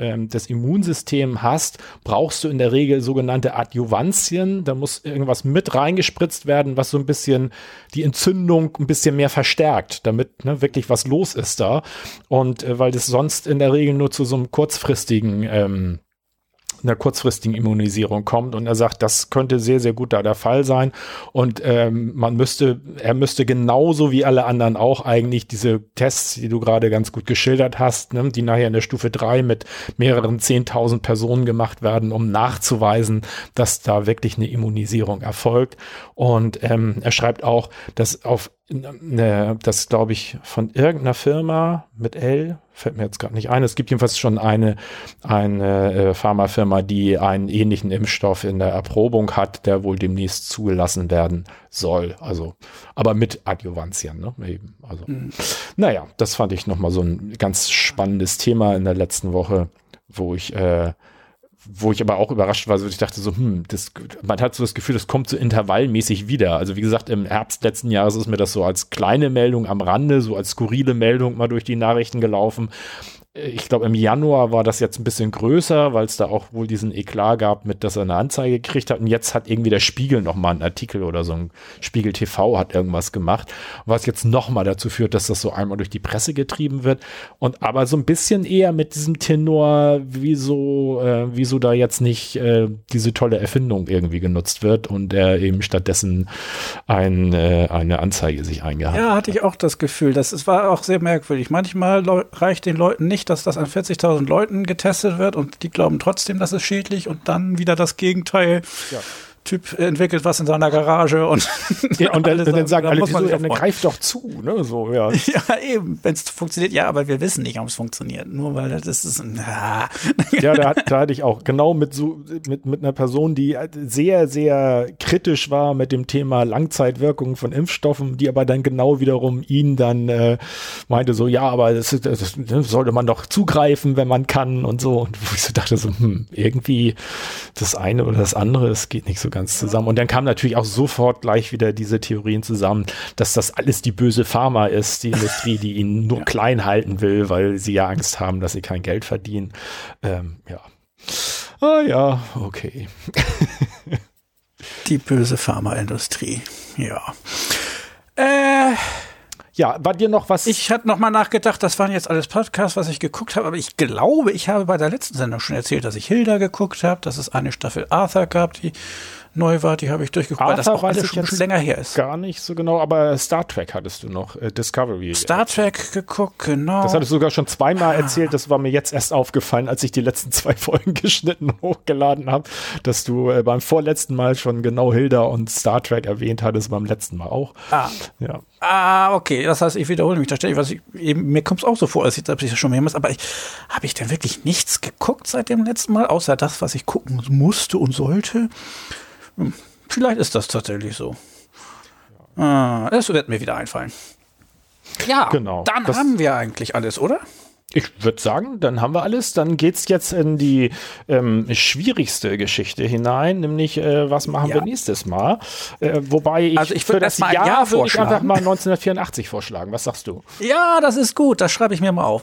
Immunsystems hast, brauchst du in der Regel sogenannte Adjuvantien, da muss irgendwas mit reingespritzt werden, was so ein bisschen die Entzündung ein bisschen mehr verstärkt, damit wirklich was los ist da. Und weil das sonst in der Regel nur zu so einem einer kurzfristigen Immunisierung kommt und er sagt, das könnte sehr, sehr gut da der Fall sein und er müsste genauso wie alle anderen auch eigentlich diese Tests, die du gerade ganz gut geschildert hast, die nachher in der Stufe 3 mit mehreren 10.000 Personen gemacht werden, um nachzuweisen, dass da wirklich eine Immunisierung erfolgt und er schreibt auch, dass das glaube ich von irgendeiner Firma mit L, fällt mir jetzt gerade nicht ein, es gibt jedenfalls schon eine Pharmafirma, die einen ähnlichen Impfstoff in der Erprobung hat, der wohl demnächst zugelassen werden soll, also aber mit Adjuvantien, eben, also naja, das fand ich nochmal so ein ganz spannendes Thema in der letzten Woche, wo wo ich aber auch überrascht war, so ich dachte so, man hat so das Gefühl, das kommt so intervallmäßig wieder. Also wie gesagt, im Herbst letzten Jahres ist mir das so als kleine Meldung am Rande, so als skurrile Meldung mal durch die Nachrichten gelaufen. Ich glaube, im Januar war das jetzt ein bisschen größer, weil es da auch wohl diesen Eklat gab, mit dass er eine Anzeige gekriegt hat. Und jetzt hat irgendwie der Spiegel nochmal einen Artikel oder so ein Spiegel TV hat irgendwas gemacht, was jetzt nochmal dazu führt, dass das so einmal durch die Presse getrieben wird. Und aber so ein bisschen eher mit diesem Tenor, wieso da jetzt nicht diese tolle Erfindung irgendwie genutzt wird und er eben stattdessen eine Anzeige sich eingehandelt hat. Ja, hatte ich auch das Gefühl. Es war auch sehr merkwürdig. Manchmal reicht den Leuten nicht, dass das an 40.000 Leuten getestet wird und die glauben trotzdem, das ist schädlich und dann wieder das Gegenteil. Ja. Typ entwickelt was in seiner Garage und dann sagen alle, dann greift doch zu, ne, so, ja. Ja, eben, wenn es funktioniert, ja, aber wir wissen nicht, ob es funktioniert, nur weil das ist Ja, da hatte ich auch genau mit einer Person, die sehr, sehr kritisch war mit dem Thema Langzeitwirkungen von Impfstoffen, die aber dann genau wiederum ihn dann meinte so, ja, aber das sollte man doch zugreifen, wenn man kann und so. Und wo ich so dachte so, irgendwie das eine oder das andere, das geht nicht so ganz zusammen. Und dann kam natürlich auch sofort gleich wieder diese Theorien zusammen, dass das alles die böse Pharma ist, die Industrie, die ihn nur klein halten will, weil sie ja Angst haben, dass sie kein Geld verdienen. Ja. Ah ja, okay. Die böse Pharmaindustrie, ja. Ja, war dir noch was? Ich hatte noch mal nachgedacht, das waren jetzt alles Podcasts, was ich geguckt habe, aber ich glaube, ich habe bei der letzten Sendung schon erzählt, dass ich Hilda geguckt habe, dass es eine Staffel Arthur gab, die neu war, die habe ich durchgeguckt, weil das auch alles schon länger her ist. Gar nicht so genau, aber Star Trek hattest du noch, Discovery. Star Trek geguckt, genau. Das hattest du sogar schon zweimal erzählt, das war mir jetzt erst aufgefallen, als ich die letzten 2 Folgen geschnitten hochgeladen habe, dass du beim vorletzten Mal schon genau Hilda und Star Trek erwähnt hattest, beim letzten Mal auch. Ja. Okay, das heißt, ich wiederhole mich da ständig, mir kommt es auch so vor, als ich das schon mehrmals, aber habe ich denn wirklich nichts geguckt seit dem letzten Mal, außer das, was ich gucken musste und sollte? Vielleicht ist das tatsächlich so. Das wird mir wieder einfallen. Ja, genau. Dann haben wir eigentlich alles, oder? Ich würde sagen, dann haben wir alles. Dann geht's jetzt in die schwierigste Geschichte hinein, nämlich was machen wir nächstes Mal? Wobei ich für das Jahr würde ich einfach mal 1984 vorschlagen. Was sagst du? Ja, das ist gut. Das schreibe ich mir mal auf.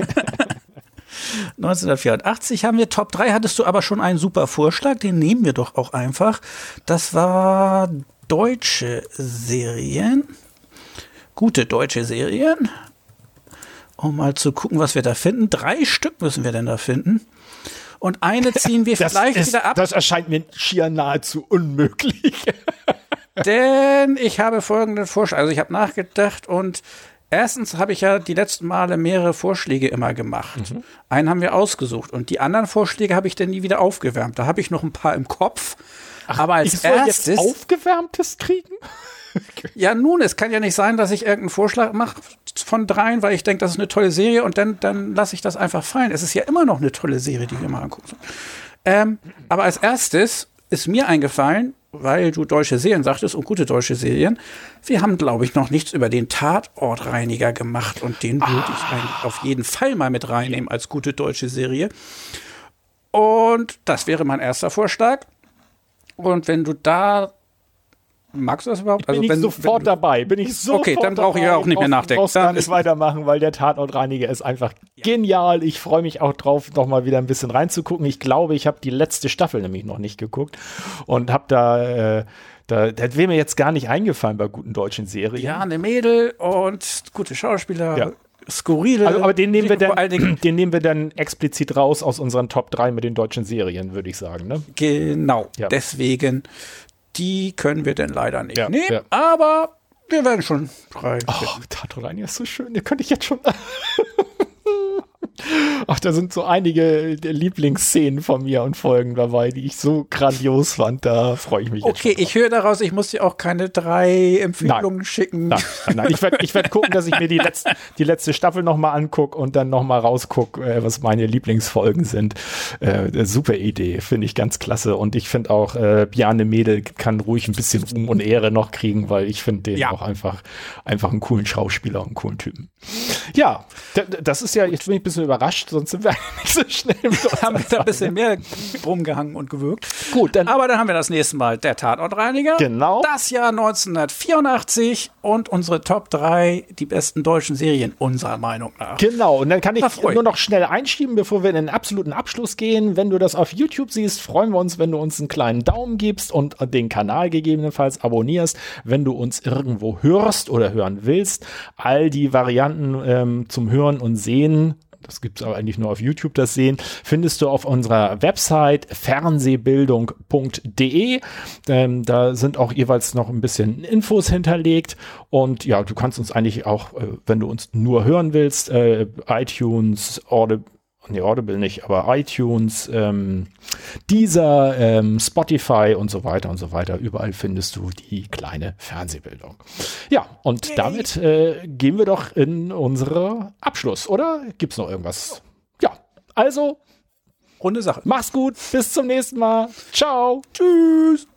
1984 haben wir Top 3, hattest du aber schon einen super Vorschlag, den nehmen wir doch auch einfach. Das war deutsche Serien, gute deutsche Serien, um mal zu gucken, was wir da finden. 3 Stück müssen wir denn da finden. Und eine ziehen wir wieder ab. Das erscheint mir schier nahezu unmöglich. Denn ich habe folgenden Vorschlag, also ich habe nachgedacht und erstens habe ich ja die letzten Male mehrere Vorschläge immer gemacht. Einen haben wir ausgesucht und die anderen Vorschläge habe ich dann nie wieder aufgewärmt. Da habe ich noch ein paar im Kopf. Aber als erstes jetzt Aufgewärmtes kriegen? Ja, nun, es kann ja nicht sein, dass ich irgendeinen Vorschlag mache von 3, weil ich denke, das ist eine tolle Serie und dann lasse ich das einfach fallen. Es ist ja immer noch eine tolle Serie, die wir mal angucken. Aber als erstes ist mir eingefallen, weil du deutsche Serien sagtest und gute deutsche Serien, wir haben, glaube ich, noch nichts über den Tatortreiniger gemacht und den würde ich eigentlich auf jeden Fall mal mit reinnehmen als gute deutsche Serie. Und das wäre mein erster Vorschlag. Und wenn du da magst du das überhaupt? Bin ich sofort dabei. Okay, dann brauche ich ja auch nicht mehr nachdenken. Ich gar nicht weitermachen, weil der Tatortreiniger ist einfach genial. Ich freue mich auch drauf, noch mal wieder ein bisschen reinzugucken. Ich glaube, ich habe die letzte Staffel nämlich noch nicht geguckt und habe das wäre mir jetzt gar nicht eingefallen bei guten deutschen Serien. Ja, eine Mädel und gute Schauspieler. Ja. Skurrile. Also, aber den nehmen wir dann explizit raus aus unseren Top 3 mit den deutschen Serien, würde ich sagen. Ne? Genau. Ja. Deswegen, die können wir denn leider nicht nehmen, aber wir werden schon 3. Tatortreiniger ist so schön, den könnte ich jetzt schon. Ach, da sind so einige Lieblingsszenen von mir und Folgen dabei, die ich so grandios fand. Da freue ich mich jetzt schon. Okay, ich höre daraus, ich muss dir auch keine 3 Empfehlungen schicken. Nein. Ich werd gucken, dass ich mir die letzte Staffel nochmal angucke und dann nochmal rausgucke, was meine Lieblingsfolgen sind. Super Idee, finde ich ganz klasse. Und ich finde auch, Bjarne Mädel kann ruhig ein bisschen Ruhm und Ehre noch kriegen, weil ich finde den auch einfach einen coolen Schauspieler und einen coolen Typen. Ja, das ist ja, jetzt bin ich ein bisschen überrascht, überrascht, sonst sind wir nicht so schnell. Haben wir da ein bisschen mehr rumgehangen und gewürgt. Gut, dann. Aber dann haben wir das nächste Mal der Tatortreiniger. Genau. Das Jahr 1984 und unsere Top 3, die besten deutschen Serien unserer Meinung nach. Genau, und dann kann ich nur noch schnell einschieben, bevor wir in den absoluten Abschluss gehen. Wenn du das auf YouTube siehst, freuen wir uns, wenn du uns einen kleinen Daumen gibst und den Kanal gegebenenfalls abonnierst. Wenn du uns irgendwo hörst oder hören willst, all die Varianten zum Hören und Sehen, das gibt es aber eigentlich nur auf YouTube, das Sehen, findest du auf unserer Website fernsehbildung.de. Da sind auch jeweils noch ein bisschen Infos hinterlegt. Und ja, du kannst uns eigentlich auch, wenn du uns nur hören willst, iTunes, Audible nicht, aber iTunes, Deezer, Spotify und so weiter, überall findest du die kleine Fernsehbildung. Ja, und damit gehen wir doch in unsere Abschluss, oder? Gibt's noch irgendwas? Ja, also runde Sache. Mach's gut, bis zum nächsten Mal. Ciao. Tschüss.